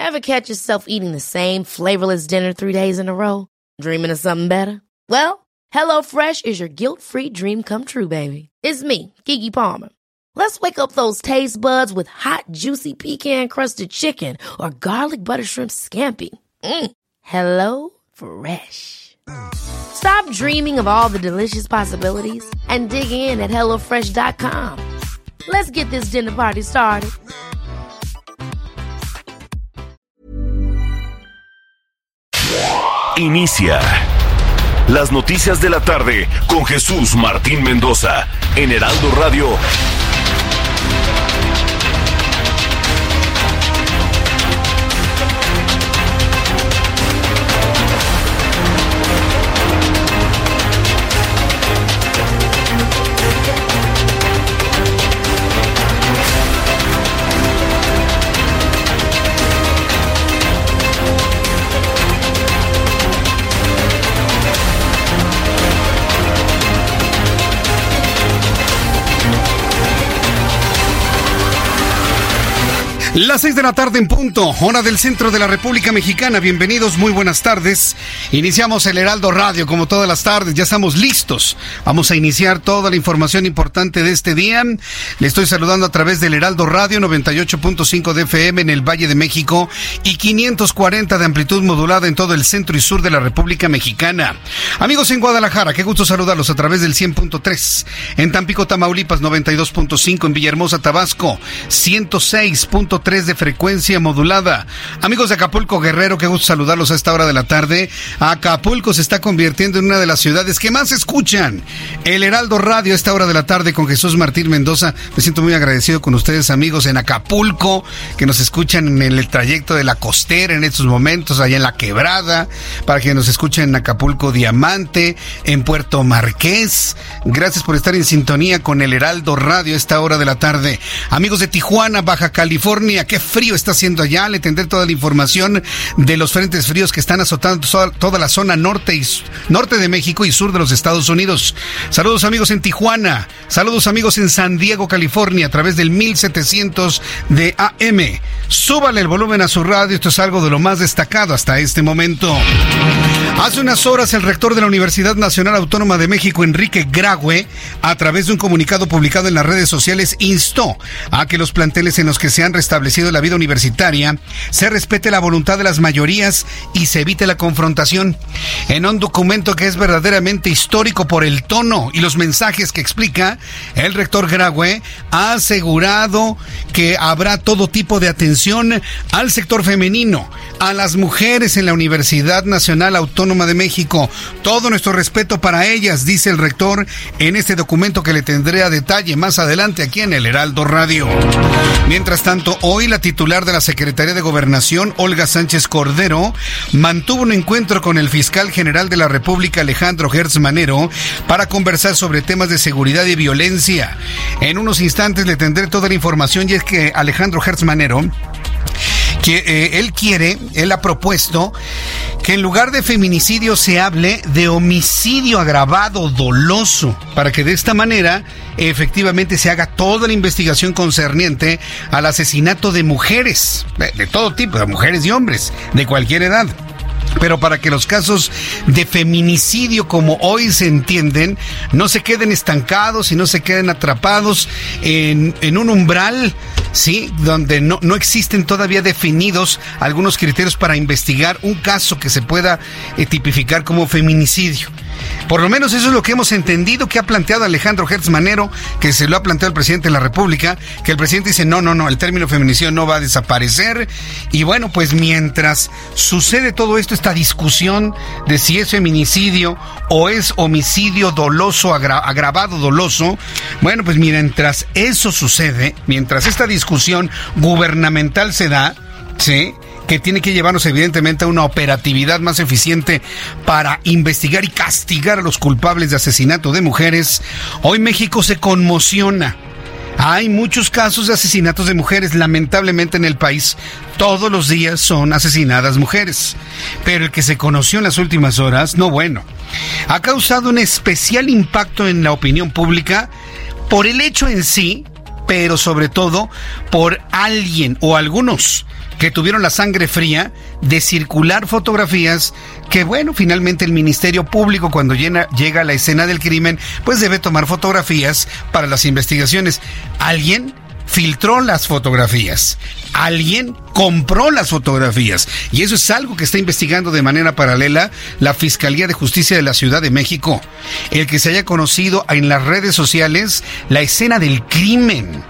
Ever catch yourself eating the same flavorless dinner 3 days in a row? Dreaming of something better? Well, HelloFresh is your guilt-free dream come true, baby. It's me, Keke Palmer. Let's wake up those taste buds with hot, juicy pecan-crusted chicken or garlic butter shrimp scampi. Hello Fresh. Stop dreaming of all the delicious possibilities and dig in at HelloFresh.com. Let's get this dinner party started. Inicia las noticias de la tarde con Jesús Martín Mendoza en Heraldo Radio. Las 6 de la tarde en punto, hora del centro de la República Mexicana. Bienvenidos, muy buenas tardes. Iniciamos el Heraldo Radio como todas las tardes, ya estamos listos. Vamos a iniciar toda la información importante de este día. Le estoy saludando a través del Heraldo Radio 98.5 de FM en el Valle de México y 540 de amplitud modulada en todo el centro y sur de la República Mexicana. Amigos en Guadalajara, qué gusto saludarlos a través del 100.3. En Tampico, Tamaulipas 92.5, en Villahermosa, Tabasco 106.3 de frecuencia modulada. Amigos de Acapulco, Guerrero, qué gusto saludarlos a esta hora de la tarde. Acapulco se está convirtiendo en una de las ciudades que más escuchan el Heraldo Radio a esta hora de la tarde con Jesús Martín Mendoza. Me siento muy agradecido con ustedes, amigos en Acapulco, que nos escuchan en el trayecto de la costera en estos momentos, allá en la Quebrada, para que nos escuchen en Acapulco Diamante, en Puerto Marqués. Gracias por estar en sintonía con el Heraldo Radio a esta hora de la tarde. Amigos de Tijuana, Baja California, qué frío está haciendo allá. Le tendré toda la información de los frentes fríos que están azotando toda la zona norte de México y sur de los Estados Unidos. Saludos, amigos en Tijuana. Saludos, amigos en San Diego, California, a través del 1700 de AM. Súbale el volumen a su radio. Esto es algo de lo más destacado hasta este momento. Hace unas horas, el rector de la Universidad Nacional Autónoma de México, Enrique Graue, a través de un comunicado publicado en las redes sociales, instó a que los planteles en los que se han restablecido la vida universitaria se respete la voluntad de las mayorías y se evite la confrontación. En un documento que es verdaderamente histórico por el tono y los mensajes que explica, el rector Graue ha asegurado que habrá todo tipo de atención al sector femenino, a las mujeres en la Universidad Nacional Autónoma de México. Todo nuestro respeto para ellas, dice el rector en este documento que le tendré a detalle más adelante aquí en el Heraldo Radio. Mientras tanto, hoy la titular de la Secretaría de Gobernación, Olga Sánchez Cordero, mantuvo un encuentro con el fiscal general de la República, Alejandro Gertz Manero, para conversar sobre temas de seguridad y violencia. En unos instantes le tendré toda la información, y es que Alejandro Gertz Manero, que él ha propuesto que en lugar de feminicidio se hable de homicidio agravado doloso, para que de esta manera efectivamente se haga toda la investigación concerniente al asesinato de mujeres, de todo tipo, de mujeres y hombres, de cualquier edad. Pero para que los casos de feminicidio, como hoy se entienden, no se queden estancados y no se queden atrapados en un umbral, ¿sí?, donde no existen todavía definidos algunos criterios para investigar un caso que se pueda tipificar como feminicidio. Por lo menos eso es lo que hemos entendido que ha planteado Alejandro Gertz Manero, que se lo ha planteado el presidente de la República, que el presidente dice no, el término feminicidio no va a desaparecer. Y bueno, pues mientras sucede todo esto, esta discusión de si es feminicidio o es homicidio doloso, agravado doloso, bueno, pues mientras eso sucede, mientras esta discusión gubernamental se da, ¿sí?, que tiene que llevarnos evidentemente a una operatividad más eficiente para investigar y castigar a los culpables de asesinato de mujeres, hoy México se conmociona. Hay muchos casos de asesinatos de mujeres, lamentablemente, en el país. Todos los días son asesinadas mujeres. Pero el que se conoció en las últimas horas, no bueno. Ha causado un especial impacto en la opinión pública por el hecho en sí, pero sobre todo por alguien o algunos que tuvieron la sangre fría de circular fotografías que, bueno, finalmente el Ministerio Público, cuando llega a la escena del crimen, pues debe tomar fotografías para las investigaciones. Alguien filtró las fotografías, alguien compró las fotografías, y eso es algo que está investigando de manera paralela la Fiscalía de Justicia de la Ciudad de México. El que se haya conocido en las redes sociales la escena del crimen.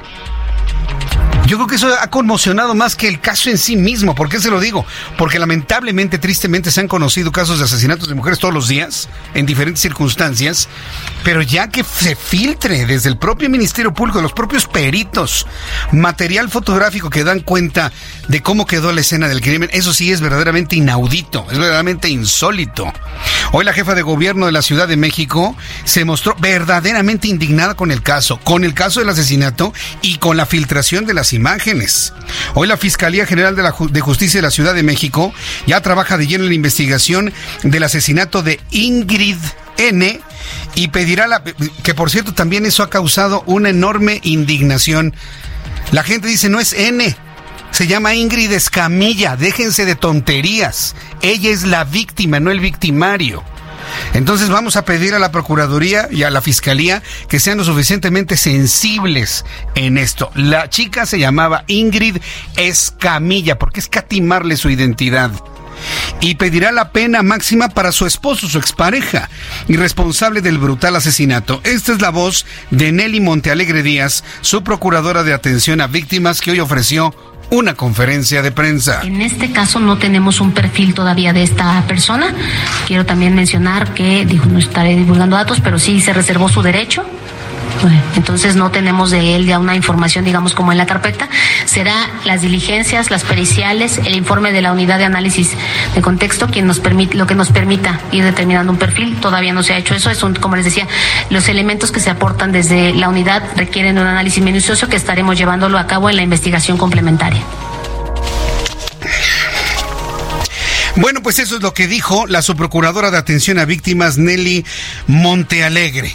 Yo creo que eso ha conmocionado más que el caso en sí mismo. ¿Por qué se lo digo? Porque lamentablemente, tristemente, se han conocido casos de asesinatos de mujeres todos los días, en diferentes circunstancias, pero ya que se filtre desde el propio Ministerio Público, los propios peritos, material fotográfico que dan cuenta de cómo quedó la escena del crimen, eso sí es verdaderamente inaudito, es verdaderamente insólito. Hoy la jefa de gobierno de la Ciudad de México se mostró verdaderamente indignada con el caso del asesinato y con la filtración de las imágenes. Hoy la Fiscalía General de Justicia de la Ciudad de México ya trabaja de lleno en la investigación del asesinato de Ingrid N. y pedirá que, por cierto, también eso ha causado una enorme indignación. La gente dice, no es N, se llama Ingrid Escamilla, déjense de tonterías. Ella es la víctima, no el victimario. Entonces vamos a pedir a la Procuraduría y a la Fiscalía que sean lo suficientemente sensibles en esto. La chica se llamaba Ingrid Escamilla, porque es escatimarle su identidad. Y pedirá la pena máxima para su esposo, su expareja, y responsable del brutal asesinato. Esta es la voz de Nelly Montealegre Díaz, su procuradora de atención a víctimas, que hoy ofreció una conferencia de prensa. En este caso no tenemos un perfil todavía de esta persona. Quiero también mencionar que, no estaré divulgando datos, pero sí se reservó su derecho. Entonces no tenemos de él ya una información, digamos, como en la carpeta. Será las diligencias, las periciales, el informe de la unidad de análisis de contexto lo que nos permita ir determinando un perfil. Todavía no se ha hecho eso. Como les decía, los elementos que se aportan desde la unidad requieren un análisis minucioso que estaremos llevándolo a cabo en la investigación complementaria. Bueno, pues eso es lo que dijo la subprocuradora de atención a víctimas, Nelly Montealegre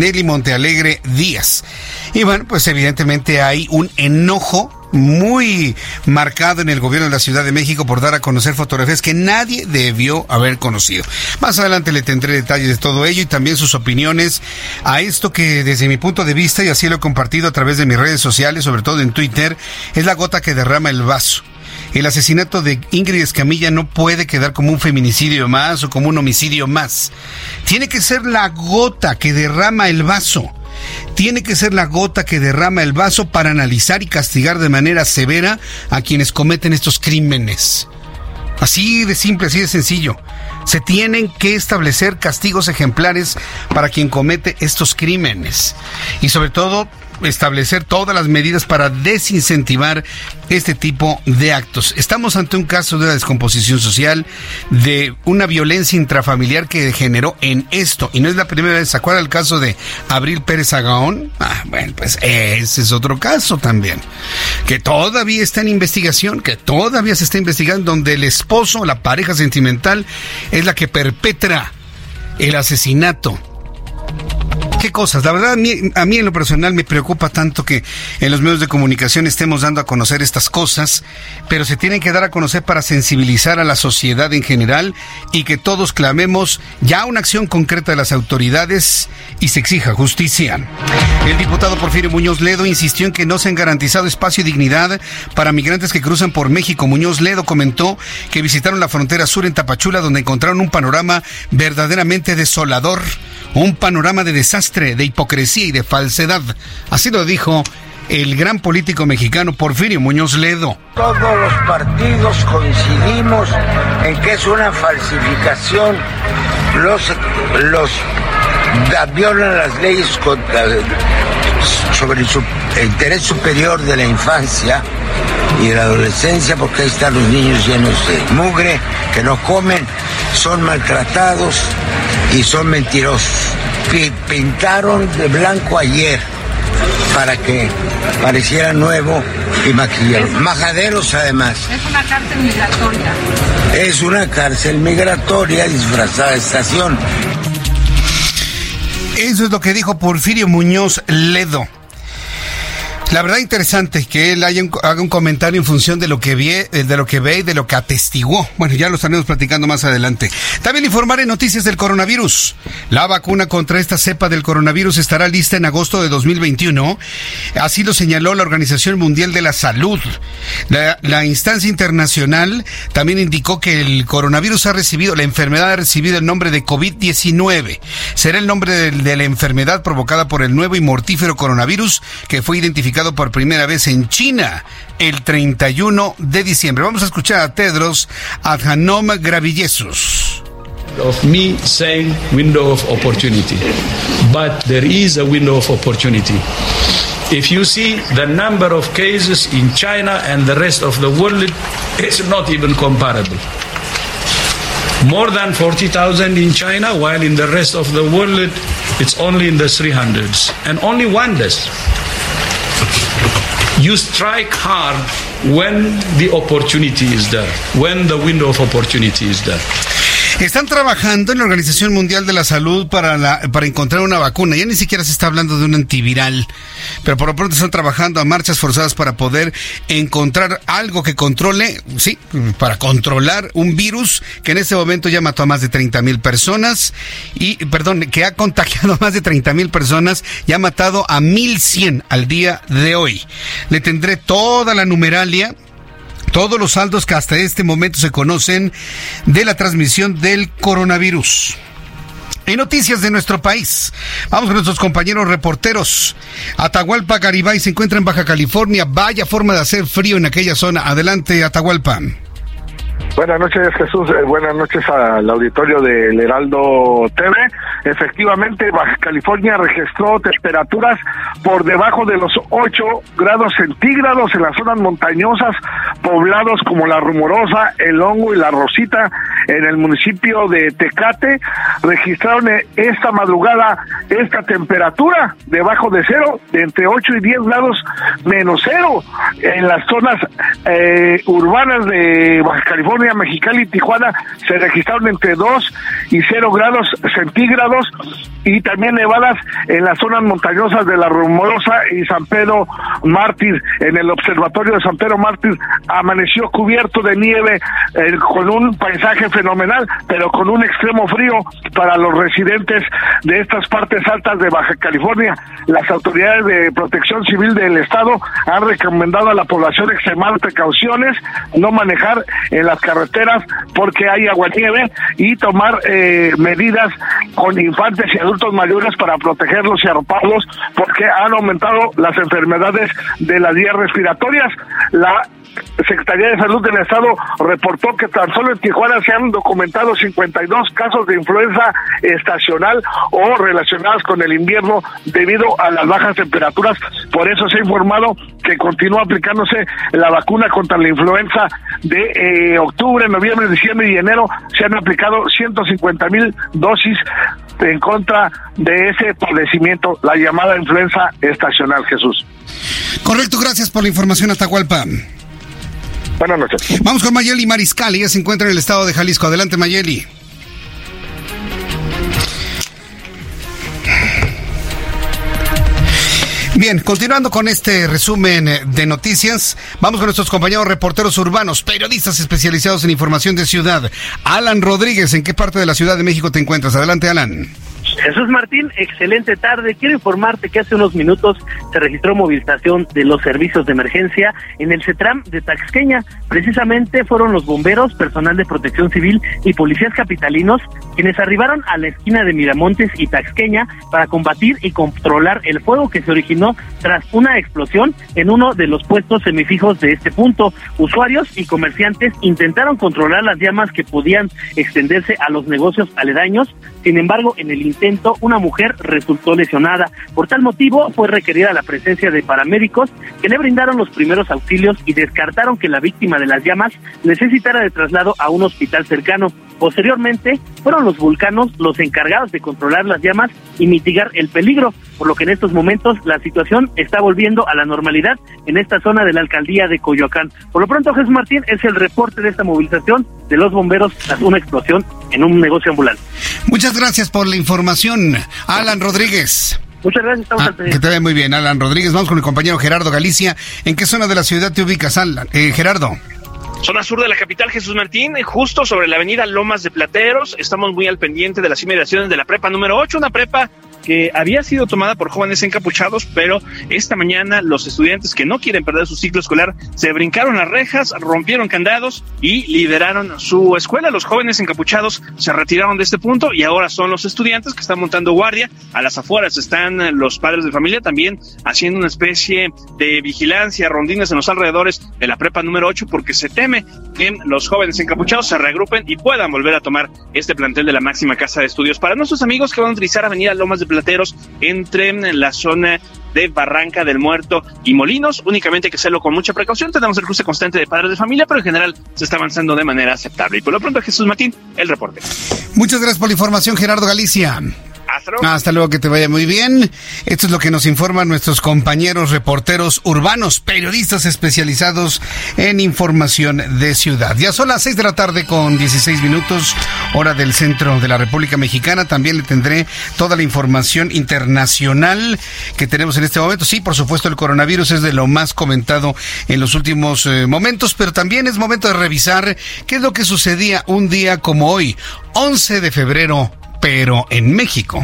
Díaz. Y bueno, pues evidentemente hay un enojo muy marcado en el gobierno de la Ciudad de México por dar a conocer fotografías que nadie debió haber conocido. Más adelante le tendré detalles de todo ello y también sus opiniones a esto que, desde mi punto de vista, y así lo he compartido a través de mis redes sociales, sobre todo en Twitter, es la gota que derrama el vaso. El asesinato de Ingrid Escamilla no puede quedar como un feminicidio más o como un homicidio más. Tiene que ser la gota que derrama el vaso. Tiene que ser la gota que derrama el vaso para analizar y castigar de manera severa a quienes cometen estos crímenes. Así de simple, así de sencillo. Se tienen que establecer castigos ejemplares para quien comete estos crímenes. Y sobre todo, establecer todas las medidas para desincentivar este tipo de actos. Estamos ante un caso de una descomposición social, de una violencia intrafamiliar que degeneró en esto. Y no es la primera vez. ¿Se acuerda el caso de Abril Pérez Agaón? Bueno, pues ese es otro caso también, que todavía está en investigación, que todavía se está investigando, donde el esposo, la pareja sentimental, es la que perpetra el asesinato. ¿Qué cosas? La verdad, a mí en lo personal me preocupa tanto que en los medios de comunicación estemos dando a conocer estas cosas, pero se tienen que dar a conocer para sensibilizar a la sociedad en general y que todos clamemos ya una acción concreta de las autoridades y se exija justicia. El diputado Porfirio Muñoz Ledo insistió en que no se han garantizado espacio y dignidad para migrantes que cruzan por México. Muñoz Ledo comentó que visitaron la frontera sur en Tapachula, donde encontraron un panorama verdaderamente desolador, un panorama de desastre, de hipocresía y de falsedad. Así lo dijo el gran político mexicano Porfirio Muñoz Ledo. Todos los partidos coincidimos en que es una falsificación. Los violan las leyes sobre el interés superior de la infancia y de la adolescencia, porque ahí están los niños llenos de mugre, que no comen, son maltratados y son mentirosos. Pintaron de blanco ayer para que pareciera nuevo y maquillaron. Majaderos, además. Es una cárcel migratoria. Es una cárcel migratoria disfrazada de estación. Eso es lo que dijo Porfirio Muñoz Ledo. La verdad interesante que él haga un comentario en función de lo que ve y de lo que atestiguó. Bueno, ya lo estaremos platicando más adelante. También informar en noticias del coronavirus. La vacuna contra esta cepa del coronavirus estará lista en agosto de 2021. Así lo señaló la Organización Mundial de la Salud. La instancia internacional también indicó que el coronavirus la enfermedad ha recibido el nombre de COVID-19. Será el nombre de la enfermedad provocada por el nuevo y mortífero coronavirus que fue identificado por primera vez en China el 31 de diciembre. Vamos a escuchar a Tedros Adhanom Ghebreyesus. Of me saying window of opportunity, but there is a window of opportunity. If you see the number of cases in China and the rest of the world, it's not even comparable. More than 40,000 in China, while in the rest of the world, it's only in the 300s, and only one death. You strike hard when the opportunity is there, when the window of opportunity is there. Están trabajando en la Organización Mundial de la Salud para encontrar una vacuna. Ya ni siquiera se está hablando de un antiviral, pero por lo pronto están trabajando a marchas forzadas para poder encontrar algo que controle, para controlar un virus que en este momento ya mató a más de 30,000 personas que ha contagiado a más de 30,000 personas y ha matado a 1,100 al día de hoy. Le tendré toda la numeralia, todos los saldos que hasta este momento se conocen de la transmisión del coronavirus. En noticias de nuestro país, vamos con nuestros compañeros reporteros. Atahualpa Garibay se encuentra en Baja California. Vaya forma de hacer frío en aquella zona. Adelante, Atahualpa. Buenas noches, Jesús. Buenas noches al auditorio del Heraldo TV. Efectivamente, Baja California registró temperaturas por debajo de los 8 grados centígrados en las zonas montañosas, poblados como La Rumorosa, El Hongo y La Rosita, en el municipio de Tecate. Registraron esta madrugada esta temperatura debajo de cero, de entre 8 y 10 grados menos cero, en las zonas urbanas de Baja California, Mexicali y Tijuana se registraron entre 2 y 0 grados centígrados, y también nevadas en las zonas montañosas de La Rumorosa y San Pedro Mártir. En el observatorio de San Pedro Mártir amaneció cubierto de nieve, con un paisaje fenomenal, pero con un extremo frío para los residentes de estas partes altas de Baja California. Las autoridades de Protección Civil del estado han recomendado a la población extremar precauciones, no manejar en las carreteras porque hay aguanieve, y tomar medidas con infantes y adultos mayores para protegerlos y arroparlos, porque han aumentado las enfermedades de las vías respiratorias. La Secretaría de Salud del Estado reportó que tan solo en Tijuana se han documentado 52 casos de influenza estacional o relacionadas con el invierno debido a las bajas temperaturas. Por eso se ha informado que continúa aplicándose la vacuna contra la influenza de octubre, noviembre, diciembre y enero. Se han aplicado 150,000 dosis en contra de ese padecimiento, la llamada influenza estacional, Jesús. Correcto, gracias por la información, Atahualpa. Buenas noches. Vamos con Mayeli Mariscal, ella se encuentra en el estado de Jalisco. Adelante, Mayeli. Bien, continuando con este resumen de noticias, vamos con nuestros compañeros reporteros urbanos, periodistas especializados en información de ciudad. Alan Rodríguez, ¿en qué parte de la Ciudad de México te encuentras? Adelante, Alan. Jesús Martín, excelente tarde. Quiero informarte que hace unos minutos se registró movilización de los servicios de emergencia en el CETRAM de Taxqueña. Precisamente fueron los bomberos, personal de protección civil y policías capitalinos quienes arribaron a la esquina de Miramontes y Taxqueña para combatir y controlar el fuego que se originó tras una explosión en uno de los puestos semifijos de este punto. Usuarios y comerciantes intentaron controlar las llamas que podían extenderse a los negocios aledaños. Sin embargo, en el intento, una mujer resultó lesionada. Por tal motivo, fue requerida la presencia de paramédicos que le brindaron los primeros auxilios y descartaron que la víctima de las llamas necesitara de traslado a un hospital cercano. Posteriormente, fueron los vulcanos los encargados de controlar las llamas y mitigar el peligro, por lo que en estos momentos la situación está volviendo a la normalidad en esta zona de la alcaldía de Coyoacán. Por lo pronto, Jesús Martín, es el reporte de esta movilización de los bomberos tras una explosión en un negocio ambulante. Muchas gracias por la información, Alan Rodríguez. Muchas gracias, estamos al pendiente. Que te vaya muy bien, Alan Rodríguez. Vamos con el compañero Gerardo Galicia. ¿En qué zona de la ciudad te ubicas, Alan? Gerardo. Zona sur de la capital, Jesús Martín, justo sobre la avenida Lomas de Plateros. Estamos muy al pendiente de las inmediaciones de la prepa número 8, una prepa que había sido tomada por jóvenes encapuchados, pero esta mañana los estudiantes que no quieren perder su ciclo escolar se brincaron las rejas, rompieron candados y liberaron su escuela. Los jóvenes encapuchados se retiraron de este punto y ahora son los estudiantes que están montando guardia. A las afueras están los padres de familia también haciendo una especie de vigilancia, rondines en los alrededores de la prepa número 8, porque se teme que los jóvenes encapuchados se reagrupen y puedan volver a tomar este plantel de la máxima casa de estudios. Para nuestros amigos que van a utilizar avenida Lomas de Plateros entre la zona de Barranca del Muerto y Molinos, únicamente hay que hacerlo con mucha precaución. Tenemos el cruce constante de padres de familia, pero en general se está avanzando de manera aceptable. Y por lo pronto, Jesús Martín, el reporte. Muchas gracias por la información, Gerardo Galicia. Hasta luego, que te vaya muy bien. Esto es lo que nos informan nuestros compañeros reporteros urbanos, periodistas especializados en información de ciudad. Ya son las 6 de la tarde con 16 minutos, hora del centro de la República Mexicana. También le tendré toda la información internacional que tenemos en este momento. Sí, por supuesto, el coronavirus es de lo más comentado en los últimos momentos, pero también es momento de revisar qué es lo que sucedía un día como hoy, 11 de febrero, pero en México.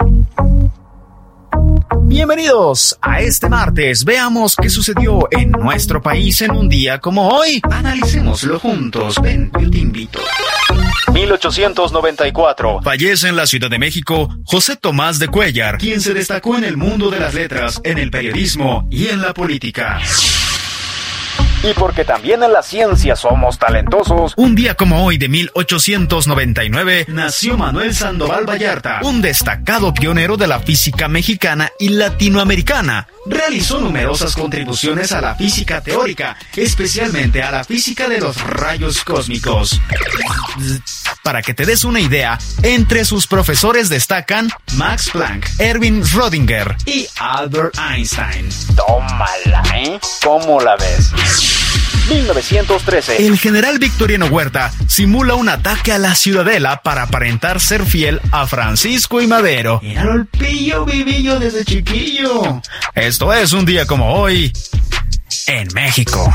Bienvenidos a este martes. Veamos qué sucedió en nuestro país en un día como hoy. Analicémoslo juntos. Ven, yo te invito. 1894. Fallece en la Ciudad de México José Tomás de Cuéllar, quien se destacó en el mundo de las letras, en el periodismo y en la política. Y porque también en la ciencia somos talentosos, un día como hoy de 1899 nació Manuel Sandoval Vallarta, un destacado pionero de la física mexicana y latinoamericana. Realizó numerosas contribuciones a la física teórica, especialmente a la física de los rayos cósmicos. Para que te des una idea, entre sus profesores destacan Max Planck, Erwin Schrödinger y Albert Einstein. Tómala, ¿eh? ¿Cómo la ves? 1913. El general Victoriano Huerta simula un ataque a la Ciudadela para aparentar ser fiel a Francisco I. Madero. Era el pillo vivillo desde chiquillo. Esto es un día como hoy en México.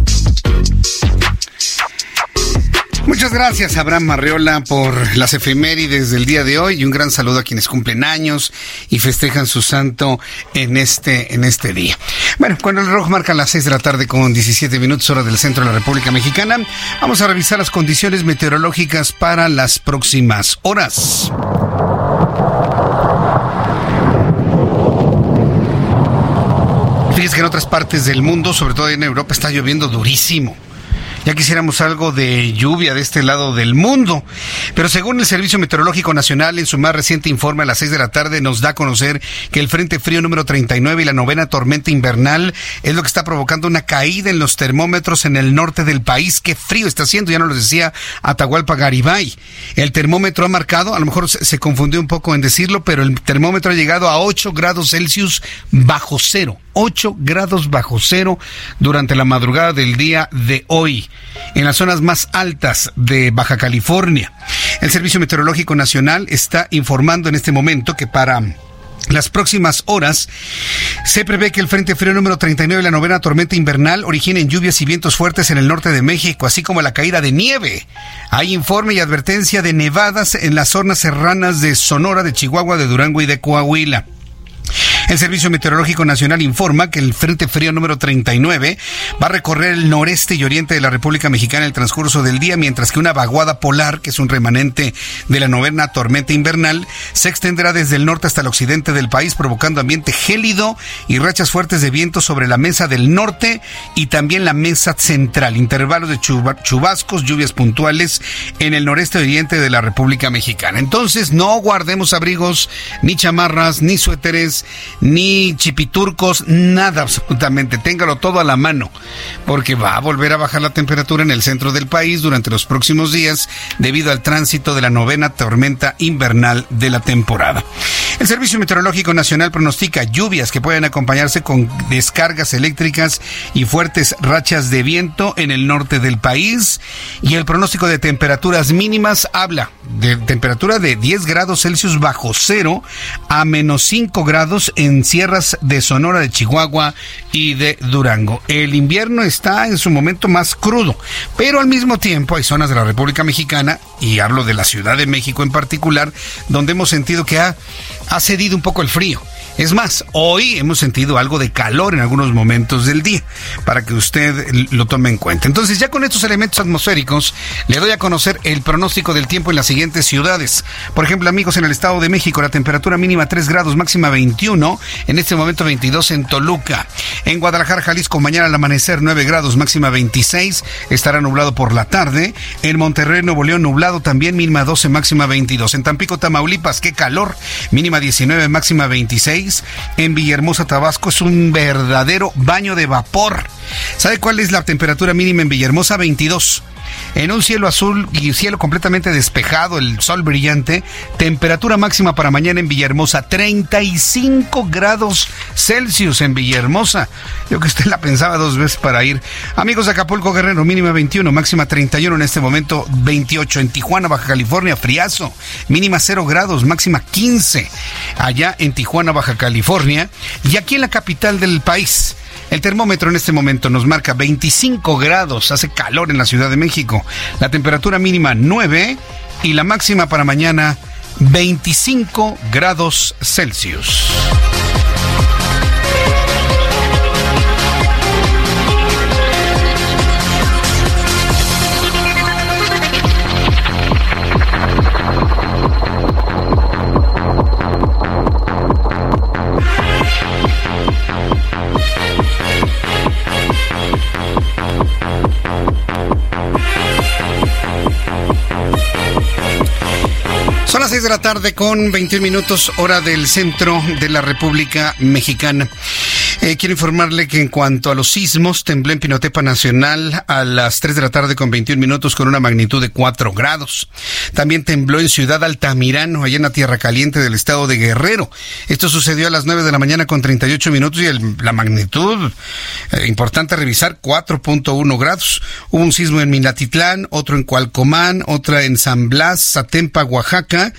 Muchas gracias, Abraham Arreola, por las efemérides del día de hoy, y un gran saludo a quienes cumplen años y festejan su santo en este día. Bueno, cuando el reloj marca las 6 de la tarde con 17 minutos, hora del centro de la República Mexicana, vamos a revisar las condiciones meteorológicas para las próximas horas. Fíjense que en otras partes del mundo, sobre todo en Europa, está lloviendo durísimo. Ya quisiéramos algo de lluvia de este lado del mundo. Pero según el Servicio Meteorológico Nacional, en su más reciente informe a las 6 de la tarde, nos da a conocer que el Frente Frío número 39 y la novena tormenta invernal es lo que está provocando una caída en los termómetros en el norte del país. Qué frío está haciendo, ya nos lo decía Atahualpa Garibay. El termómetro ha marcado, a lo mejor se confundió un poco en decirlo, pero el termómetro ha llegado a 8 grados Celsius bajo cero. 8 grados bajo cero durante la madrugada del día de hoy, en las zonas más altas de Baja California. El Servicio Meteorológico Nacional está informando en este momento que para las próximas horas se prevé que el Frente Frío número 39 y la novena tormenta invernal originen lluvias y vientos fuertes en el norte de México, así como la caída de nieve. Hay informe y advertencia de nevadas en las zonas serranas de Sonora, de Chihuahua, de Durango y de Coahuila. El Servicio Meteorológico Nacional informa que el Frente Frío número 39 va a recorrer el noreste y oriente de la República Mexicana en el transcurso del día, mientras que una vaguada polar, que es un remanente de la novena tormenta invernal, se extenderá desde el norte hasta el occidente del país, provocando ambiente gélido y rachas fuertes de viento sobre la mesa del norte y también la mesa central. Intervalos de chubascos, lluvias puntuales en el noreste y oriente de la República Mexicana. Entonces, no guardemos abrigos, ni chamarras, ni suéteres, ni chipiturcos, nada absolutamente. Téngalo todo a la mano, porque va a volver a bajar la temperatura en el centro del país durante los próximos días debido al tránsito de la novena tormenta invernal de la temporada. El Servicio Meteorológico Nacional pronostica lluvias que pueden acompañarse con descargas eléctricas y fuertes rachas de viento en el norte del país. Y el pronóstico de temperaturas mínimas habla de temperatura de 10 grados Celsius bajo cero a menos 5 grados en sierras de Sonora, de Chihuahua y de Durango. El invierno está en su momento más crudo, pero al mismo tiempo hay zonas de la República Mexicana, y hablo de la Ciudad de México en particular, donde hemos sentido que ha cedido un poco el frío. Es más, hoy hemos sentido algo de calor en algunos momentos del día, para que usted lo tome en cuenta. Entonces, ya con estos elementos atmosféricos, le doy a conocer el pronóstico del tiempo en las siguientes ciudades. Por ejemplo, amigos, en el Estado de México, la temperatura mínima 3 grados, máxima 21, en este momento 22 en Toluca. En Guadalajara, Jalisco, mañana al amanecer 9 grados, máxima 26, estará nublado por la tarde. En Monterrey, Nuevo León, nublado también, mínima 12, máxima 22. En Tampico, Tamaulipas, qué calor, mínima 19, máxima 26. En Villahermosa, Tabasco, es un verdadero baño de vapor. ¿Sabe cuál es la temperatura mínima en Villahermosa? 22. En un cielo azul y cielo completamente despejado, el sol brillante, temperatura máxima para mañana en Villahermosa, 35 grados Celsius en Villahermosa. Yo que usted la pensaba 2 veces para ir. Amigos de Acapulco, Guerrero, mínima 21, máxima 31, en este momento 28. En Tijuana, Baja California, friazo, mínima 0 grados, máxima 15. Allá en Tijuana, Baja California. Y aquí en la capital del país, el termómetro en este momento nos marca 25 grados, hace calor en la Ciudad de México. La temperatura mínima 9 y la máxima para mañana 25 grados Celsius. Son las 6 de la tarde con 21 minutos, hora del centro de la República Mexicana. Quiero informarle que en cuanto a los sismos, tembló en Pinotepa Nacional a las 3 de la tarde con 21 minutos con una magnitud de 4 grados. También tembló en Ciudad Altamirano, allá en la Tierra Caliente del estado de Guerrero. Esto sucedió a las 9 de la mañana con 38 minutos y la magnitud, importante revisar, 4.1 grados. Hubo un sismo en Minatitlán, otro en Cualcomán, otra en San Blas, Atempa, Oaxaca,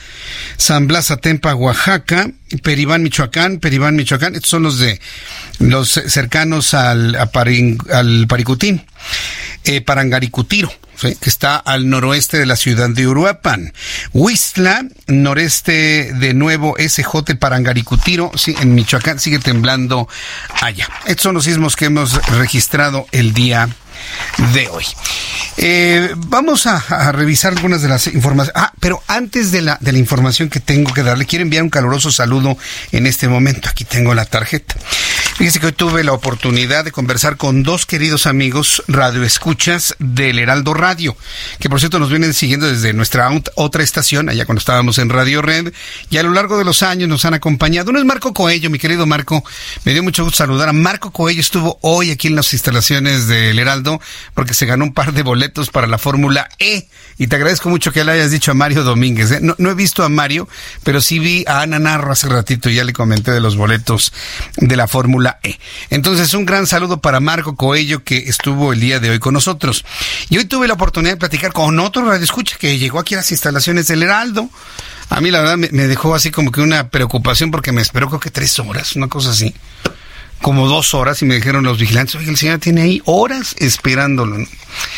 Peribán, Michoacán. Estos son los cercanos al Paricutín, Parangaricutiro, ¿sí?, que está al noroeste de la ciudad de Uruapan. Huistla, noreste de Nuevo SJ, Parangaricutiro, sí, en Michoacán, sigue temblando allá. Estos son los sismos que hemos registrado el día de hoy. Vamos a revisar algunas de las informaciones. Pero antes de la información que tengo que darle, quiero enviar un caluroso saludo en este momento. Aquí tengo la tarjeta. Fíjese que hoy tuve la oportunidad de conversar con 2 queridos amigos radioescuchas del Heraldo Radio, que por cierto nos vienen siguiendo desde nuestra otra estación, allá cuando estábamos en Radio Red, y a lo largo de los años nos han acompañado. Uno es Marco Coello, mi querido Marco. Me dio mucho gusto saludar a Marco Coello. Estuvo hoy aquí en las instalaciones del Heraldo porque se ganó un par de boletos para la Fórmula E, y te agradezco mucho que le hayas dicho a Mario Domínguez, ¿eh? No he visto a Mario, pero sí vi a Ana Narro hace ratito y ya le comenté de los boletos de la Fórmula E. Entonces, un gran saludo para Marco Coello, que estuvo el día de hoy con nosotros. Y hoy tuve la oportunidad de platicar con otro radioescucha que llegó aquí a las instalaciones del Heraldo. A mí la verdad me dejó así como que una preocupación, porque me esperó creo que 3 horas, una cosa así, como 2 horas, y me dijeron los vigilantes: oye, el señor tiene ahí horas esperándolo, ¿no?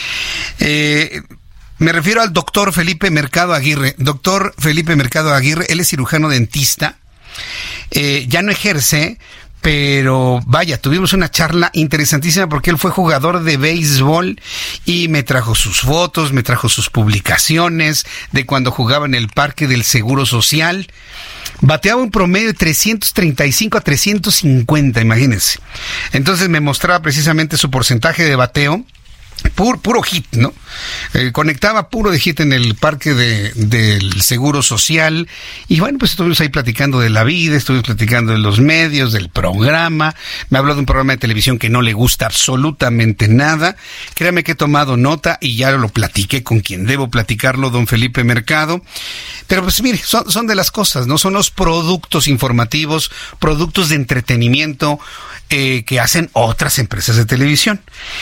Me refiero al doctor Felipe Mercado Aguirre. Doctor Felipe Mercado Aguirre, él es cirujano dentista, ya no ejerce, pero vaya, tuvimos una charla interesantísima porque él fue jugador de béisbol y me trajo sus fotos, me trajo sus publicaciones de cuando jugaba en el Parque del Seguro Social. Bateaba un promedio de 335 a 350, imagínense. Entonces me mostraba precisamente su porcentaje de bateo puro hit, ¿no? Conectaba puro de hit en el parque del Seguro Social. Y bueno, pues estuvimos ahí platicando de la vida, estuvimos platicando de los medios, del programa. Me habló de un programa de televisión que no le gusta absolutamente nada. Créame que he tomado nota y ya lo platiqué con quien debo platicarlo, don Felipe Mercado. Pero pues mire, son de las cosas, ¿no? Son los productos informativos, productos de entretenimiento que hacen otras empresas de televisión.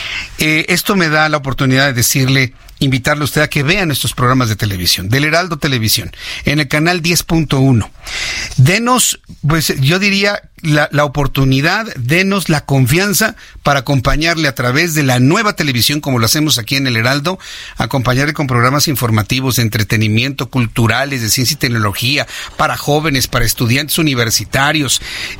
Esto me da la oportunidad de decirle, invitarle a usted a que vean estos programas de televisión, del Heraldo Televisión, en el canal 10.1. Denos, pues yo diría, la oportunidad, denos la confianza para acompañarle a través de la nueva televisión, como lo hacemos aquí en el Heraldo, acompañarle con programas informativos de entretenimiento, culturales, de ciencia y tecnología, para jóvenes, para estudiantes universitarios,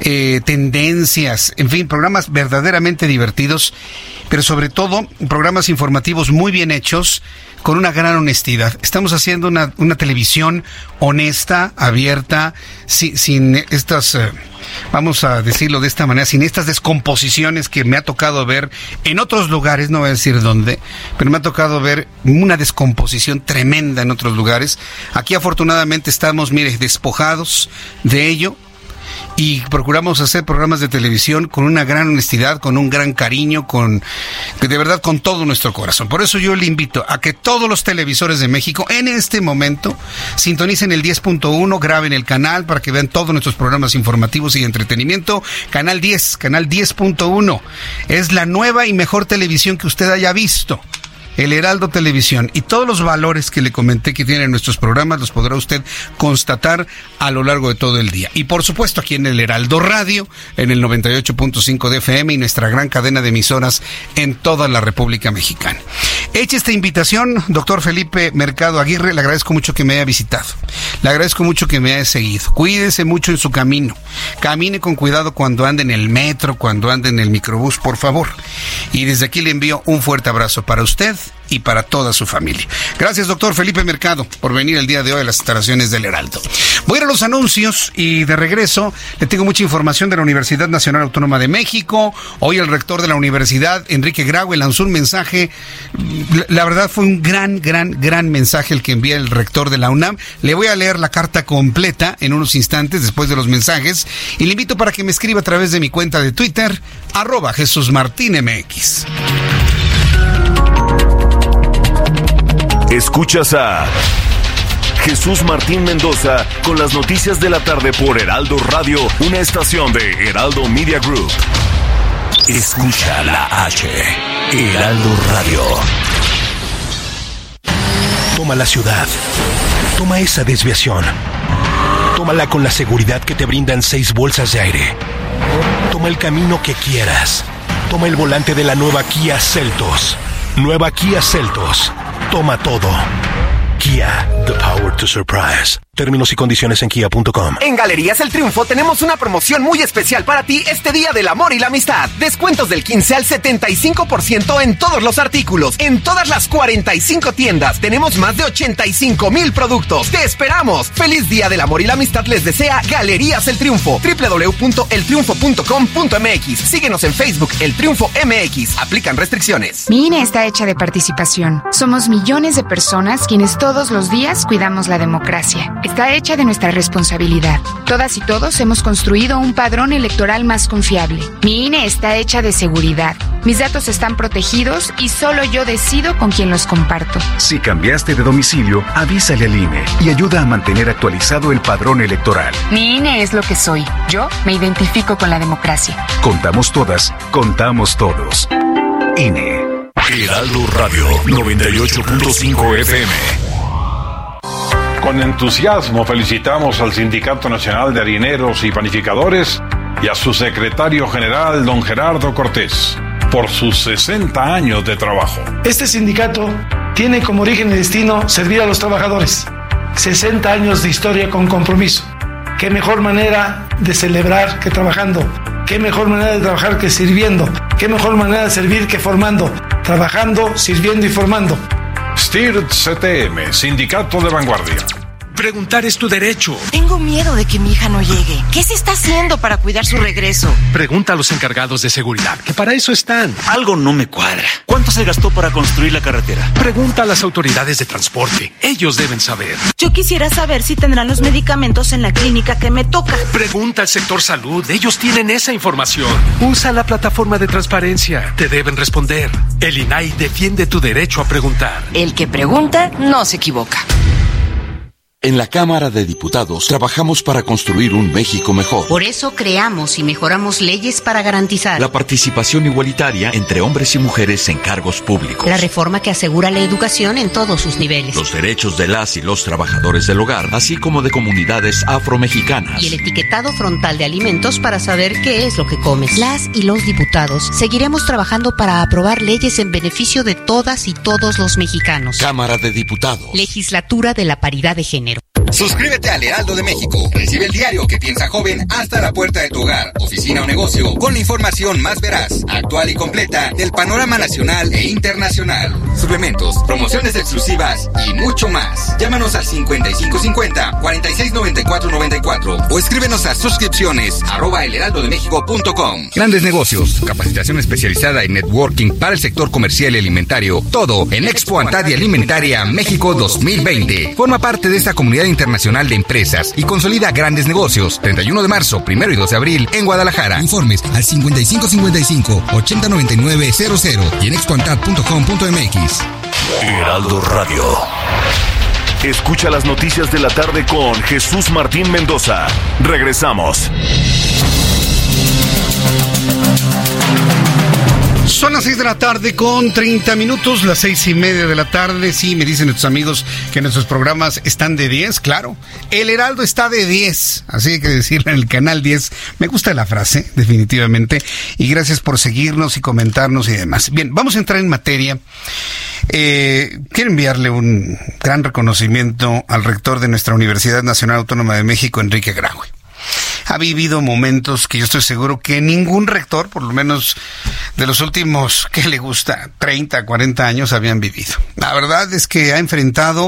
tendencias, en fin, programas verdaderamente divertidos, pero sobre todo programas informativos muy bien hechos, con una gran honestidad. Estamos haciendo una televisión honesta, abierta, sin estas, vamos a decirlo de esta manera, sin estas descomposiciones que me ha tocado ver en otros lugares, no voy a decir dónde, pero me ha tocado ver una descomposición tremenda en otros lugares. Aquí afortunadamente estamos, mire, despojados de ello. Y procuramos hacer programas de televisión con una gran honestidad, con un gran cariño, de verdad con todo nuestro corazón. Por eso yo le invito a que todos los televisores de México en este momento sintonicen el 10.1, graben el canal para que vean todos nuestros programas informativos y de entretenimiento. Canal 10, canal 10.1. Es la nueva y mejor televisión que usted haya visto. El Heraldo Televisión, y todos los valores que le comenté que tienen nuestros programas los podrá usted constatar a lo largo de todo el día. Y por supuesto aquí en el Heraldo Radio, en el 98.5 de FM y nuestra gran cadena de emisoras en toda la República Mexicana. Hecha esta invitación, doctor Felipe Mercado Aguirre, le agradezco mucho que me haya visitado. Le agradezco mucho que me haya seguido. Cuídese mucho en su camino. Camine con cuidado cuando ande en el metro, cuando ande en el microbús, por favor. Y desde aquí le envío un fuerte abrazo para usted y para toda su familia. Gracias, doctor Felipe Mercado, por venir el día de hoy a las instalaciones del Heraldo. Voy a ir a los anuncios y de regreso le tengo mucha información de la Universidad Nacional Autónoma de México. Hoy el rector de la universidad, Enrique Graue, lanzó un mensaje. La verdad fue un gran mensaje el que envía el rector de la UNAM. Le voy a leer la carta completa en unos instantes después de los mensajes y le invito para que me escriba a través de mi cuenta de Twitter, @JesusMartinMX. Escuchas a Jesús Martín Mendoza con las noticias de la tarde por Heraldo Radio, una estación de Heraldo Media Group. Escucha la H, Heraldo Radio. Toma la ciudad. Toma esa desviación. Tómala con la seguridad que te brindan 6 bolsas de aire. Toma el camino que quieras. Toma el volante de la nueva Kia Seltos. Nueva Kia Seltos. Toma todo. Kia, the power to surprise. Términos y condiciones en kia.com. En Galerías El Triunfo tenemos una promoción muy especial para ti este Día del Amor y la Amistad. Descuentos del 15 al 75% en todos los artículos, en todas las 45 tiendas. Tenemos más de 85,000 productos. ¡Te esperamos! Feliz Día del Amor y la Amistad les desea Galerías El Triunfo. www.eltriunfo.com.mx. Síguenos en Facebook, El Triunfo MX. Aplican restricciones. Mi INE está hecha de participación. Somos millones de personas quienes todos los días cuidamos la democracia. Está hecha de nuestra responsabilidad. Todas y todos hemos construido un padrón electoral más confiable. Mi INE está hecha de seguridad. Mis datos están protegidos y solo yo decido con quién los comparto. Si cambiaste de domicilio, avísale al INE y ayuda a mantener actualizado el padrón electoral. Mi INE es lo que soy. Yo me identifico con la democracia. Contamos todas, contamos todos. INE. Heraldo Radio 98.5 FM. Con entusiasmo felicitamos al Sindicato Nacional de Harineros y Panificadores y a su secretario general, don Gerardo Cortés, por sus 60 años de trabajo. Este sindicato tiene como origen y destino servir a los trabajadores. 60 años de historia con compromiso. Qué mejor manera de celebrar que trabajando. Qué mejor manera de trabajar que sirviendo. Qué mejor manera de servir que formando. Trabajando, sirviendo y formando. STIRT CTM, Sindicato de Vanguardia. Preguntar es tu derecho. Tengo miedo de que mi hija no llegue. ¿Qué se está haciendo para cuidar su regreso? Pregunta a los encargados de seguridad, que para eso están. Algo no me cuadra. ¿Cuánto se gastó para construir la carretera? Pregunta a las autoridades de transporte. Ellos deben saber. Yo quisiera saber si tendrán los medicamentos en la clínica que me toca. Pregunta al sector salud. Ellos tienen esa información. Usa la plataforma de transparencia. Te deben responder. El INAI defiende tu derecho a preguntar. El que pregunta no se equivoca. En la Cámara de Diputados trabajamos para construir un México mejor. Por eso creamos y mejoramos leyes para garantizar la participación igualitaria entre hombres y mujeres en cargos públicos. La reforma que asegura la educación en todos sus niveles. Los derechos de las y los trabajadores del hogar, así como de comunidades afromexicanas. Y el etiquetado frontal de alimentos para saber qué es lo que comes. Las y los diputados seguiremos trabajando para aprobar leyes en beneficio de todas y todos los mexicanos. Cámara de Diputados. Legislatura de la Paridad de Género. Suscríbete al Heraldo de México. Recibe el diario que piensa joven hasta la puerta de tu hogar, oficina o negocio, con la información más veraz, actual y completa del panorama nacional e internacional. Suplementos, promociones exclusivas y mucho más. Llámanos al 5550-469494 o escríbenos a suscripciones@elheraldodemexico.com. Grandes negocios, capacitación especializada en networking para el sector comercial y alimentario. Todo en Expo Antad y Alimentaria México 2020. Forma parte de esta comunidad internacional de empresas y consolida grandes negocios. 31 de marzo, 1 y 2 de abril en Guadalajara. Informes al 5555-809900 y en expoantad.com.mx. Heraldo Radio. Escucha las noticias de la tarde con Jesús Martín Mendoza. Regresamos. Son las 6 de la tarde con 30 minutos, las 6:30 de la tarde. Sí, me dicen nuestros amigos que nuestros programas están de 10, claro. El Heraldo está de 10, así hay que decirlo en el canal 10. Me gusta la frase, definitivamente. Y gracias por seguirnos y comentarnos y demás. Bien, vamos a entrar en materia. Quiero enviarle un gran reconocimiento al rector de nuestra Universidad Nacional Autónoma de México, Enrique Graue. Ha vivido momentos que yo estoy seguro que ningún rector, por lo menos de los últimos, ¿qué le gusta?, 30, 40 años habían vivido. La verdad es que ha enfrentado,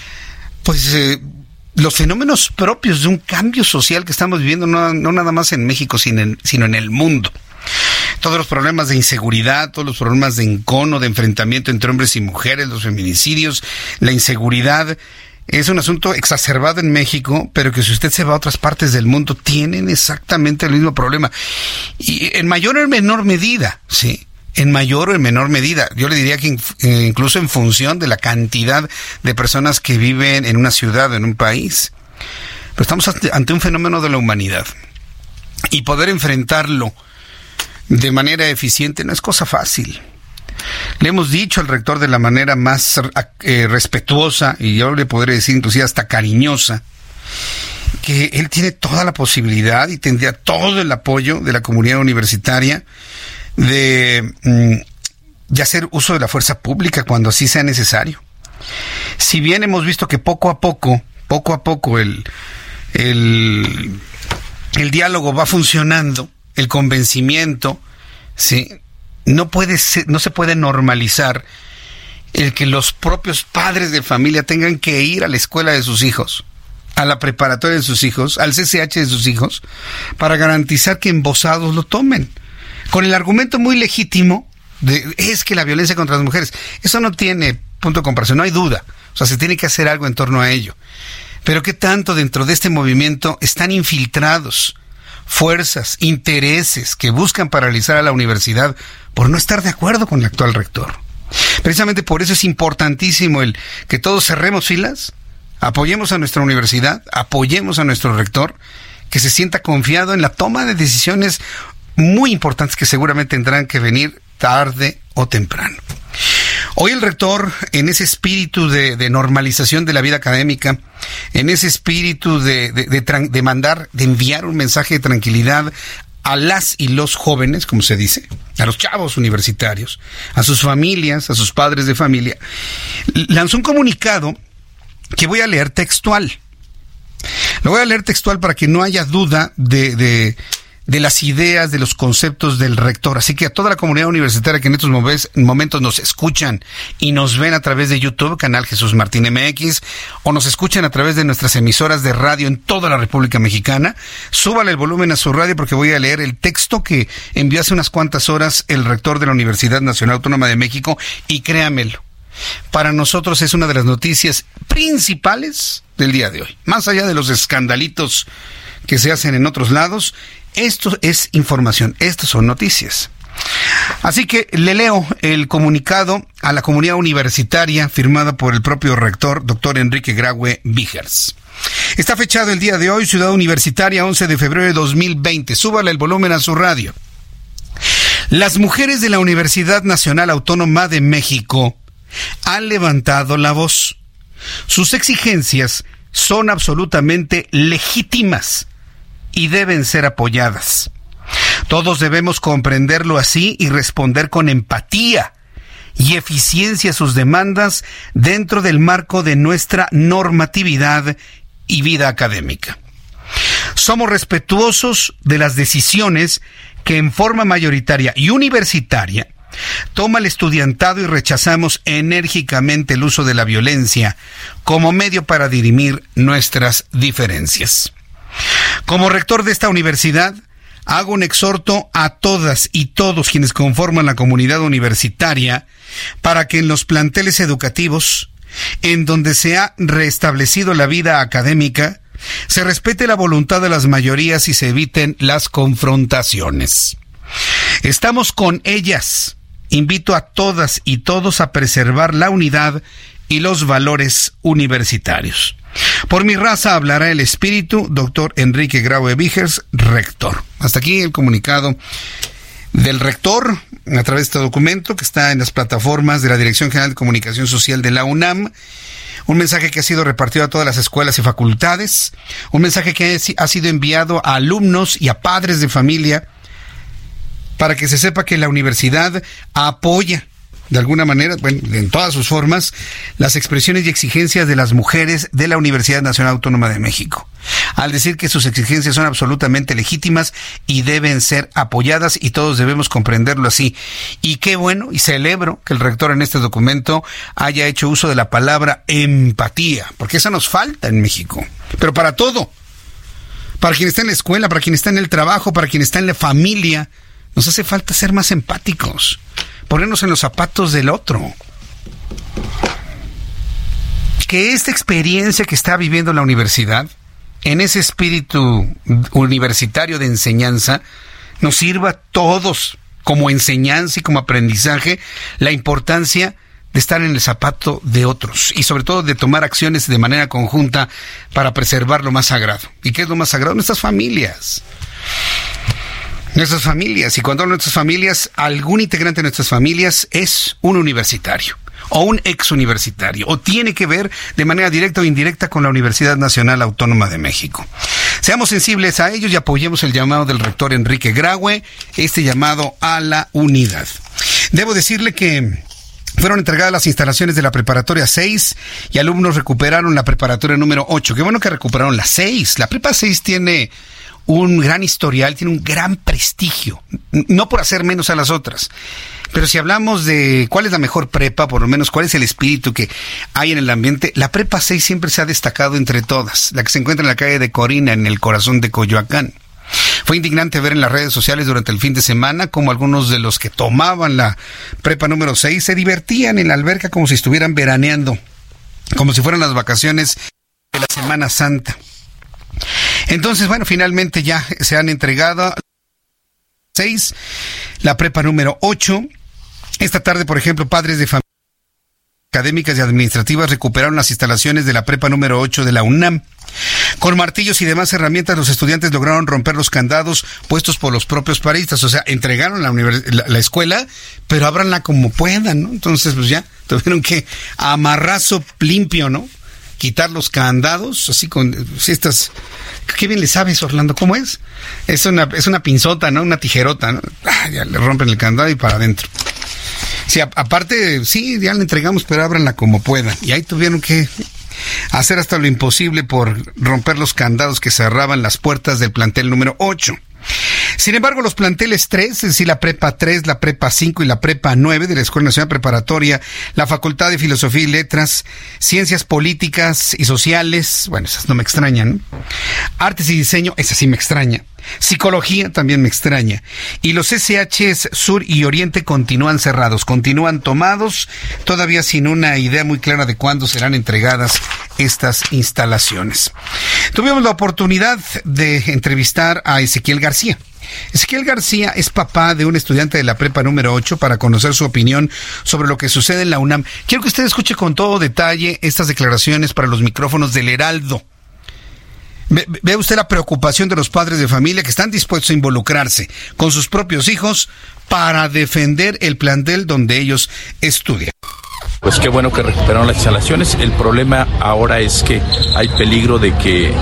los fenómenos propios de un cambio social que estamos viviendo, no nada más en México, sino en el mundo. Todos los problemas de inseguridad, todos los problemas de encono, de enfrentamiento entre hombres y mujeres, los feminicidios, la inseguridad. Es un asunto exacerbado en México, pero que si usted se va a otras partes del mundo, tienen exactamente el mismo problema. Y en mayor o en menor medida, ¿sí? En mayor o en menor medida. Yo le diría que incluso en función de la cantidad de personas que viven en una ciudad, en un país. Pero estamos ante un fenómeno de la humanidad. Y poder enfrentarlo de manera eficiente no es cosa fácil. Le hemos dicho al rector de la manera más respetuosa, y yo le podré decir inclusive hasta cariñosa, que él tiene toda la posibilidad y tendría todo el apoyo de la comunidad universitaria de hacer uso de la fuerza pública cuando así sea necesario. Si bien hemos visto que poco a poco el diálogo va funcionando, el convencimiento, sí, no se puede normalizar el que los propios padres de familia tengan que ir a la escuela de sus hijos, a la preparatoria de sus hijos, al CCH de sus hijos, para garantizar que embosados lo tomen, con el argumento muy legítimo es que la violencia contra las mujeres, eso no tiene punto de comparación, no hay duda, o sea, se tiene que hacer algo en torno a ello. Pero ¿qué tanto dentro de este movimiento están infiltrados fuerzas, intereses que buscan paralizar a la universidad por no estar de acuerdo con el actual rector? Precisamente por eso es importantísimo el que todos cerremos filas, apoyemos a nuestra universidad, apoyemos a nuestro rector, que se sienta confiado en la toma de decisiones muy importantes que seguramente tendrán que venir tarde o temprano. Hoy el rector, en ese espíritu de normalización de la vida académica, en ese espíritu de enviar un mensaje de tranquilidad a las y los jóvenes, como se dice, a los chavos universitarios, a sus familias, a sus padres de familia, lanzó un comunicado que voy a leer textual. Lo voy a leer textual para que no haya duda de de las ideas, de los conceptos del rector. Así que a toda la comunidad universitaria que en estos momentos nos escuchan y nos ven a través de YouTube, canal Jesús Martín MX, o nos escuchan a través de nuestras emisoras de radio en toda la República Mexicana, súbale el volumen a su radio porque voy a leer el texto que envió hace unas cuantas horas el rector de la Universidad Nacional Autónoma de México, y créamelo, para nosotros es una de las noticias principales del día de hoy. Más allá de los escandalitos que se hacen en otros lados, esto es información, estas son noticias. Así que le leo el comunicado a la comunidad universitaria firmada por el propio rector, doctor Enrique Graue Vigers. Está fechado el día de hoy, Ciudad Universitaria, 11 de febrero de 2020. Súbale el volumen a su radio. Las mujeres de la Universidad Nacional Autónoma de México han levantado la voz. Sus exigencias son absolutamente legítimas y deben ser apoyadas. Todos debemos comprenderlo así y responder con empatía y eficiencia a sus demandas dentro del marco de nuestra normatividad y vida académica. Somos respetuosos de las decisiones que en forma mayoritaria y universitaria toma el estudiantado y rechazamos enérgicamente el uso de la violencia como medio para dirimir nuestras diferencias. Como rector de esta universidad, hago un exhorto a todas y todos quienes conforman la comunidad universitaria para que en los planteles educativos, en donde se ha restablecido la vida académica, se respete la voluntad de las mayorías y se eviten las confrontaciones. Estamos con ellas. Invito a todas y todos a preservar la unidad y los valores universitarios. Por mi raza hablará el espíritu, doctor Enrique Graue Vigers, rector. Hasta aquí el comunicado del rector a través de este documento que está en las plataformas de la Dirección General de Comunicación Social de la UNAM. Un mensaje que ha sido repartido a todas las escuelas y facultades. Un mensaje que ha sido enviado a alumnos y a padres de familia para que se sepa que la universidad apoya de alguna manera, bueno, en todas sus formas, las expresiones y exigencias de las mujeres de la Universidad Nacional Autónoma de México, al decir que sus exigencias son absolutamente legítimas y deben ser apoyadas, y todos debemos comprenderlo así. Y qué bueno, y celebro que el rector en este documento haya hecho uso de la palabra empatía, porque esa nos falta en México, pero para todo, para quien está en la escuela, para quien está en el trabajo, para quien está en la familia, nos hace falta ser más empáticos, ponernos en los zapatos del otro. Que esta experiencia que está viviendo la universidad, en ese espíritu universitario de enseñanza, nos sirva a todos como enseñanza y como aprendizaje la importancia de estar en el zapato de otros y sobre todo de tomar acciones de manera conjunta para preservar lo más sagrado. ¿Y qué es lo más sagrado? Nuestras familias. Nuestras familias, y cuando hablo de nuestras familias, algún integrante de nuestras familias es un universitario o un exuniversitario, o tiene que ver de manera directa o indirecta con la Universidad Nacional Autónoma de México. Seamos sensibles a ellos y apoyemos el llamado del rector Enrique Graue, este llamado a la unidad. Debo decirle que fueron entregadas las instalaciones de la preparatoria 6 y alumnos recuperaron la preparatoria número 8. Qué bueno que recuperaron la 6. La prepa 6 tiene un gran historial, tiene un gran prestigio, no por hacer menos a las otras, pero si hablamos de cuál es la mejor prepa, por lo menos cuál es el espíritu que hay en el ambiente, la prepa 6 siempre se ha destacado entre todas, la que se encuentra en la calle de Corina, en el corazón de Coyoacán. Fue indignante ver en las redes sociales durante el fin de semana como algunos de los que tomaban la prepa número 6 se divertían en la alberca como si estuvieran veraneando, como si fueran las vacaciones de la Semana Santa. Entonces, bueno, finalmente ya se han entregado 6, la prepa número 8. Esta tarde, por ejemplo, padres de familias académicas y administrativas recuperaron las instalaciones de la prepa número 8 de la UNAM. Con martillos y demás herramientas, los estudiantes lograron romper los candados puestos por los propios paristas. O sea, entregaron la escuela, pero ábranla como puedan, ¿no? Entonces, pues ya tuvieron que amarrazo limpio, ¿no? Quitar los candados, así con estas. Qué bien le sabes, Orlando, ¿cómo es? Es una pinzota, ¿no? Una tijerota, ¿no? Ya le rompen el candado y para adentro. Sí, aparte, sí, ya la entregamos, pero ábranla como puedan. Y ahí tuvieron que hacer hasta lo imposible por romper los candados que cerraban las puertas del plantel número 8. Sin embargo, los planteles 3, es decir, la Prepa 3, la Prepa 5 y la Prepa 9 de la Escuela Nacional Preparatoria, la Facultad de Filosofía y Letras, Ciencias Políticas y Sociales, bueno, esas no me extrañan, Artes y Diseño, esa sí me extraña, Psicología también me extraña, y los SHs Sur y Oriente continúan cerrados, continúan tomados, todavía sin una idea muy clara de cuándo serán entregadas estas instalaciones. Tuvimos la oportunidad de entrevistar a Ezequiel García. Ezequiel García es papá de un estudiante de la prepa número 8 para conocer su opinión sobre lo que sucede en la UNAM. Quiero que usted escuche con todo detalle estas declaraciones para los micrófonos del Heraldo. Ve usted la preocupación de los padres de familia que están dispuestos a involucrarse con sus propios hijos para defender el plantel donde ellos estudian. Pues qué bueno que recuperaron las instalaciones. El problema ahora es que hay peligro de que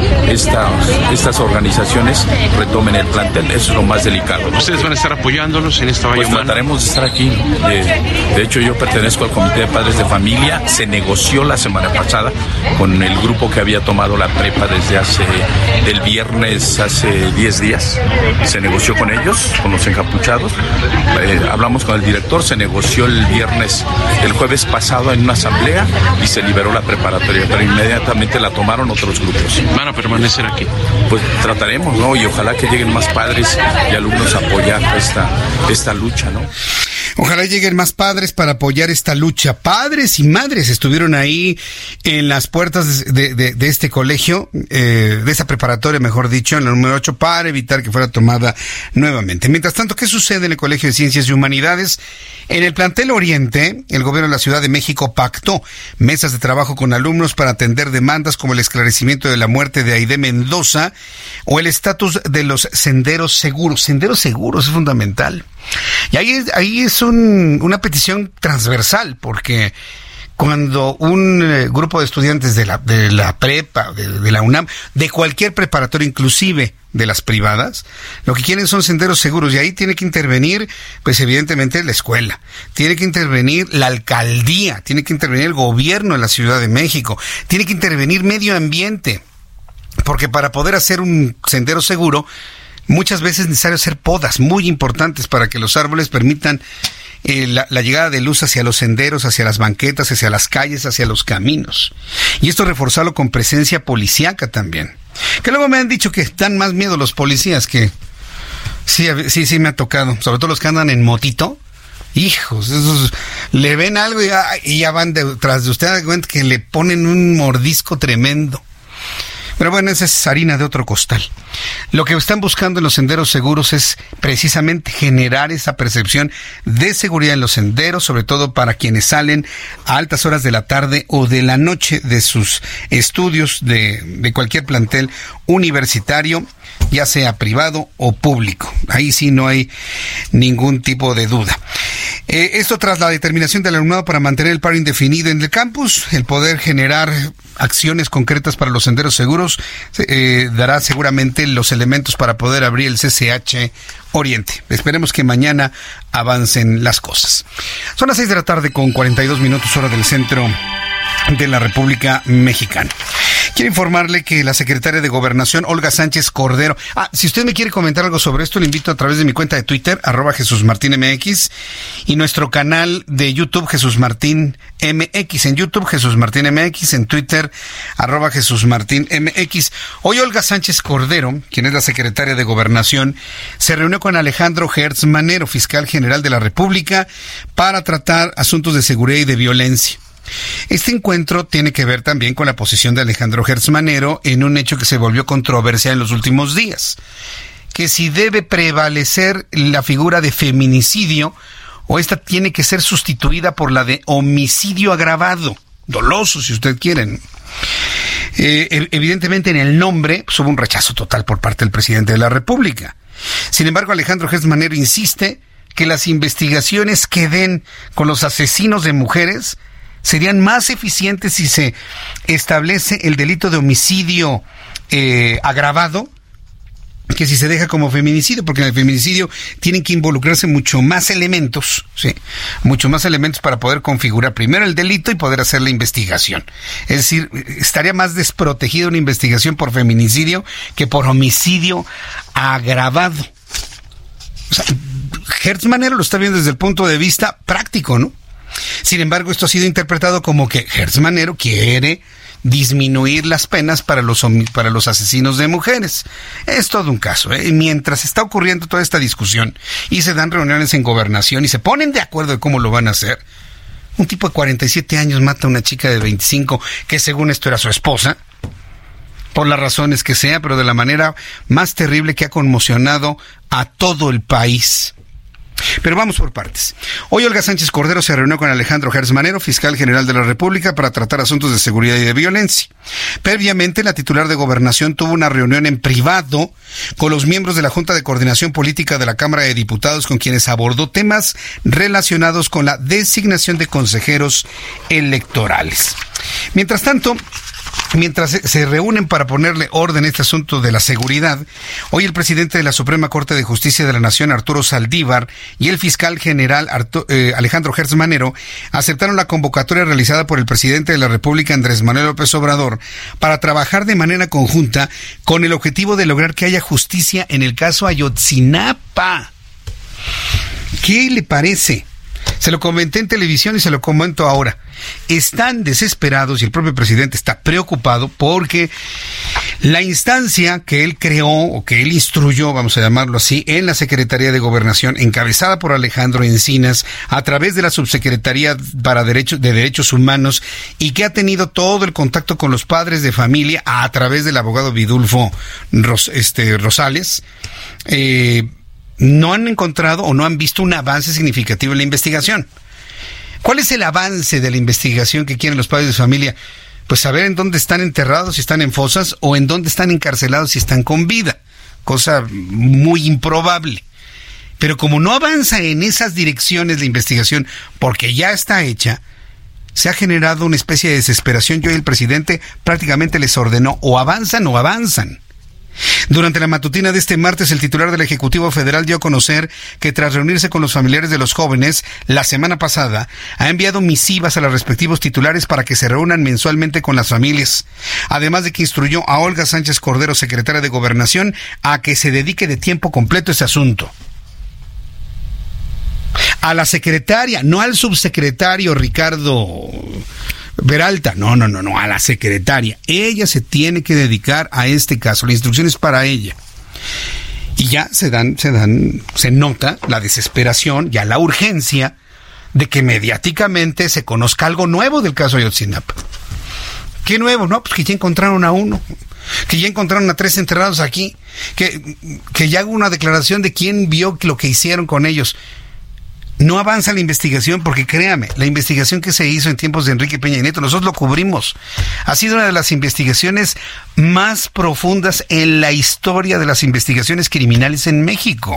estas organizaciones retomen el plantel. Eso es lo más delicado. ¿Ustedes van a estar apoyándolos en esta valla humana? Trataremos de estar aquí. De hecho, yo pertenezco al Comité de Padres de Familia. Se negoció la semana pasada con el grupo que había tomado la prepa desde del viernes, hace 10 días. Se negoció con ellos, con los encapuchados. Hablamos con el director, se negoció el jueves pasado en una asamblea y se liberó la preparatoria, pero inmediatamente la tomaron otros grupos. ¿Van a permanecer aquí? Pues trataremos, ¿no? Y ojalá que lleguen más padres y alumnos a apoyar esta lucha, ¿no? Ojalá lleguen más padres para apoyar esta lucha. Padres y madres estuvieron ahí en las puertas de este colegio, de esta preparatoria, mejor dicho, en la número 8, para evitar que fuera tomada nuevamente. Mientras tanto, ¿qué sucede en el Colegio de Ciencias y Humanidades? En el plantel Oriente, el gobierno de la Ciudad de México pactó mesas de trabajo con alumnos para atender demandas como el esclarecimiento de la muerte de Aide Mendoza o el estatus de los senderos seguros. Senderos seguros es fundamental. Y ahí es una petición transversal, porque cuando un grupo de estudiantes de la prepa, de la UNAM, de cualquier preparatoria, inclusive de las privadas, lo que quieren son senderos seguros, y ahí tiene que intervenir, pues evidentemente la escuela, tiene que intervenir la alcaldía, tiene que intervenir el gobierno de la Ciudad de México, tiene que intervenir medio ambiente, porque para poder hacer un sendero seguro, muchas veces es necesario hacer podas muy importantes para que los árboles permitan la llegada de luz hacia los senderos, hacia las banquetas, hacia las calles, hacia los caminos. Y esto reforzarlo con presencia policíaca también. Que luego me han dicho que dan más miedo los policías que... Sí me ha tocado. Sobre todo los que andan en motito. Hijos, esos le ven algo y ya van detrás de usted, que le ponen un mordisco tremendo. Pero bueno, esa es harina de otro costal. Lo que están buscando en los senderos seguros es precisamente generar esa percepción de seguridad en los senderos, sobre todo para quienes salen a altas horas de la tarde o de la noche de sus estudios de cualquier plantel universitario, ya sea privado o público. Ahí sí no hay ningún tipo de duda. Esto tras la determinación del alumnado para mantener el paro indefinido en el campus, el poder generar acciones concretas para los senderos seguros, dará seguramente los elementos para poder abrir el CCH Oriente. Esperemos que mañana avancen las cosas. Son las 6 de la tarde con 42 minutos hora del centro de la República Mexicana. Quiero informarle que la secretaria de Gobernación, Olga Sánchez Cordero... si usted me quiere comentar algo sobre esto, le invito a través de mi cuenta de Twitter, @JesusMartinMX, y nuestro canal de YouTube, Jesús Martín MX. En YouTube, Jesús Martín MX, en Twitter, @JesusMartinMX. Hoy Olga Sánchez Cordero, quien es la secretaria de Gobernación, se reunió con Alejandro Gertz Manero, fiscal general de la República, para tratar asuntos de seguridad y de violencia. Este encuentro tiene que ver también con la posición de Alejandro Gertz Manero en un hecho que se volvió controversia en los últimos días, que si debe prevalecer la figura de feminicidio o esta tiene que ser sustituida por la de homicidio agravado, doloso si usted quiere. Evidentemente en el nombre pues, hubo un rechazo total por parte del presidente de la República. Sin embargo, Alejandro Gertz Manero insiste que las investigaciones que den con los asesinos de mujeres serían más eficientes si se establece el delito de homicidio agravado que si se deja como feminicidio, porque en el feminicidio tienen que involucrarse mucho más elementos, ¿sí? Mucho más elementos para poder configurar primero el delito y poder hacer la investigación. Es decir, estaría más desprotegida una investigación por feminicidio que por homicidio agravado. O sea, Hertz Manero lo está viendo desde el punto de vista práctico, ¿no? Sin embargo, esto ha sido interpretado como que Hertz Manero quiere disminuir las penas para los asesinos de mujeres. Es todo un caso, ¿eh? Mientras está ocurriendo toda esta discusión y se dan reuniones en gobernación y se ponen de acuerdo de cómo lo van a hacer, un tipo de 47 años mata a una chica de 25 que según esto era su esposa, por las razones que sea, pero de la manera más terrible que ha conmocionado a todo el país. Pero vamos por partes. Hoy Olga Sánchez Cordero se reunió con Alejandro Hertz Manero, fiscal general de la República, para tratar asuntos de seguridad y de violencia. Previamente, la titular de Gobernación tuvo una reunión en privado con los miembros de la Junta de Coordinación Política de la Cámara de Diputados, con quienes abordó temas relacionados con la designación de consejeros electorales. Mientras tanto, mientras se reúnen para ponerle orden a este asunto de la seguridad, hoy el presidente de la Suprema Corte de Justicia de la Nación, Arturo Saldívar, y el fiscal general Alejandro Hertz Manero aceptaron la convocatoria realizada por el presidente de la República, Andrés Manuel López Obrador, para trabajar de manera conjunta con el objetivo de lograr que haya justicia en el caso Ayotzinapa. ¿Qué le parece? Se lo comenté en televisión y se lo comento ahora. Están desesperados y el propio presidente está preocupado porque la instancia que él creó o que él instruyó, vamos a llamarlo así, en la Secretaría de Gobernación, encabezada por Alejandro Encinas, a través de la Subsecretaría de Derechos Humanos, y que ha tenido todo el contacto con los padres de familia a través del abogado Vidulfo Rosales, no han encontrado o no han visto un avance significativo en la investigación. ¿Cuál es el avance de la investigación que quieren los padres de familia? Pues saber en dónde están enterrados, si están en fosas, o en dónde están encarcelados, si están con vida. Cosa muy improbable. Pero como no avanza en esas direcciones la investigación, porque ya está hecha, se ha generado una especie de desesperación. Yo y el presidente prácticamente les ordenó o avanzan o avanzan. Durante la matutina de este martes, el titular del Ejecutivo Federal dio a conocer que tras reunirse con los familiares de los jóvenes la semana pasada, ha enviado misivas a los respectivos titulares para que se reúnan mensualmente con las familias. Además de que instruyó a Olga Sánchez Cordero, secretaria de Gobernación, a que se dedique de tiempo completo a ese asunto. A la secretaria, no al subsecretario Ricardo Peralta, no, a la secretaria. Ella se tiene que dedicar a este caso, la instrucción es para ella. Y ya se nota la desesperación, ya la urgencia de que mediáticamente se conozca algo nuevo del caso Ayotzinapa. ¿Qué nuevo? No, pues que ya encontraron a uno, que ya encontraron a 3 enterrados aquí, que ya hubo una declaración de quién vio lo que hicieron con ellos. No avanza la investigación porque, créame, la investigación que se hizo en tiempos de Enrique Peña Nieto, nosotros lo cubrimos. Ha sido una de las investigaciones más profundas en la historia de las investigaciones criminales en México.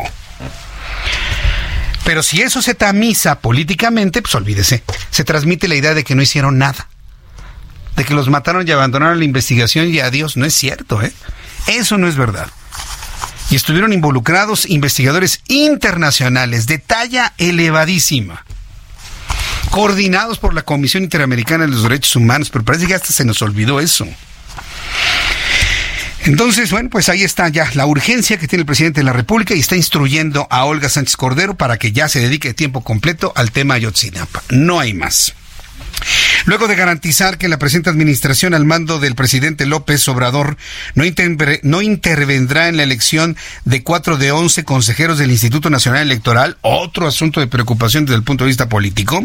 Pero si eso se tamiza políticamente, pues olvídese. Se transmite la idea de que no hicieron nada. De que los mataron y abandonaron la investigación y adiós. No es cierto, ¿eh? Eso no es verdad. Y estuvieron involucrados investigadores internacionales de talla elevadísima, coordinados por la Comisión Interamericana de los Derechos Humanos, pero parece que hasta se nos olvidó eso. Entonces, bueno, pues ahí está ya la urgencia que tiene el presidente de la República y está instruyendo a Olga Sánchez Cordero para que ya se dedique de tiempo completo al tema Ayotzinapa. No hay más. Luego de garantizar que la presente administración al mando del presidente López Obrador no intervendrá en la elección de 4 de 11 consejeros del Instituto Nacional Electoral, otro asunto de preocupación desde el punto de vista político,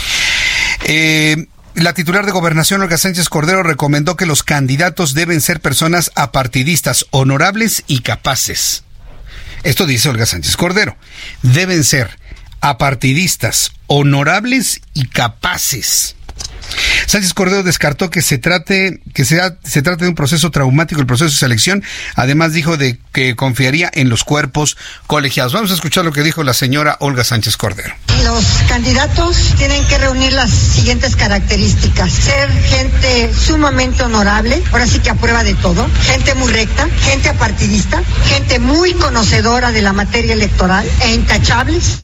la titular de Gobernación, Olga Sánchez Cordero, recomendó que los candidatos deben ser personas apartidistas, honorables y capaces. Esto dice Olga Sánchez Cordero. Deben ser apartidistas, honorables y capaces. Sánchez Cordero descartó que se trate de un proceso traumático, el proceso de selección. Además dijo de que confiaría en los cuerpos colegiados. Vamos a escuchar lo que dijo la señora Olga Sánchez Cordero. Los candidatos tienen que reunir las siguientes características: ser gente sumamente honorable, ahora sí que a prueba de todo, gente muy recta, gente apartidista, gente muy conocedora de la materia electoral e intachables.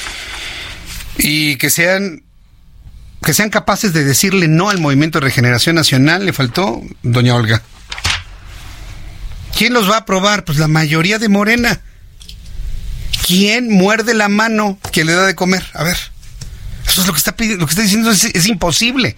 Y que sean capaces de decirle no al Movimiento de Regeneración Nacional. Le faltó, doña Olga. ¿Quién los va a aprobar? Pues la mayoría de Morena. ¿Quién muerde la mano que le da de comer? A ver, eso es lo que está diciendo, es imposible.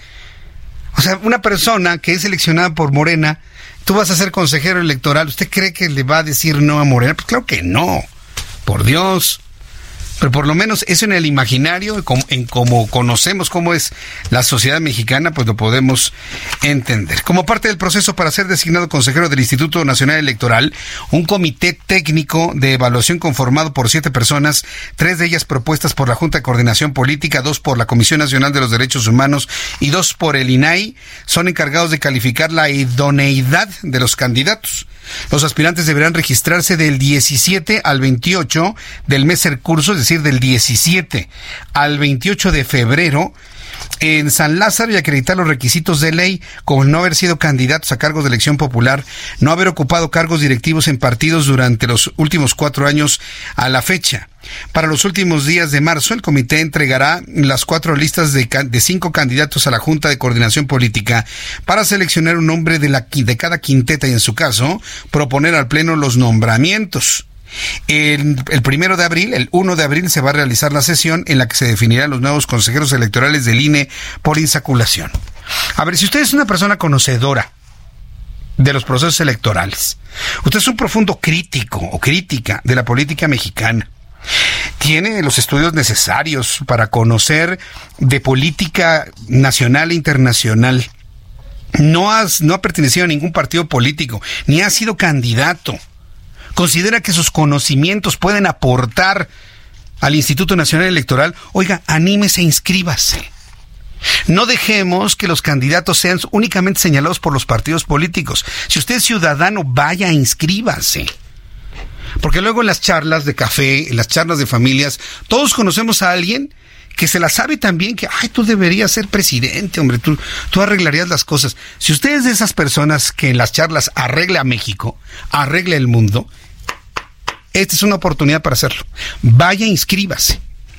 O sea, una persona que es seleccionada por Morena, tú vas a ser consejero electoral, ¿usted cree que le va a decir no a Morena? Pues claro que no, por Dios. Pero por lo menos eso en el imaginario, en cómo conocemos cómo es la sociedad mexicana, pues lo podemos entender. Como parte del proceso para ser designado consejero del Instituto Nacional Electoral, un comité técnico de evaluación conformado por 7 personas, 3 de ellas propuestas por la Junta de Coordinación Política, 2 por la Comisión Nacional de los Derechos Humanos y 2 por el INAI, son encargados de calificar la idoneidad de los candidatos. Los aspirantes deberán registrarse del 17 al 28 del mes en curso, es decir, del 17 al 28 de febrero, en San Lázaro y acreditar los requisitos de ley, como el no haber sido candidatos a cargos de elección popular, no haber ocupado cargos directivos en partidos durante los últimos 4 años a la fecha. Para los últimos días de marzo, el comité entregará las 4 listas de 5 candidatos a la Junta de Coordinación Política para seleccionar un nombre de cada quinteta y, en su caso, proponer al Pleno los nombramientos. El 1 de abril se va a realizar la sesión en la que se definirán los nuevos consejeros electorales del INE por insaculación. A ver, si usted es una persona conocedora de los procesos electorales, usted es un profundo crítico o crítica de la política mexicana, tiene los estudios necesarios para conocer de política nacional e internacional, no ha pertenecido a ningún partido político, ni ha sido candidato, considera que sus conocimientos pueden aportar al Instituto Nacional Electoral, oiga, anímese, inscríbase. No dejemos que los candidatos sean únicamente señalados por los partidos políticos. Si usted es ciudadano, vaya, inscríbase. Porque luego en las charlas de café, en las charlas de familias, todos conocemos a alguien que se la sabe también que, tú deberías ser presidente, hombre, tú arreglarías las cosas. Si usted es de esas personas que en las charlas arregla a México, arregla el mundo, esta es una oportunidad para hacerlo. Vaya, inscríbase.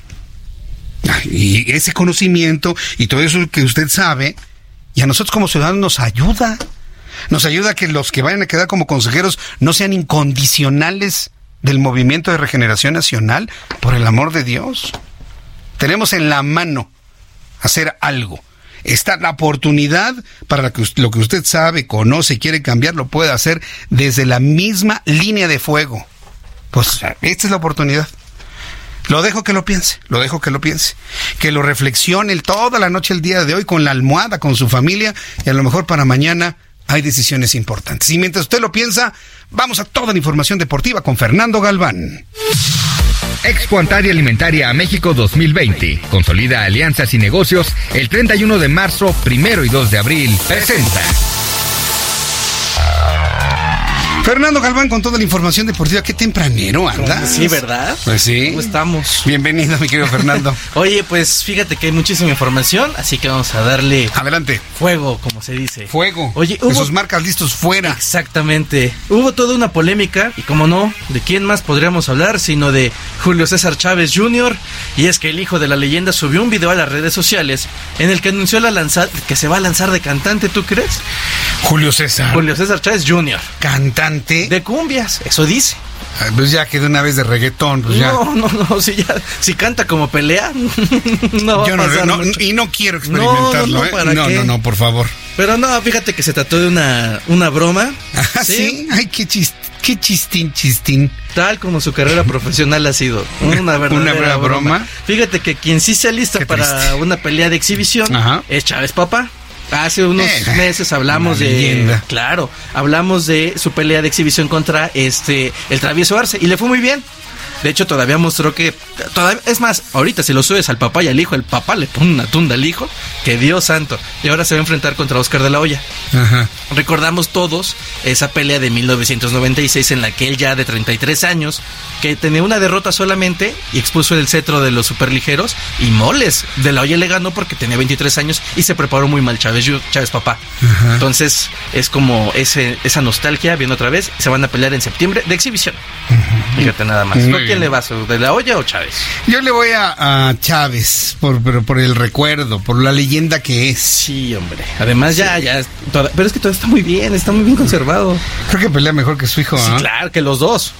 Y ese conocimiento y todo eso que usted sabe, y a nosotros como ciudadanos nos ayuda. Nos ayuda a que los que vayan a quedar como consejeros no sean incondicionales del Movimiento de Regeneración Nacional, por el amor de Dios. Tenemos en la mano hacer algo. Está la oportunidad para que lo que usted sabe, conoce y quiere cambiar, lo pueda hacer desde la misma línea de fuego. Pues esta es la oportunidad. Lo dejo que lo piense, que lo reflexione toda la noche el día de hoy con la almohada, con su familia, y a lo mejor para mañana hay decisiones importantes. Y mientras usted lo piensa, vamos a toda la información deportiva con Fernando Galván. Expo Antadia Alimentaria a México 2020. Consolida alianzas y negocios. El 31 de marzo, 1 y 2 de abril. Presenta. Fernando Galván con toda la información deportiva. Qué tempranero andas. Sí, ¿verdad? Pues sí. ¿Cómo estamos? Bienvenido, mi querido Fernando. Oye, pues fíjate que hay muchísima información, así que vamos a darle... Adelante. Fuego, como se dice. Fuego. Oye, Sus marcas listos fuera. Exactamente. Hubo toda una polémica, y como no, ¿de quién más podríamos hablar sino de Julio César Chávez Jr.? Y es que el hijo de la leyenda subió un video a las redes sociales en el que anunció que se va a lanzar de cantante, ¿tú crees? Julio César Chávez Jr. Cantante de cumbias, eso dice. Pues ya que de una vez de reggaetón, pues ya. No, si canta como pelea, no va a pasar mucho. Y no quiero experimentarlo, no, por favor. Pero no, fíjate que se trató de una broma. ¿Sí? Ay, qué chistín. Tal como su carrera profesional ha sido una verdadera broma. Fíjate que quien sí se alista para una pelea de exhibición es Chávez Papá. Hace unos meses hablamos hablamos de su pelea de exhibición contra el Travieso Arce y le fue muy bien. De hecho, todavía mostró es más, ahorita si lo subes al papá y al hijo, el papá le pone una tunda al hijo, que Dios santo. Y ahora se va a enfrentar contra Oscar de la Hoya. Ajá. Recordamos todos esa pelea de 1996 en la que él, ya de 33 años, que tenía una derrota solamente y expuso el cetro de los superligeros, y moles, de la Hoya le ganó porque tenía 23 años y se preparó muy mal Chávez Papá. Ajá. Entonces es como esa nostalgia viene otra vez. Se van a pelear en septiembre de exhibición. Ajá. Fíjate nada más. ¿Quién le vas? ¿De la Hoya o Chávez? Yo le voy a Chávez por el recuerdo, por la leyenda que es. Sí, hombre. Además pero es que todo está muy bien conservado. Creo que pelea mejor que su hijo. Sí, claro, que los dos.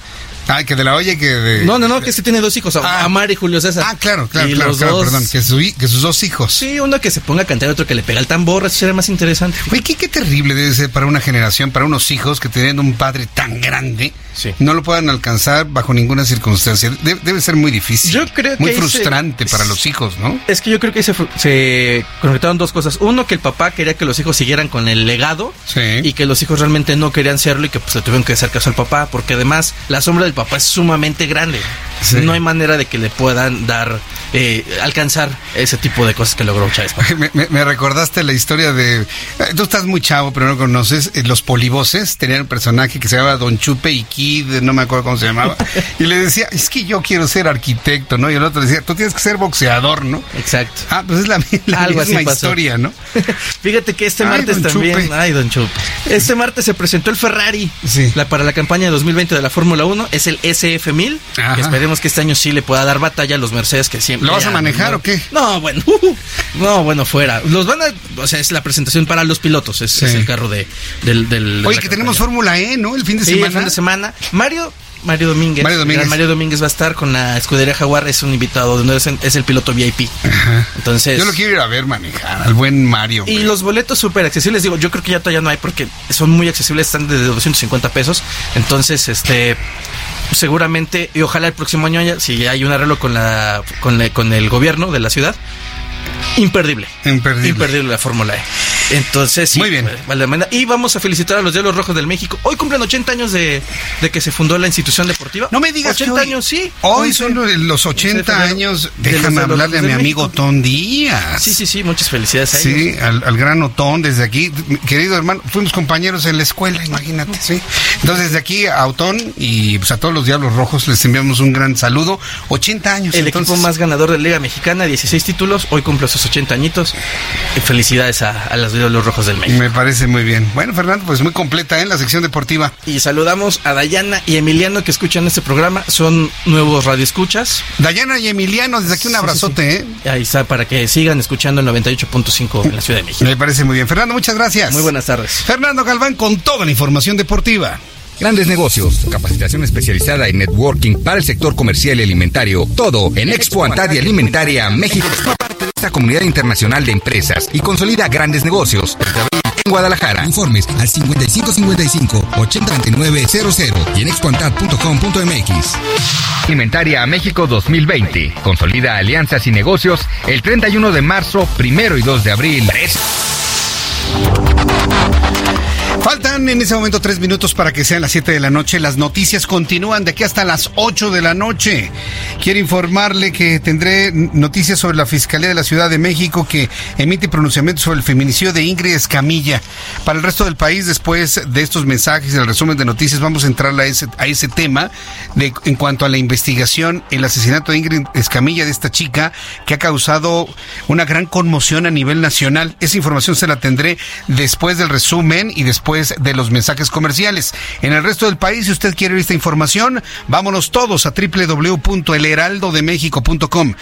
Ah, que de la olla y que de... No, que tiene 2 hijos, Amar y Julio César. Ah, claro, perdón, que sus 2 hijos. Sí, uno que se ponga a cantar, otro que le pega el tambor, eso sería más interesante. Oye, qué terrible debe ser para una generación, para unos hijos que teniendo un padre tan grande, no lo puedan alcanzar bajo ninguna circunstancia. Debe ser muy difícil. Yo creo muy frustrante para los hijos, ¿no? Es que yo creo que se conectaron 2 cosas. Uno, que el papá quería que los hijos siguieran con el legado, y que los hijos realmente no querían serlo y que pues le tuvieron que hacer caso al papá, porque además la sombra del papá es sumamente grande. Sí. No hay manera de que le puedan dar, alcanzar ese tipo de cosas que logró Chávez. Me recordaste la historia de... Tú estás muy chavo, pero no conoces. Los Polivoces tenían un personaje que se llamaba Don Chupe y Kid, no me acuerdo cómo se llamaba, y le decía, es que yo quiero ser arquitecto, ¿no? Y el otro decía, tú tienes que ser boxeador, ¿no? Exacto. Pues es la misma historia, ¿no? Fíjate que este martes también... Chupe. Ay, Don Chupe. Este martes se presentó el Ferrari para la campaña de 2020 de la Fórmula 1. Es el SF1000. Que esperemos que este año sí le pueda dar batalla a los Mercedes que siempre... ¿Lo vas a manejar o qué? No, bueno, fuera. Los van a... O sea, es la presentación para los pilotos. Es el carro del Oye, que tenemos Fórmula E, ¿no? El fin de semana. El fin de semana. Mario Domínguez va a estar con la escudería Jaguar, es un invitado, es el piloto VIP. Entonces, yo lo quiero ir a ver manejar, al buen Mario. Y los boletos súper accesibles, digo, yo creo que ya todavía no hay porque son muy accesibles, están desde 250 pesos. Entonces, seguramente, y ojalá el próximo año haya, si hay un arreglo con el gobierno de la ciudad, imperdible la Fórmula E. Entonces, sí, muy bien. Vale, y vamos a felicitar a los Diablos Rojos del México. Hoy cumplen 80 años de que se fundó la institución deportiva. No me digas 80 años, sí. Hoy son los 80 años. Déjame hablarle a mi amigo Otón Díaz. Sí, muchas felicidades a ellos. Sí, al gran Otón, desde aquí. Querido hermano, fuimos compañeros en la escuela, imagínate, sí. Entonces, desde aquí a Otón y pues a todos los Diablos Rojos les enviamos un gran saludo. 80 años. El equipo más ganador de la Liga Mexicana, 16 títulos. Hoy cumple sus 80 añitos. Felicidades a los Diablos Rojos del México. Me parece muy bien. Bueno, Fernando, pues muy completa la sección deportiva. Y saludamos a Dayana y Emiliano que escuchan este programa. Son nuevos radioescuchas. Dayana y Emiliano, desde aquí un abrazote. Ahí está, para que sigan escuchando el 98.5 en la Ciudad de México. Me parece muy bien. Fernando, muchas gracias. Muy buenas tardes. Fernando Galván con toda la información deportiva. Grandes negocios, capacitación especializada en networking para el sector comercial y alimentario. Todo en Expo Antadia Alimentaria México. Forma parte de esta comunidad internacional de empresas y consolida grandes negocios. En Guadalajara. Informes al 5555-802900 y en expoantad.com.mx. Alimentaria México 2020. Consolida alianzas y negocios el 31 de marzo, 1 y 2 de abril. Faltan en ese momento 3 minutos para que sean las 7 de la noche. Las noticias continúan de aquí hasta las 8 de la noche. Quiero informarle que tendré noticias sobre la Fiscalía de la Ciudad de México que emite pronunciamiento sobre el feminicidio de Ingrid Escamilla. Para el resto del país, después de estos mensajes y el resumen de noticias, vamos a entrar a ese tema en cuanto a la investigación, el asesinato de Ingrid Escamilla, de esta chica que ha causado una gran conmoción a nivel nacional. Esa información se la tendré después del resumen y después de los mensajes comerciales. En el resto del país, si usted quiere ver esta información, vámonos todos a www.elheraldodemexico.com,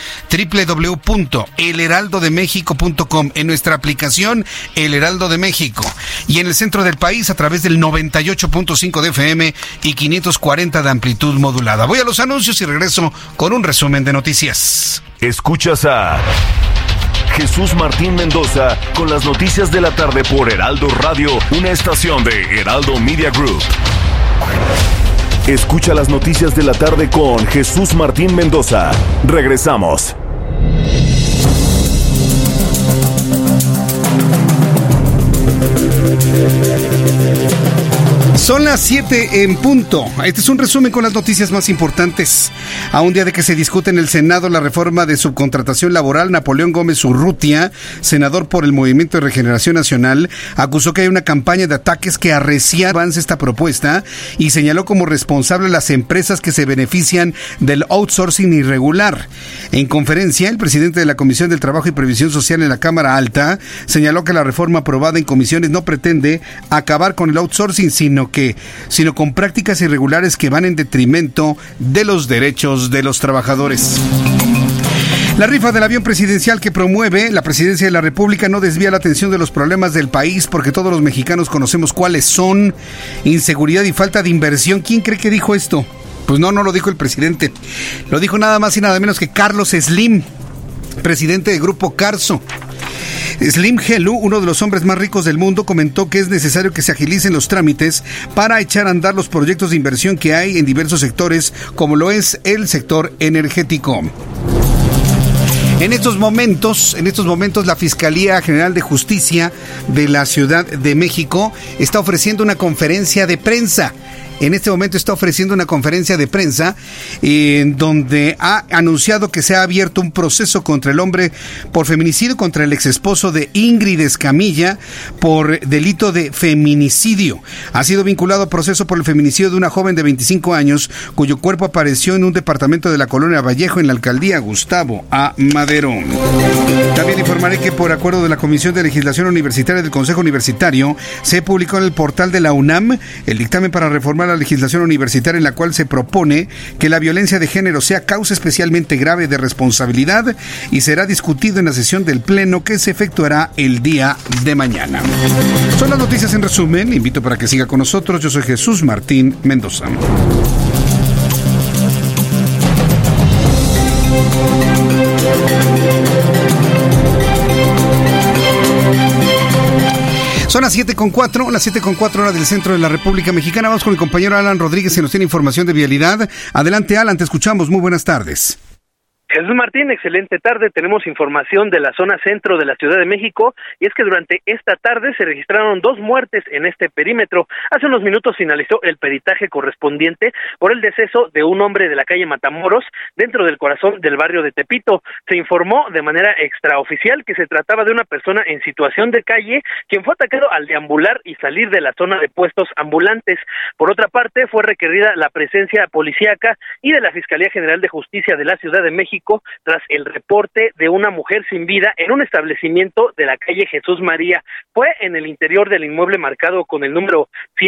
www.elheraldodemexico.com, en nuestra aplicación El Heraldo de México, y en el centro del país a través del 98.5 de FM y 540 de amplitud modulada. Voy a los anuncios y regreso con un resumen de noticias. Escuchas a Jesús Martín Mendoza con las noticias de la tarde por Heraldo Radio, una estación de Heraldo Media Group. Escucha las noticias de la tarde con Jesús Martín Mendoza. Regresamos. Son las 7 en punto. Este es un resumen con las noticias más importantes. A un día de que se discute en el Senado la reforma de subcontratación laboral, Napoleón Gómez Urrutia, senador por el Movimiento de Regeneración Nacional, acusó que hay una campaña de ataques que arrecia avance esta propuesta y señaló como responsable a las empresas que se benefician del outsourcing irregular. En conferencia, el presidente de la Comisión del Trabajo y Previsión Social en la Cámara Alta señaló que la reforma aprobada en comisiones no pretende acabar con el outsourcing, sino con prácticas irregulares que van en detrimento de los derechos de los trabajadores. La rifa del avión presidencial que promueve la Presidencia de la República no desvía la atención de los problemas del país, porque todos los mexicanos conocemos cuáles son: inseguridad y falta de inversión. ¿Quién cree que dijo esto? Pues no lo dijo el presidente. Lo dijo nada más y nada menos que Carlos Slim, presidente del Grupo Carso. Slim Helú, uno de los hombres más ricos del mundo, comentó que es necesario que se agilicen los trámites para echar a andar los proyectos de inversión que hay en diversos sectores, como lo es el sector energético. En estos momentos, la Fiscalía General de Justicia de la Ciudad de México está ofreciendo una conferencia de prensa. En este momento está ofreciendo una conferencia de prensa en donde ha anunciado que se ha abierto un proceso contra el hombre por feminicidio, contra el exesposo de Ingrid Escamilla por delito de feminicidio. Ha sido vinculado a proceso por el feminicidio de una joven de 25 años cuyo cuerpo apareció en un departamento de la colonia Vallejo en la alcaldía Gustavo A. Madero. También informaré que por acuerdo de la Comisión de Legislación Universitaria del Consejo Universitario se publicó en el portal de la UNAM el dictamen para reformar la legislación universitaria en la cual se propone que la violencia de género sea causa especialmente grave de responsabilidad y será discutido en la sesión del Pleno que se efectuará el día de mañana. Son las noticias en resumen. Invito para que siga con nosotros. Yo soy Jesús Martín Mendoza. Son las 7:04 horas del centro de la República Mexicana. Vamos con mi compañero Alan Rodríguez, que nos tiene información de vialidad. Adelante, Alan, te escuchamos. Muy buenas tardes. Jesús Martín, excelente tarde. Tenemos información de la zona centro de la Ciudad de México, y es que durante esta tarde se registraron 2 muertes en este perímetro. Hace unos minutos finalizó el peritaje correspondiente por el deceso de un hombre de la calle Matamoros, dentro del corazón del barrio de Tepito. Se informó de manera extraoficial que se trataba de una persona en situación de calle, quien fue atacado al deambular y salir de la zona de puestos ambulantes. Por otra parte, fue requerida la presencia policíaca y de la Fiscalía General de Justicia de la Ciudad de México tras el reporte de una mujer sin vida en un establecimiento de la calle Jesús María. Fue en el interior del inmueble marcado con el número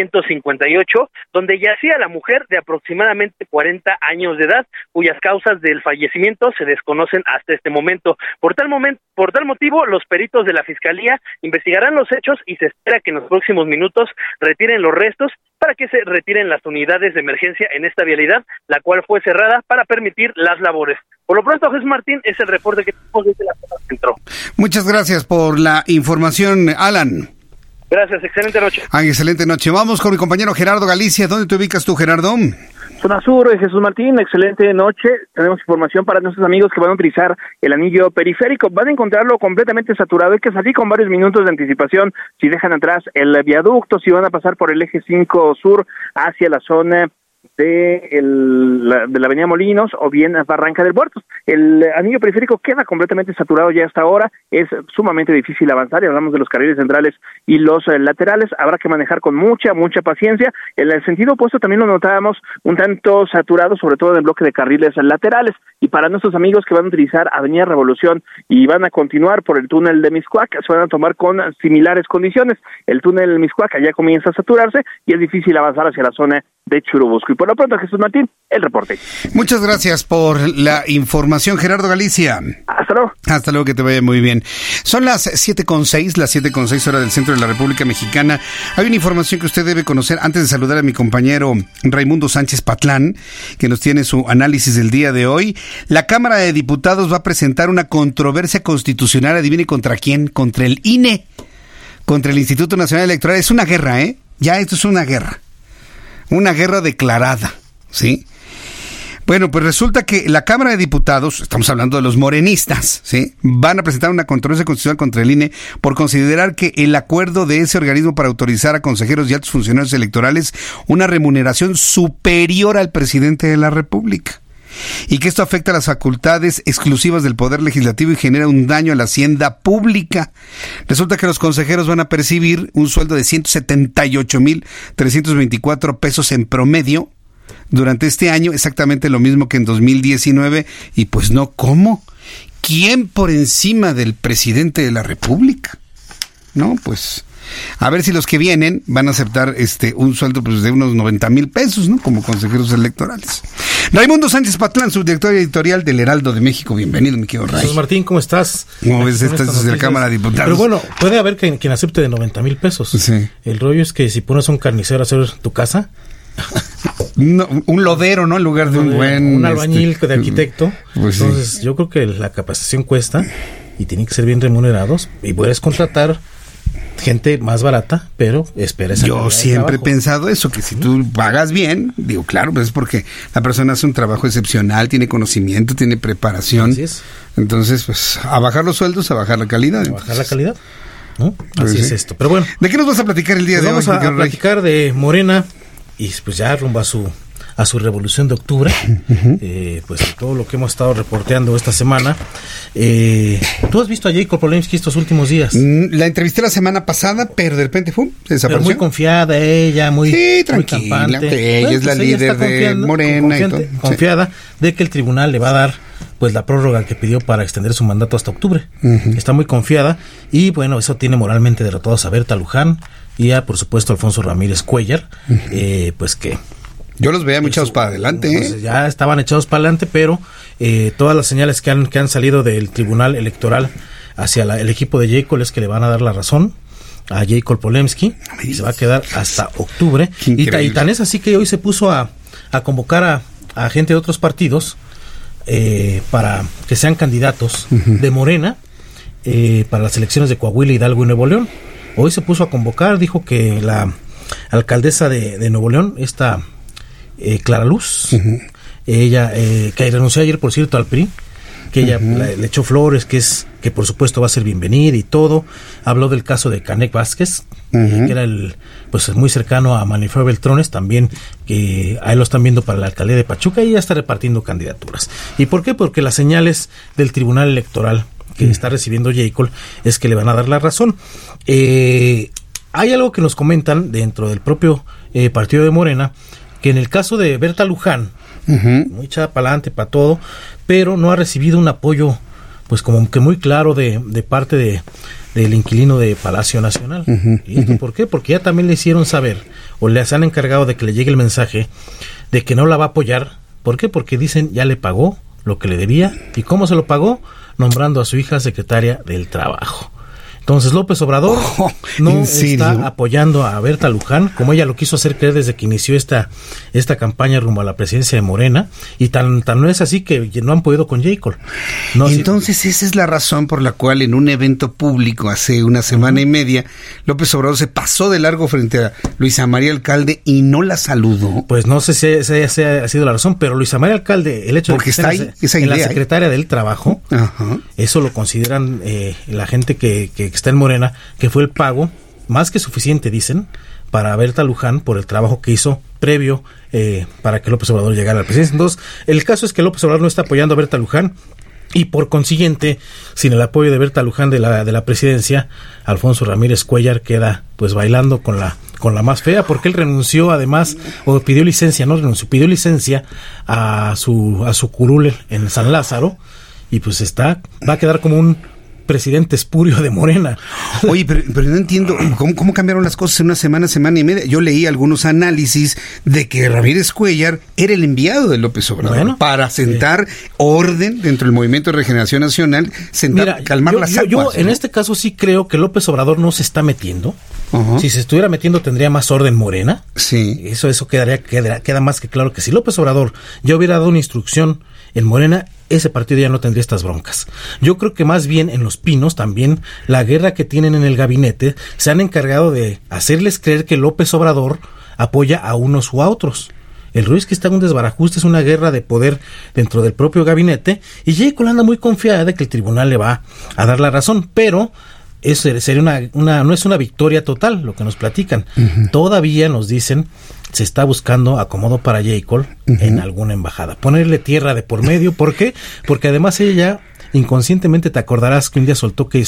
158, donde yacía la mujer de aproximadamente 40 años de edad, cuyas causas del fallecimiento se desconocen hasta este momento. Por tal motivo, los peritos de la Fiscalía investigarán los hechos y se espera que en los próximos minutos retiren los restos para que se retiren las unidades de emergencia en esta vialidad, la cual fue cerrada para permitir las labores. Por lo pronto, Jesús Martín, es el reporte que tenemos desde la zona centro. Muchas gracias por la información, Alan. Gracias, excelente noche. Excelente noche. Vamos con mi compañero Gerardo Galicia. ¿Dónde te ubicas tú, Gerardo? Zona Sur, Jesús Martín, excelente noche. Tenemos información para nuestros amigos que van a utilizar el anillo periférico. Van a encontrarlo completamente saturado. Hay que salir con varios minutos de anticipación si dejan atrás el viaducto, si van a pasar por el eje 5 sur hacia la zona de la avenida Molinos o bien Barranca del Muertos. El anillo periférico queda completamente saturado ya hasta ahora, es sumamente difícil avanzar, y hablamos de los carriles centrales y los laterales, habrá que manejar con mucha paciencia. En el sentido opuesto también lo notábamos un tanto saturado, sobre todo en el bloque de carriles laterales, y para nuestros amigos que van a utilizar Avenida Revolución y van a continuar por el túnel de Mixcoac, se van a tomar con similares condiciones. El túnel Mixcoac ya comienza a saturarse y es difícil avanzar hacia la zona de Churubusco. Y por lo pronto, Jesús Martín, el reporte. Muchas gracias por la información, Gerardo Galicia. Hasta luego. Hasta luego, que te vaya muy bien. Son las 7:06 horas del centro de la República Mexicana. Hay una información que usted debe conocer antes de saludar a mi compañero Raimundo Sánchez Patlán, que nos tiene su análisis del día de hoy. La Cámara de Diputados va a presentar una controversia constitucional, adivine contra quién, contra el INE, contra el Instituto Nacional Electoral. Es una guerra, ya esto es una guerra. Una guerra declarada, ¿sí? Bueno, pues resulta que la Cámara de Diputados, estamos hablando de los morenistas, ¿sí?, van a presentar una controversia constitucional contra el INE por considerar que el acuerdo de ese organismo para autorizar a consejeros y altos funcionarios electorales una remuneración superior al presidente de la República, y que esto afecta a las facultades exclusivas del Poder Legislativo y genera un daño a la hacienda pública. Resulta que los consejeros van a percibir un sueldo de 178,324 pesos en promedio durante este año, exactamente lo mismo que en 2019, y pues no, ¿cómo? ¿Quién por encima del presidente de la República? No, pues a ver si los que vienen van a aceptar un sueldo pues de unos 90,000 pesos, ¿no?, como consejeros electorales. Raimundo Sánchez Patlán, subdirector editorial del Heraldo de México. Bienvenido, mi querido Ray. Jesús Martín, ¿cómo estás? ¿Cómo ves? Esta es de la Cámara de Diputados. Pero bueno, puede haber quien acepte de 90,000 pesos. Sí. El rollo es que si pones a un carnicero a hacer tu casa, un lodero, ¿no? En lugar de un albañil de arquitecto. Pues entonces, sí. Yo creo que la capacitación cuesta y tienen que ser bien remunerados y puedes contratar gente más barata, pero espera esa Yo siempre he pensado eso, que si tú pagas bien, digo, claro, pues es porque la persona hace un trabajo excepcional, tiene conocimiento, tiene preparación. Así es. Entonces, pues, a bajar los sueldos, a bajar la calidad. A bajar la calidad, ¿no? Pues así sí. Es esto. Pero bueno. ¿De qué nos vas a platicar el día de hoy? Vamos a platicar de Morena y pues ya rumbo a su revolución de octubre, pues todo lo que hemos estado reporteando esta semana. ¿Tú has visto a Jacob Polensky estos últimos días? La entrevisté la semana pasada, pero de repente se desapareció. Pero muy confiada ella, muy tranquila, muy campante. Ella es la líder de Morena y todo. Confiada de que el tribunal le va a dar pues la prórroga que pidió para extender su mandato hasta octubre. Está muy confiada y bueno, eso tiene moralmente derrotados a Berta Luján y a, por supuesto, Alfonso Ramírez Cuellar, pues que yo los veía muy echados para adelante. Pues ya estaban echados para adelante, pero todas las señales que han salido del Tribunal Electoral hacia el equipo de Jacob es que le van a dar la razón a Jacob Polensky y se va a quedar hasta octubre. Y tan es así que hoy se puso a convocar a gente de otros partidos para que sean candidatos de Morena para las elecciones de Coahuila, Hidalgo y Nuevo León. Hoy se puso a convocar, dijo que la alcaldesa de Nuevo León, Clara Luz, ella que renunció ayer, por cierto, al PRI, que ella le echó flores, que por supuesto va a ser bienvenida y todo. Habló del caso de Canek Vázquez, que era pues muy cercano a Manifeo Beltrones, también que a él lo están viendo para la alcaldía de Pachuca y ya está repartiendo candidaturas. ¿Y por qué? Porque las señales del Tribunal Electoral que está recibiendo Jacob es que le van a dar la razón. Hay algo que nos comentan dentro del propio partido de Morena, que en el caso de Berta Luján, muy echada para adelante para todo, pero no ha recibido un apoyo pues como que muy claro de parte del inquilino de Palacio Nacional. ¿Y esto por qué? Porque ya también le hicieron saber, o les han encargado de que le llegue el mensaje de que no la va a apoyar. ¿Por qué? Porque dicen ya le pagó lo que le debía. ¿Y cómo se lo pagó? Nombrando a su hija secretaria del Trabajo. Entonces López Obrador no está apoyando a Berta Luján, como ella lo quiso hacer creer desde que inició esta campaña rumbo a la presidencia de Morena, y tan no es así que no han podido con Jacob. Entonces esa es la razón por la cual en un evento público hace una semana y media, López Obrador se pasó de largo frente a Luisa María Alcalde y no la saludó. Pues no sé si esa ha sido la razón, pero Luisa María Alcalde, el hecho de que está ahí, en la secretaria del Trabajo, eso lo consideran la gente que está en Morena, que fue el pago más que suficiente, dicen, para Berta Luján por el trabajo que hizo previo para que López Obrador llegara a la presidencia. Entonces, el caso es que López Obrador no está apoyando a Berta Luján y por consiguiente, sin el apoyo de Berta Luján de la presidencia, Alfonso Ramírez Cuellar queda pues bailando con la más fea, porque él renunció además, o pidió licencia, pidió licencia a su curul en San Lázaro, y pues va a quedar como un presidente espurio de Morena. Oye, pero no entiendo cómo cambiaron las cosas en una semana y media. Yo leí algunos análisis de que Ramírez Cuellar era el enviado de López Obrador para sentar orden dentro del Movimiento de Regeneración Nacional, calmar las aguas. Yo en este caso sí creo que López Obrador no se está metiendo. Si se estuviera metiendo tendría más orden Morena. Sí. Eso queda más que claro que si López Obrador ya hubiera dado una instrucción en Morena, ese partido ya no tendría estas broncas. Yo creo que más bien en Los Pinos también la guerra que tienen en el gabinete se han encargado de hacerles creer que López Obrador apoya a unos u a otros. El rollo es que está en un desbarajuste, es una guerra de poder dentro del propio gabinete, y Jacob anda muy confiada de que el tribunal le va a dar la razón, pero eso sería no es una victoria total lo que nos platican. Todavía nos dicen se está buscando acomodo para Jacob en alguna embajada. Ponerle tierra de por medio. ¿Por qué? Porque además ella inconscientemente, te acordarás que un día soltó que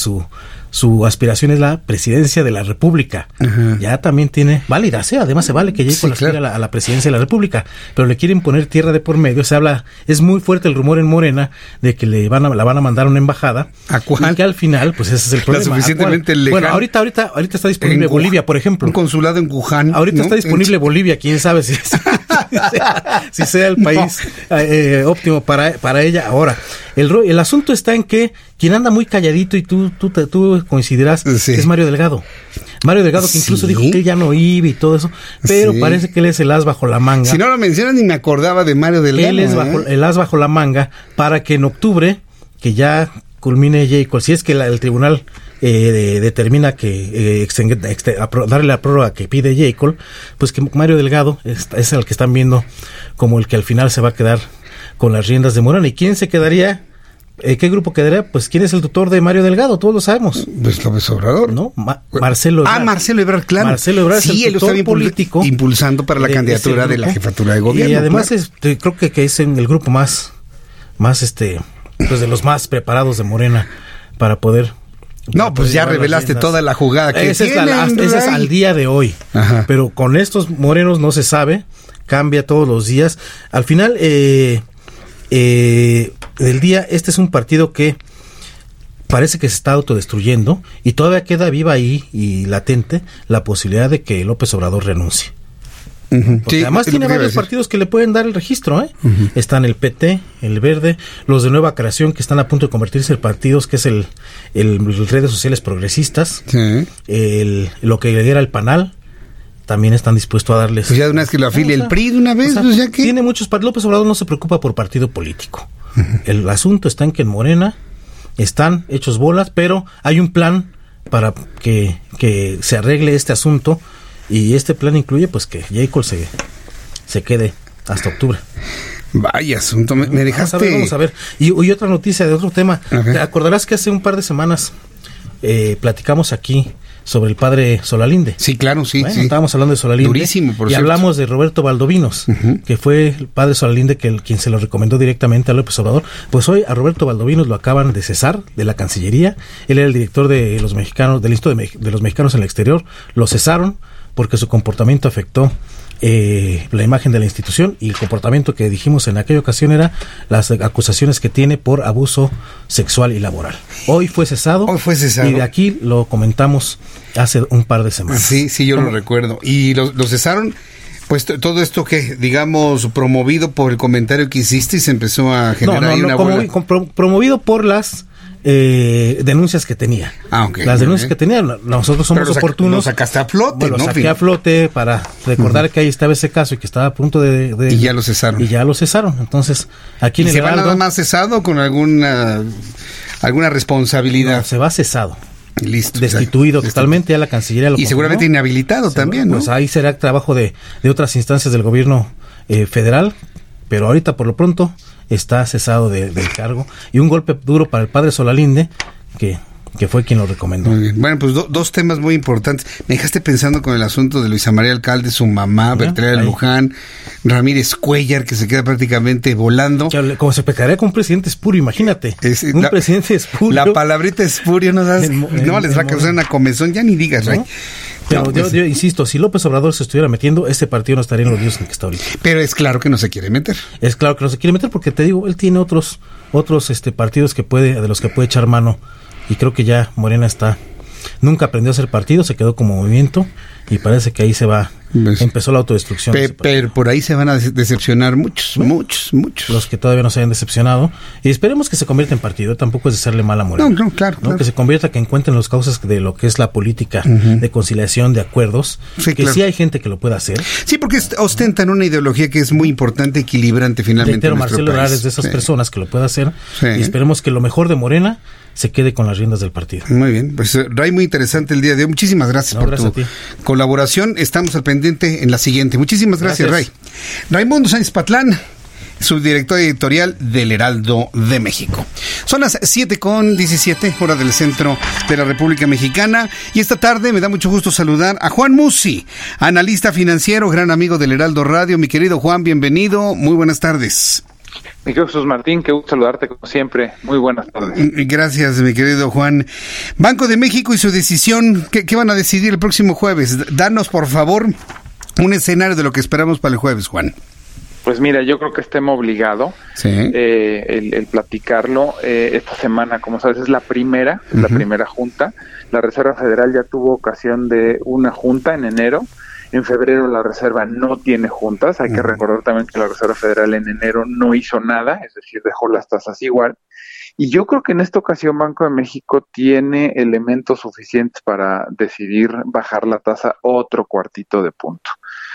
su aspiración es la presidencia de la República. Ya también tiene válida, además se vale que Jacob aspire a la presidencia de la República, pero le quieren poner tierra de por medio. Es muy fuerte el rumor en Morena de que la van a mandar a una embajada. ¿A cuál? Y que al final, pues ese es el problema. Suficientemente lejano. Bueno, ahorita está disponible Bolivia, por ejemplo. Un consulado en Wuhan. Ahorita está disponible Bolivia, quién sabe si es. si sea el país óptimo para ella. Ahora, el asunto está en que quien anda muy calladito, y tú coincidirás, es Mario Delgado. Mario Delgado, que incluso dijo que él ya no iba y todo eso, pero parece que él es el as bajo la manga. Si no lo mencionas, ni me acordaba de Mario Delgado. Él es el as bajo la manga para que en octubre, que ya culmine J. Cole, si es que el tribunal determina que darle la prórroga que pide J. Cole, pues que Mario Delgado es el que están viendo como el que al final se va a quedar con las riendas de Morena. ¿Y quién se quedaría? ¿Qué grupo quedaría? Pues ¿quién es el tutor de Mario Delgado? Todos lo sabemos. Pues López Obrador. ¿No? Marcelo Ebrard. Marcelo Ebrard, claro. Marcelo Ebrard es el tutor político. Impulsando para la candidatura de la jefatura de gobierno. Y además creo que es en el grupo más pues de los más preparados de Morena para poder... No, pues ya revelaste toda la jugada que esa es al día de hoy. Ajá. Pero con estos morenos no se sabe, cambia todos los días. Al final del día, este es un partido que parece que se está autodestruyendo y todavía queda viva ahí y latente la posibilidad de que López Obrador renuncie. Porque además tiene varios partidos que le pueden dar el registro, Están el PT, el Verde, los de Nueva Creación, que están a punto de convertirse en partidos, que es el redes sociales progresistas, lo que era el PANAL, también están dispuestos a darles... Pues ya de una vez que lo afilie el PRI de una vez, pues ya que... Tiene muchos partidos. López Obrador no se preocupa por partido político. El asunto está en que en Morena están hechos bolas, pero hay un plan para que se arregle este asunto. Y este plan incluye pues que J. Cole se quede hasta octubre. Vaya asunto, me dejaste... Vamos a ver. Y otra noticia de otro tema. ¿Te acordarás que hace un par de semanas platicamos aquí sobre el padre Solalinde? Sí, claro, sí. Estábamos hablando de Solalinde. Durísimo, por y cierto. Hablamos de Roberto Valdovinos, que fue el padre Solalinde quien se lo recomendó directamente a López Obrador. Pues hoy a Roberto Valdovinos lo acaban de cesar de la Cancillería. Él era el director de los mexicanos, del Instituto de los Mexicanos en el Exterior. Lo cesaron porque su comportamiento afectó la imagen de la institución, y el comportamiento que dijimos en aquella ocasión era las acusaciones que tiene por abuso sexual y laboral. Hoy fue cesado. Y de aquí lo comentamos hace un par de semanas. Sí, yo lo recuerdo. Y lo cesaron, pues todo esto que, digamos, promovido por el comentario que hiciste, y se empezó a generar promovido por las denuncias que tenía. Las denuncias que tenía, nosotros somos oportunos. Lo sacaste a flote, Lo saqué a flote para recordar que ahí estaba ese caso y que estaba a punto de y ya lo cesaron. Entonces, aquí en el Heraldo... ¿Se va nada más cesado con alguna responsabilidad? No, se va cesado. Listo. Destituido totalmente, ya la Cancillería lo y seguramente inhabilitado también, ¿no? Pues ahí será trabajo de otras instancias del gobierno federal, pero ahorita por lo pronto está cesado del cargo, y un golpe duro para el padre Solalinde, que fue quien lo recomendó. Muy bien. Bueno, pues dos temas muy importantes. Me dejaste pensando con el asunto de Luisa María Alcalde, su mamá, Bertrand Luján, Ramírez Cuellar, que se queda prácticamente volando. Como se pecaría con un presidente espurio, imagínate. Presidente espurio. La palabrita espurio no les va a causar una comezón, ya ni digas, ¿no? Pero yo insisto, si López Obrador se estuviera metiendo, este partido no estaría en los líos en que está ahorita. Pero es claro que no se quiere meter. Es claro que no se quiere meter porque, te digo, él tiene otros partidos de los que puede echar mano, y creo que ya Morena nunca aprendió a ser partido, se quedó como movimiento, y parece que ahí empezó la autodestrucción. Pero por ahí se van a decepcionar muchos. Los que todavía no se hayan decepcionado, y esperemos que se convierta en partido. Tampoco es desearle mal a Morena. No, claro. Que se convierta, que encuentren las causas de lo que es la política de conciliación, de acuerdos, sí hay gente que lo pueda hacer. Sí, porque ostentan una ideología que es muy importante, equilibrante finalmente. Marcelo Ebrard es de esas personas que lo puede hacer, y esperemos que lo mejor de Morena se quede con las riendas del partido. Muy bien, pues Ray, muy interesante el día de hoy. Muchísimas gracias por tu colaboración. Estamos al pendiente en la siguiente. Muchísimas gracias. Ray. Raimundo Sáenz Patlán, subdirector editorial del Heraldo de México. Son las 7:17, hora del centro de la República Mexicana, y esta tarde me da mucho gusto saludar a Juan Musi, analista financiero, gran amigo del Heraldo Radio. Mi querido Juan, bienvenido, muy buenas tardes. Mi querido Jesús Martín, qué gusto saludarte como siempre. Muy buenas tardes. Gracias, mi querido Juan. Banco de México y su decisión, ¿qué van a decidir el próximo jueves? Danos, por favor, un escenario de lo que esperamos para el jueves, Juan. Pues mira, yo creo que es tema obligado el platicarlo. Esta semana, como sabes, es la primera junta. La Reserva Federal ya tuvo ocasión de una junta en enero, En febrero la Reserva no tiene juntas. Hay que recordar también que la Reserva Federal en enero no hizo nada, es decir, dejó las tasas igual. Y yo creo que en esta ocasión Banco de México tiene elementos suficientes para decidir bajar la tasa otro cuartito de punto.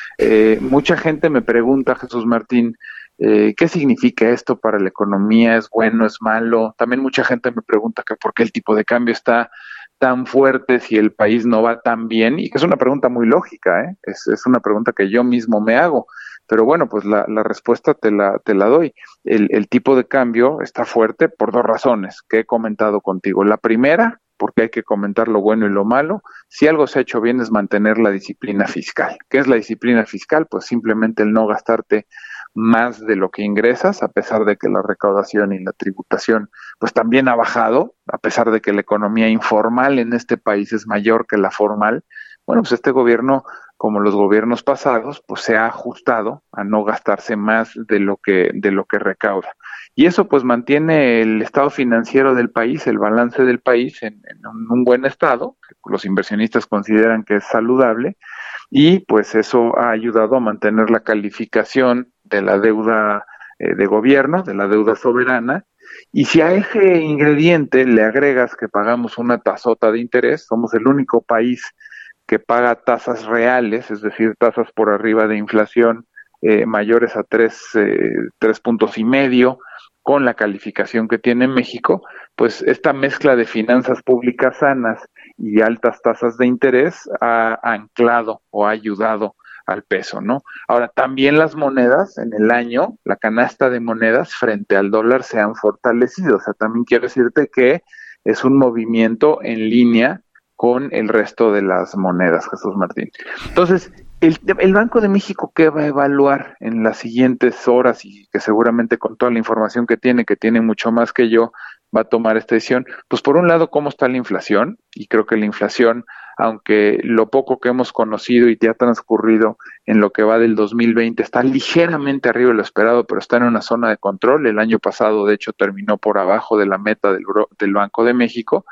Mucha gente me pregunta, Jesús Martín, ¿qué significa esto para la economía? ¿Es bueno, es malo? También mucha gente me pregunta que por qué el tipo de cambio está tan fuerte si el país no va tan bien, y que es una pregunta muy lógica, es una pregunta que yo mismo me hago, pero bueno, pues la respuesta te la doy. El tipo de cambio está fuerte por dos razones que he comentado contigo. La primera, porque hay que comentar lo bueno y lo malo. Si algo se ha hecho bien es mantener la disciplina fiscal. ¿Qué es la disciplina fiscal? Pues simplemente el no gastarte más de lo que ingresas, a pesar de que la recaudación y la tributación pues también ha bajado, a pesar de que la economía informal en este país es mayor que la formal. Bueno, pues este gobierno, como los gobiernos pasados, pues se ha ajustado a no gastarse más de lo que recauda. Y eso pues mantiene el estado financiero del país, el balance del país en un buen estado, que los inversionistas consideran que es saludable, y pues eso ha ayudado a mantener la calificación de la deuda de gobierno, de la deuda soberana. Y si a ese ingrediente le agregas que pagamos una tasota de interés, somos el único país que paga tasas reales, es decir, tasas por arriba de inflación mayores a 3 puntos y medio, con la calificación que tiene México, pues esta mezcla de finanzas públicas sanas y altas tasas de interés ha anclado o ha ayudado al peso, ¿no? Ahora, también las monedas en el año, la canasta de monedas frente al dólar se han fortalecido, o sea, también quiero decirte que es un movimiento en línea con el resto de las monedas, Jesús Martín. Entonces, el Banco de México, ¿qué va a evaluar en las siguientes horas? Y que seguramente con toda la información que tiene mucho más que yo, va a tomar esta decisión. Pues por un lado, ¿cómo está la inflación? Y creo que la inflación, aunque lo poco que hemos conocido y te ha transcurrido en lo que va del 2020, está ligeramente arriba de lo esperado, pero está en una zona de control. El año pasado, de hecho, terminó por abajo de la meta del Banco de México.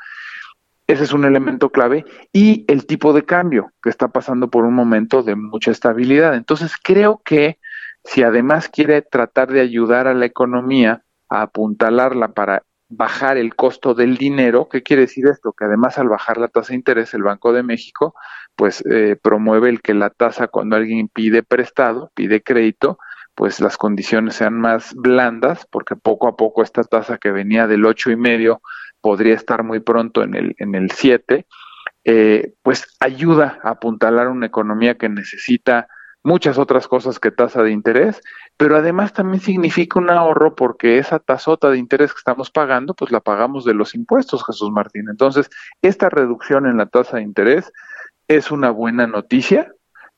Ese es un elemento clave, y el tipo de cambio, que está pasando por un momento de mucha estabilidad. Entonces, creo que si además quiere tratar de ayudar a la economía a apuntalarla para bajar el costo del dinero, ¿qué quiere decir esto? Que además al bajar la tasa de interés, el Banco de México, pues promueve el que la tasa, cuando alguien pide prestado, pide crédito, pues las condiciones sean más blandas, porque poco a poco esta tasa que venía del 8,5 podría estar muy pronto en el 7, pues ayuda a apuntalar una economía que necesita muchas otras cosas que tasa de interés, pero además también significa un ahorro, porque esa tasota de interés que estamos pagando, pues la pagamos de los impuestos, Jesús Martín. Entonces, esta reducción en la tasa de interés es una buena noticia.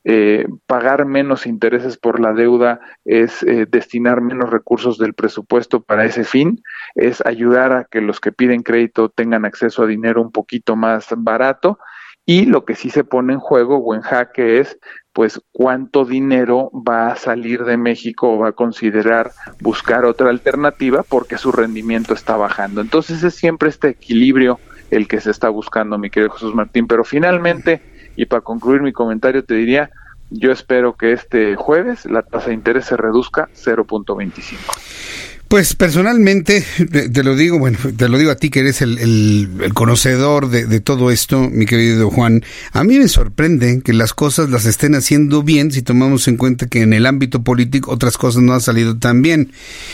Pagar menos intereses por la deuda es destinar menos recursos del presupuesto para ese fin, es ayudar a que los que piden crédito tengan acceso a dinero un poquito más barato, y lo que sí se pone en juego o en jaque es pues cuánto dinero va a salir de México o va a considerar buscar otra alternativa porque su rendimiento está bajando. Entonces es siempre este equilibrio el que se está buscando, mi querido Jesús Martín, pero finalmente, y para concluir mi comentario, te diría, yo espero que este jueves la tasa de interés se reduzca 0.25. Pues personalmente, te lo digo a ti que eres el conocedor de todo esto, mi querido Juan. A mí me sorprende que las cosas las estén haciendo bien si tomamos en cuenta que en el ámbito político otras cosas no han salido tan bien.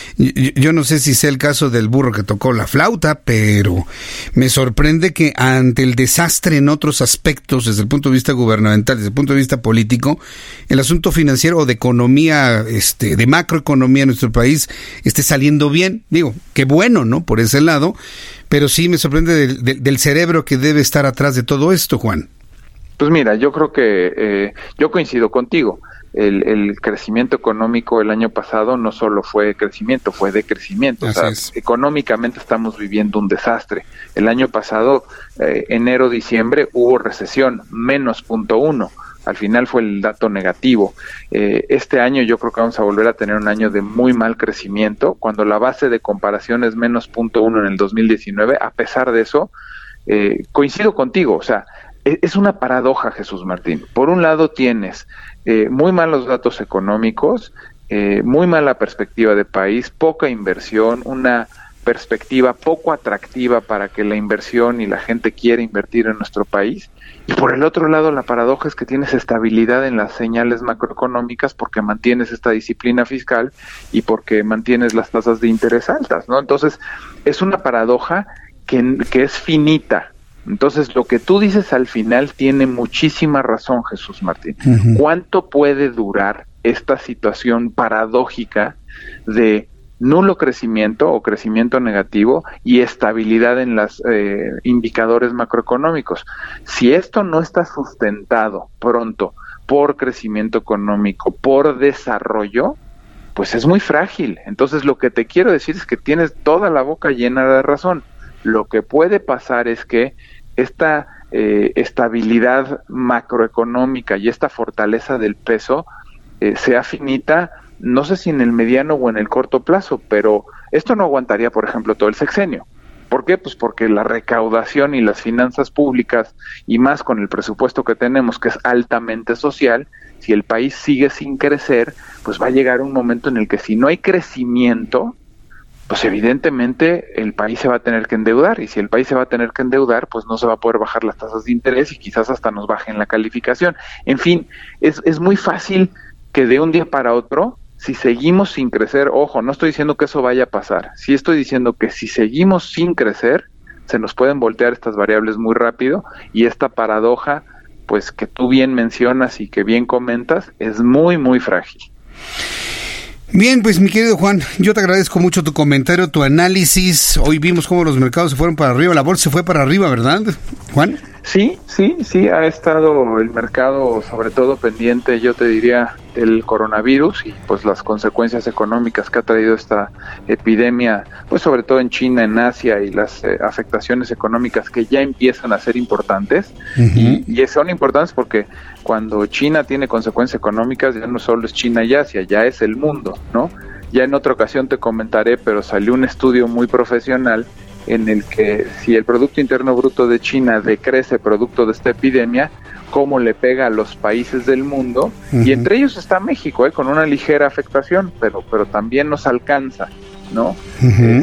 Yo no sé si sea el caso del burro que tocó la flauta, pero me sorprende que ante el desastre en otros aspectos, desde el punto de vista gubernamental, desde el punto de vista político, el asunto financiero o de economía, de macroeconomía en nuestro país esté saliendo bien. Digo, qué bueno, ¿no? Por ese lado, pero sí me sorprende del cerebro que debe estar atrás de todo esto, Juan. Pues mira, yo creo que yo coincido contigo. El crecimiento económico el año pasado no solo fue crecimiento, fue decrecimiento. O sea, económicamente estamos viviendo un desastre. El año pasado, enero, diciembre, hubo recesión, menos 0.1. Al final fue el dato negativo. Este año yo creo que vamos a volver a tener un año de muy mal crecimiento, cuando la base de comparación es menos 0.1 en el 2019. A pesar de eso, coincido contigo, o sea, es una paradoja, Jesús Martín. Por un lado tienes muy malos datos económicos, muy mala perspectiva de país, poca inversión, una perspectiva poco atractiva para que la inversión y la gente quiera invertir en nuestro país. Y por el otro lado, la paradoja es que tienes estabilidad en las señales macroeconómicas porque mantienes esta disciplina fiscal y porque mantienes las tasas de interés altas, ¿no? Entonces, es una paradoja que es finita. Entonces, lo que tú dices al final tiene muchísima razón, Jesús Martín. Uh-huh. ¿Cuánto puede durar esta situación paradójica de nulo crecimiento o crecimiento negativo y estabilidad en los indicadores macroeconómicos? Si esto no está sustentado pronto por crecimiento económico, por desarrollo, pues es muy frágil. Entonces, lo que te quiero decir es que tienes toda la boca llena de razón. Lo que puede pasar es que esta estabilidad macroeconómica y esta fortaleza del peso sea finita, no sé si en el mediano o en el corto plazo, pero esto no aguantaría, por ejemplo, todo el sexenio. ¿Por qué? Pues porque la recaudación y las finanzas públicas, y más con el presupuesto que tenemos, que es altamente social, si el país sigue sin crecer, pues va a llegar un momento en el que si no hay crecimiento, pues evidentemente el país se va a tener que endeudar, y si el país se va a tener que endeudar, pues no se va a poder bajar las tasas de interés y quizás hasta nos bajen la calificación. En fin, es muy fácil que de un día para otro, si seguimos sin crecer, ojo, no estoy diciendo que eso vaya a pasar, sí estoy diciendo que si seguimos sin crecer, se nos pueden voltear estas variables muy rápido, y esta paradoja, pues que tú bien mencionas y que bien comentas, es muy, muy frágil. Bien, pues mi querido Juan, yo te agradezco mucho tu comentario, tu análisis. Hoy vimos cómo los mercados se fueron para arriba, la bolsa se fue para arriba, ¿verdad, Juan? Sí, ha estado el mercado sobre todo pendiente, yo te diría, del coronavirus y pues las consecuencias económicas que ha traído esta epidemia, pues sobre todo en China, en Asia, y las afectaciones económicas que ya empiezan a ser importantes. Uh-huh. y son importantes porque cuando China tiene consecuencias económicas ya no solo es China y Asia, ya es el mundo, ¿no? Ya en otra ocasión te comentaré, pero salió un estudio muy profesional en el que si el Producto Interno Bruto de China decrece producto de esta epidemia, cómo le pega a los países del mundo, uh-huh. y entre ellos está México, con una ligera afectación, pero también nos alcanza, ¿no? Uh-huh.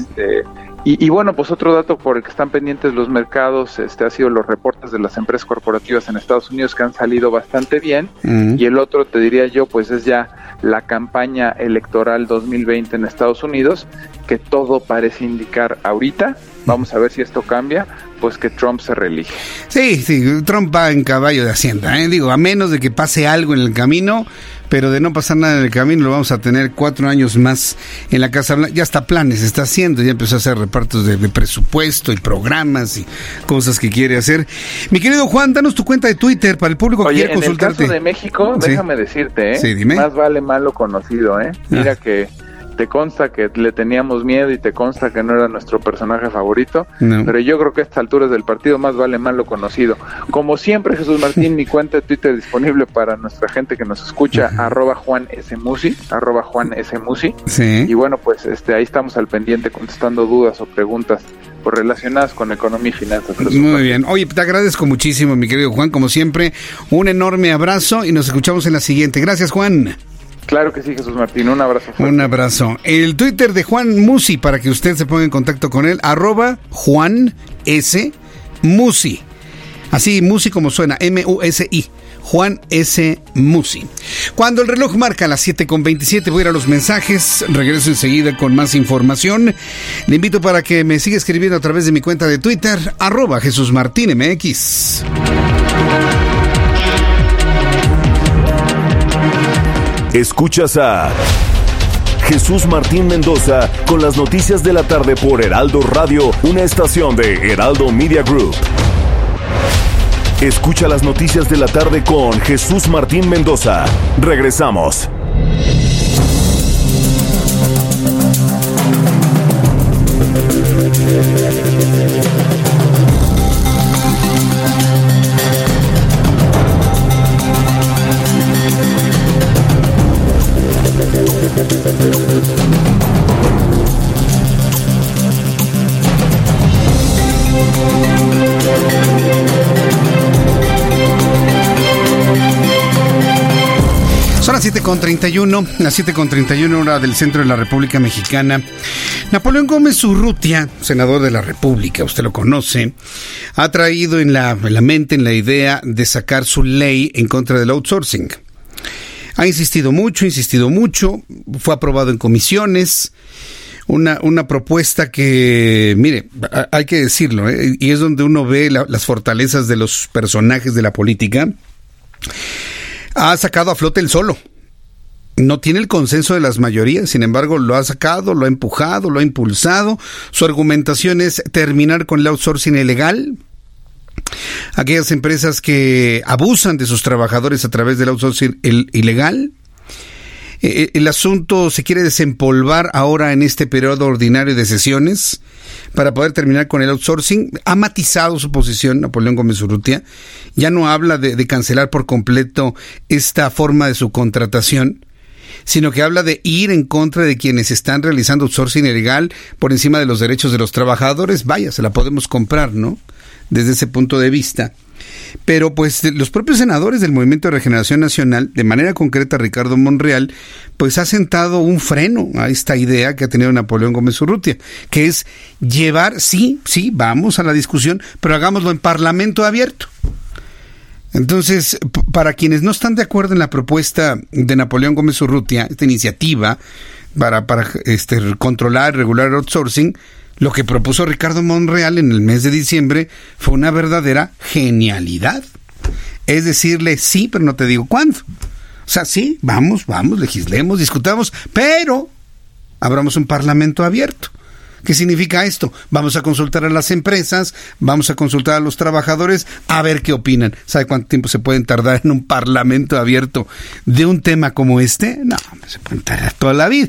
Y bueno, pues otro dato por el que están pendientes los mercados ha sido los reportes de las empresas corporativas en Estados Unidos, que han salido bastante bien, y el otro, te diría yo, pues es ya la campaña electoral 2020 en Estados Unidos, que todo parece indicar ahorita, vamos a ver si esto cambia, pues que Trump se reelige. Sí, Trump va en caballo de Hacienda, digo, a menos de que pase algo en el camino, pero de no pasar nada en el camino lo vamos a tener 4 años más en la Casa Blanca. Ya hasta planes está haciendo, ya empezó a hacer repartos de presupuesto y programas y cosas que quiere hacer. Mi querido Juan, danos tu cuenta de Twitter para el público que quiere consultarte. En el caso de México, ¿sí? Déjame decirte, sí, dime. Más vale malo conocido, Mira que te consta que le teníamos miedo y te consta que no era nuestro personaje favorito, no. Pero yo creo que a estas alturas del partido más vale malo conocido. Como siempre, Jesús Martín, mi cuenta de Twitter disponible para nuestra gente que nos escucha, @JuanSMusi, @JuanSMusi. Sí. Y bueno, pues ahí estamos al pendiente contestando dudas o preguntas relacionadas con economía y finanzas. Muy bien. Oye, te agradezco muchísimo, mi querido Juan, como siempre, un enorme abrazo y nos escuchamos en la siguiente. Gracias, Juan. Claro que sí, Jesús Martín, un abrazo fuerte. Un abrazo. El Twitter de Juan Musi, para que usted se ponga en contacto con él, @JuanSMusi. Así, Musi como suena, M-U-S-I. Juan S. Musi. Cuando el reloj marca las 7:27, voy a ir a los mensajes. Regreso enseguida con más información. Le invito para que me siga escribiendo a través de mi cuenta de Twitter, @JesusMartinMX. Escuchas a Jesús Martín Mendoza con las noticias de la tarde por Heraldo Radio, una estación de Heraldo Media Group. Escucha las noticias de la tarde con Jesús Martín Mendoza. Regresamos. 7:31, las 7:31 hora del centro de la República Mexicana. Napoleón Gómez Urrutia, senador de la República, usted lo conoce, ha traído en la mente, en la idea de sacar su ley en contra del outsourcing. Ha insistido mucho, fue aprobado en comisiones, una propuesta que, mire, hay que decirlo, y es donde uno ve las fortalezas de los personajes de la política. Ha sacado a flote él solo. No tiene el consenso de las mayorías, sin embargo lo ha sacado, lo ha empujado, lo ha impulsado. Su argumentación es terminar con el outsourcing ilegal. Aquellas empresas que abusan de sus trabajadores a través del outsourcing ilegal. El asunto se quiere desempolvar ahora en este periodo ordinario de sesiones para poder terminar con el outsourcing. Ha matizado su posición Napoleón Gómez Urrutia. Ya no habla de cancelar por completo esta forma de subcontratación, sino que habla de ir en contra de quienes están realizando outsourcing ilegal por encima de los derechos de los trabajadores. Vaya, se la podemos comprar, ¿no? Desde ese punto de vista. Pero pues los propios senadores del Movimiento de Regeneración Nacional, de manera concreta Ricardo Monreal, pues ha sentado un freno a esta idea que ha tenido Napoleón Gómez Urrutia, que es llevar, sí, vamos a la discusión, pero hagámoslo en parlamento abierto. Entonces, para quienes no están de acuerdo en la propuesta de Napoleón Gómez Urrutia, esta iniciativa para controlar y regular el outsourcing, lo que propuso Ricardo Monreal en el mes de diciembre fue una verdadera genialidad. Es decirle sí, pero no te digo cuándo. O sea, sí, vamos, legislemos, discutamos, pero abramos un parlamento abierto. ¿Qué significa esto? Vamos a consultar a las empresas, vamos a consultar a los trabajadores, a ver qué opinan. ¿Sabe cuánto tiempo se pueden tardar en un parlamento abierto de un tema como este? No, se pueden tardar toda la vida.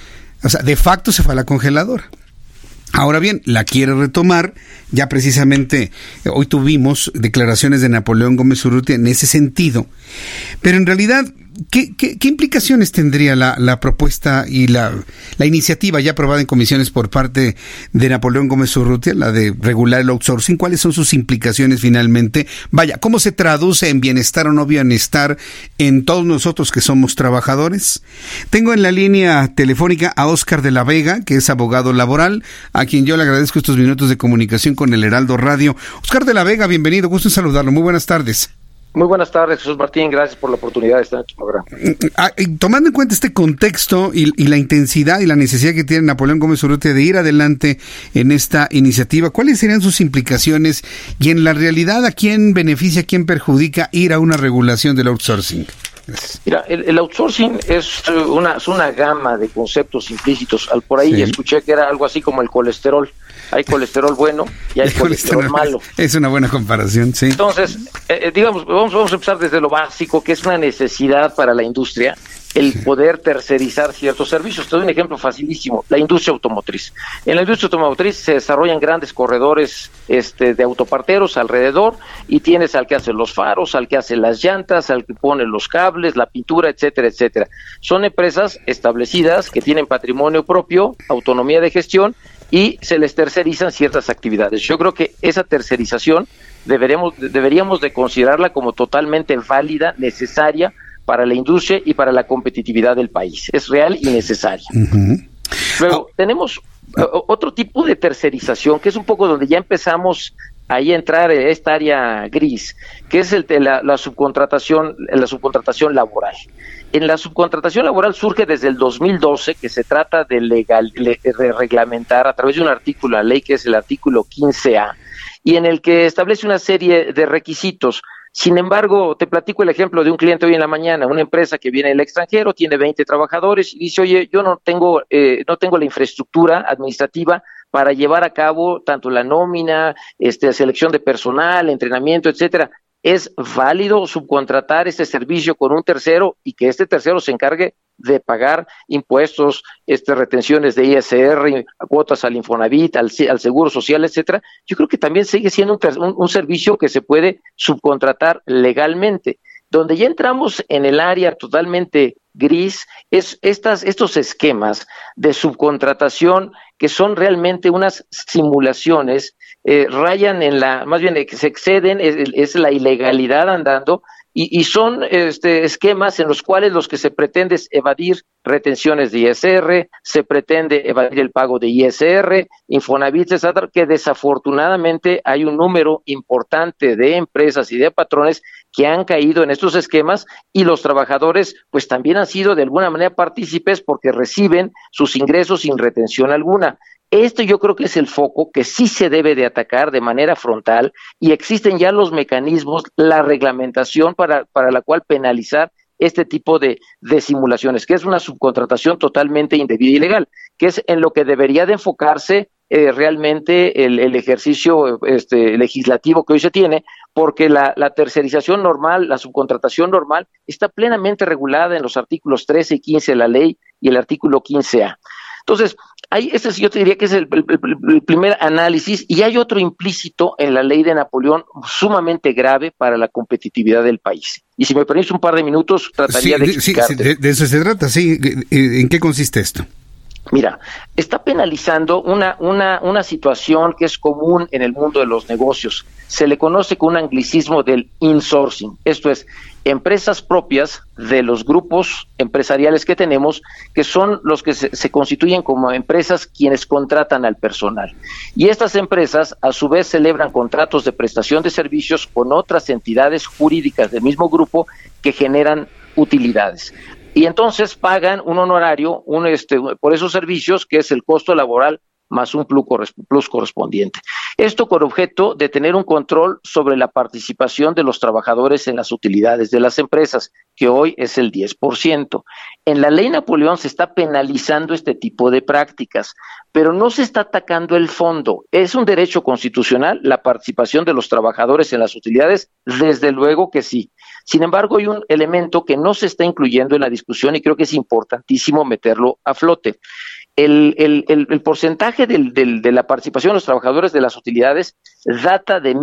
O sea, de facto se fue a la congeladora. Ahora bien, la quiere retomar. Ya precisamente hoy tuvimos declaraciones de Napoleón Gómez Urrutia en ese sentido. Pero en realidad, ¿qué implicaciones tendría la propuesta y la iniciativa ya aprobada en comisiones por parte de Napoleón Gómez Urrutia, la de regular el outsourcing? ¿Cuáles son sus implicaciones finalmente? Vaya, ¿cómo se traduce en bienestar o no bienestar en todos nosotros que somos trabajadores? Tengo en la línea telefónica a Óscar de la Vega, que es abogado laboral, a quien yo le agradezco estos minutos de comunicación con el Heraldo Radio. Óscar de la Vega, bienvenido, gusto en saludarlo. Muy buenas tardes. Muy buenas tardes, Jesús Martín, gracias por la oportunidad de estar en tu programa. Tomando en cuenta este contexto y la intensidad y la necesidad que tiene Napoleón Gómez Urrutia de ir adelante en esta iniciativa, ¿cuáles serían sus implicaciones y en la realidad a quién beneficia, a quién perjudica ir a una regulación del outsourcing? Gracias. Mira, el outsourcing es una gama de conceptos implícitos. Por ahí escuché que era algo así como el colesterol. Hay colesterol bueno y hay colesterol malo. Es una buena comparación, sí. Entonces, digamos, vamos a empezar desde lo básico, que es una necesidad para la industria, el poder tercerizar ciertos servicios. Te doy un ejemplo facilísimo, la industria automotriz. En la industria automotriz se desarrollan grandes corredores de autoparteros alrededor, y tienes al que hace los faros, al que hace las llantas, al que pone los cables, la pintura, etcétera, etcétera. Son empresas establecidas que tienen patrimonio propio, autonomía de gestión, y se les tercerizan ciertas actividades. Yo creo que esa tercerización deberíamos de considerarla como totalmente válida, necesaria para la industria y para la competitividad del país. Es real y necesaria. Uh-huh. Luego, tenemos otro tipo de tercerización, que es un poco donde ya empezamos ahí a entrar en esta área gris, que es la subcontratación laboral. En la subcontratación laboral surge desde el 2012, que se trata de reglamentar a través de un artículo, la ley que es el artículo 15A, y en el que establece una serie de requisitos. Sin embargo, te platico el ejemplo de un cliente hoy en la mañana, una empresa que viene del extranjero, tiene 20 trabajadores y dice, oye, yo no tengo la infraestructura administrativa para llevar a cabo tanto la nómina, selección de personal, entrenamiento, etcétera. ¿Es válido subcontratar este servicio con un tercero y que este tercero se encargue de pagar impuestos, retenciones de ISR, cuotas al Infonavit, al Seguro Social, etcétera? Yo creo que también sigue siendo un servicio que se puede subcontratar legalmente. Donde ya entramos en el área totalmente gris es estos esquemas de subcontratación que son realmente unas simulaciones, rayan en más bien se exceden, es la ilegalidad andando, y son esquemas en los cuales los que se pretende es evadir retenciones de ISR, se pretende evadir el pago de ISR, Infonavit, etcétera, que desafortunadamente hay un número importante de empresas y de patrones que han caído en estos esquemas, y los trabajadores pues también han sido de alguna manera partícipes porque reciben sus ingresos sin retención alguna. Esto yo creo que es el foco que sí se debe de atacar de manera frontal, y existen ya los mecanismos, la reglamentación para la cual penalizar este tipo de simulaciones, que es una subcontratación totalmente indebida y ilegal, que es en lo que debería de enfocarse realmente el ejercicio legislativo que hoy se tiene, porque la tercerización normal, la subcontratación normal, está plenamente regulada en los artículos 13 y 15 de la ley y el artículo 15A. Entonces, yo te diría que es el primer análisis, y hay otro implícito en la ley de Napoleón sumamente grave para la competitividad del país. Y si me permites un par de minutos, trataría de explicarte. Sí, de eso se trata, sí. ¿En qué consiste esto? Mira, está penalizando una situación que es común en el mundo de los negocios. Se le conoce con un anglicismo del insourcing. Esto es, empresas propias de los grupos empresariales que tenemos, que son los que se constituyen como empresas quienes contratan al personal. Y estas empresas, a su vez, celebran contratos de prestación de servicios con otras entidades jurídicas del mismo grupo que generan utilidades. Y entonces pagan un honorario por esos servicios, que es el costo laboral más un plus correspondiente. Esto con objeto de tener un control sobre la participación de los trabajadores en las utilidades de las empresas, que hoy es el 10%. En la ley Napoleón se está penalizando este tipo de prácticas, pero no se está atacando el fondo. Es un derecho constitucional la participación de los trabajadores en las utilidades, desde luego que sí. Sin embargo, hay un elemento que no se está incluyendo en la discusión y creo que es importantísimo meterlo a flote. El porcentaje de la participación de los trabajadores de las utilidades data de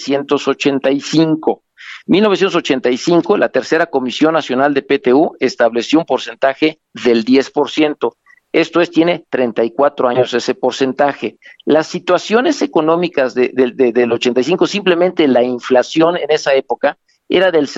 1985. 1985, la tercera Comisión Nacional de PTU estableció un porcentaje del 10%. Esto es, tiene 34 años ese porcentaje. Las situaciones económicas del 85, simplemente la inflación en esa época era del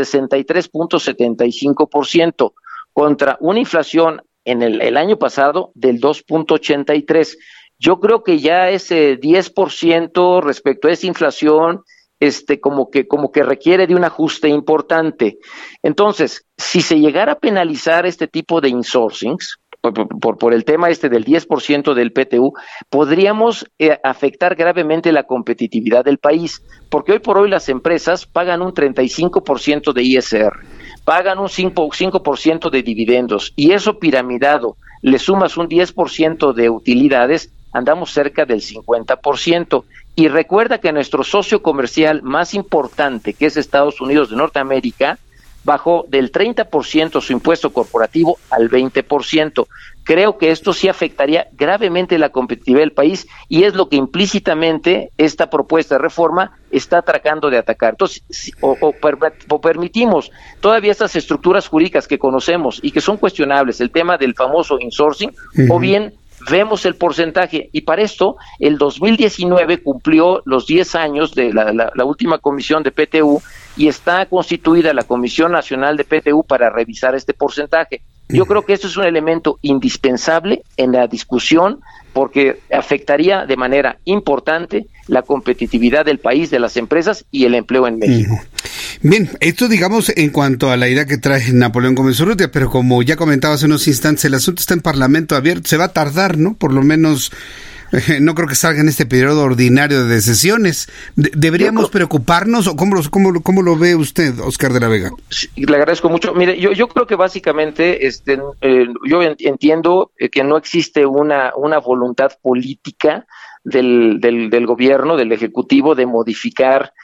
63.75% contra una inflación en el año pasado del 2.83. Yo creo que ya ese 10% respecto a esa inflación como que requiere de un ajuste importante. Entonces, si se llegara a penalizar este tipo de insourcings por el tema del 10% del PTU, podríamos afectar gravemente la competitividad del país, porque hoy por hoy las empresas pagan un 35% de ISR, pagan un 5% de dividendos, y eso piramidado, le sumas un 10% de utilidades, andamos cerca del 50%. Y recuerda que nuestro socio comercial más importante, que es Estados Unidos de Norteamérica, bajó del 30% su impuesto corporativo al 20%. Creo que esto sí afectaría gravemente la competitividad del país, y es lo que implícitamente esta propuesta de reforma está tratando de atacar. Entonces, o permitimos todavía estas estructuras jurídicas que conocemos y que son cuestionables, el tema del famoso insourcing, o bien vemos el porcentaje. Y para esto, el 2019 cumplió los 10 años de la última comisión de PTU, y está constituida la Comisión Nacional de PTU para revisar este porcentaje. Yo creo que esto es un elemento indispensable en la discusión, porque afectaría de manera importante la competitividad del país, de las empresas y el empleo en México. Bien, esto digamos en cuanto a la idea que trae Napoleón Gómez Urrutia, pero como ya comentaba hace unos instantes, el asunto está en Parlamento abierto, se va a tardar, ¿no? Por lo menos no creo que salga en este periodo ordinario de sesiones. ¿Deberíamos preocuparnos o cómo lo ve usted, Oscar de la Vega? Sí, le agradezco mucho. Mire, yo creo que básicamente yo entiendo que no existe una voluntad política del gobierno, del Ejecutivo, de modificar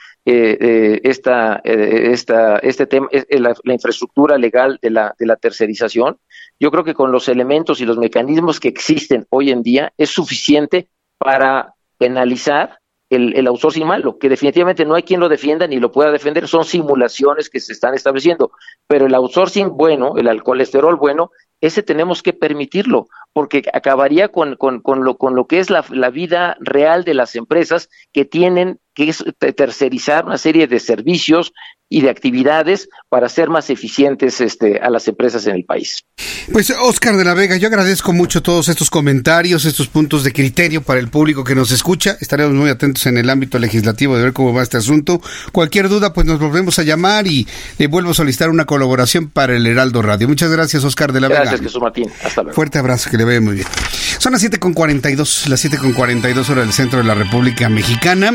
este tema, la infraestructura legal de la tercerización. Yo creo que con los elementos y los mecanismos que existen hoy en día es suficiente para penalizar el outsourcing malo, que definitivamente no hay quien lo defienda ni lo pueda defender, son simulaciones que se están estableciendo, pero el outsourcing bueno, el colesterol bueno, ese tenemos que permitirlo, porque acabaría con lo que es la vida real de las empresas que tienen que es tercerizar una serie de servicios y de actividades para hacer más eficientes a las empresas en el país. Pues Óscar de la Vega, yo agradezco mucho todos estos comentarios, estos puntos de criterio para el público que nos escucha. Estaremos muy atentos en el ámbito legislativo de ver cómo va este asunto. Cualquier duda, pues nos volvemos a llamar y le vuelvo a solicitar una colaboración para el Heraldo Radio. Muchas gracias, Óscar de la Vega. Gracias, Jesús Martín. Hasta luego. Fuerte abrazo, que le vaya muy bien. Son las 7:42, las 7:42 horas del centro de la República Mexicana.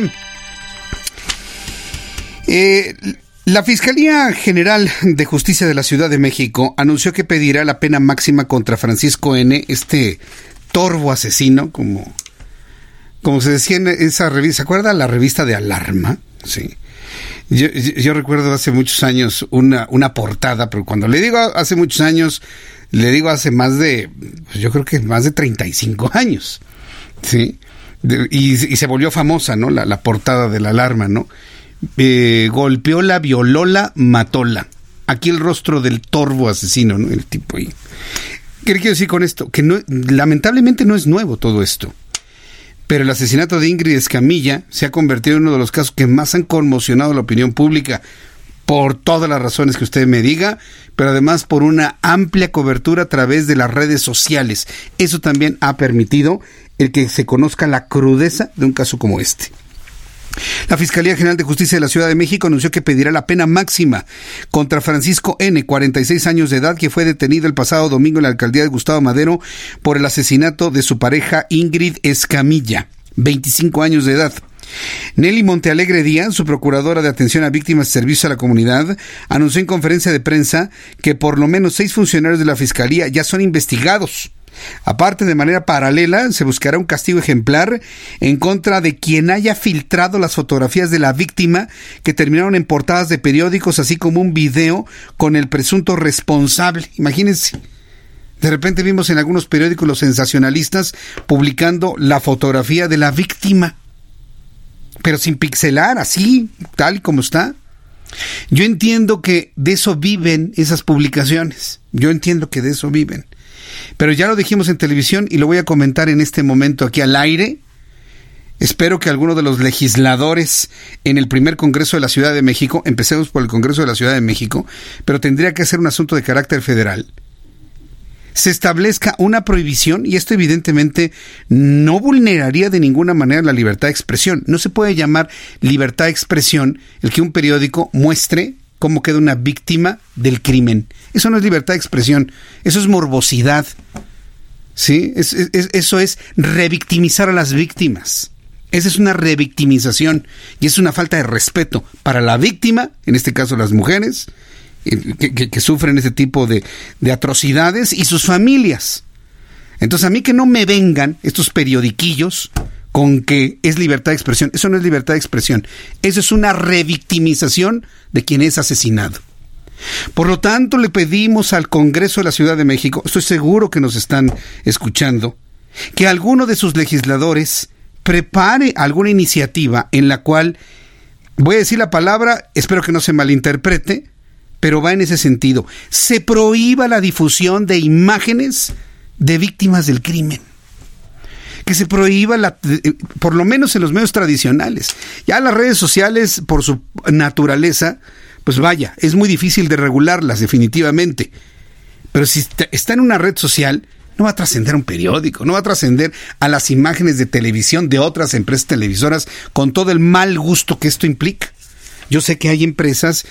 La Fiscalía General de Justicia de la Ciudad de México anunció que pedirá la pena máxima contra Francisco N., este torvo asesino, como se decía en esa revista. ¿Se acuerda la revista de Alarma? Sí. Yo recuerdo hace muchos años una portada, pero cuando le digo hace muchos años, le digo hace más de, yo creo que más de 35 años, ¿sí? Y se volvió famosa, ¿no? La portada de La Alarma, ¿no? Golpeóla, violóla, matóla. Aquí el rostro del torvo asesino, ¿no? El tipo ahí. ¿Qué quiero decir con esto? Que no, lamentablemente no es nuevo todo esto. Pero el asesinato de Ingrid Escamilla se ha convertido en uno de los casos que más han conmocionado la opinión pública, por todas las razones que usted me diga, pero además por una amplia cobertura a través de las redes sociales. Eso también ha permitido el que se conozca la crudeza de un caso como este. La Fiscalía General de Justicia de la Ciudad de México anunció que pedirá la pena máxima contra Francisco N., 46 años de edad, que fue detenido el pasado domingo en la alcaldía de Gustavo Madero por el asesinato de su pareja Ingrid Escamilla, 25 años de edad. Nelly Montealegre Díaz, su procuradora de atención a víctimas y servicio a la comunidad, anunció en conferencia de prensa que por lo menos 6 funcionarios de la Fiscalía ya son investigados. Aparte, de manera paralela, se buscará un castigo ejemplar en contra de quien haya filtrado las fotografías de la víctima que terminaron en portadas de periódicos, así como un video con el presunto responsable. Imagínense, de repente vimos en algunos periódicos los sensacionalistas publicando la fotografía de la víctima, pero sin pixelar, así, tal como está. Yo entiendo que de eso viven esas publicaciones, yo entiendo que de eso viven. Pero ya lo dijimos en televisión y lo voy a comentar en este momento aquí al aire. Espero que alguno de los legisladores en el primer Congreso de la Ciudad de México, empecemos por el Congreso de la Ciudad de México, pero tendría que ser un asunto de carácter federal, se establezca una prohibición, y esto evidentemente no vulneraría de ninguna manera la libertad de expresión. No se puede llamar libertad de expresión el que un periódico muestre cómo queda una víctima del crimen. Eso no es libertad de expresión, eso es morbosidad, ¿sí? Eso es revictimizar a las víctimas. Esa es una revictimización y es una falta de respeto para la víctima, en este caso las mujeres, que sufren ese tipo de atrocidades, y sus familias. Entonces, a mí que no me vengan estos periodiquillos con que es libertad de expresión. Eso no es libertad de expresión. Eso es una revictimización de quien es asesinado. Por lo tanto, le pedimos al Congreso de la Ciudad de México, estoy seguro que nos están escuchando, que alguno de sus legisladores prepare alguna iniciativa en la cual, voy a decir la palabra, espero que no se malinterprete, pero va en ese sentido: se prohíba la difusión de imágenes de víctimas del crimen. Que se prohíba, por lo menos en los medios tradicionales. Ya las redes sociales, por su naturaleza, pues vaya, es muy difícil de regularlas definitivamente. Pero si está en una red social, no va a trascender a un periódico, no va a trascender a las imágenes de televisión de otras empresas televisoras, con todo el mal gusto que esto implica. Yo sé que hay empresas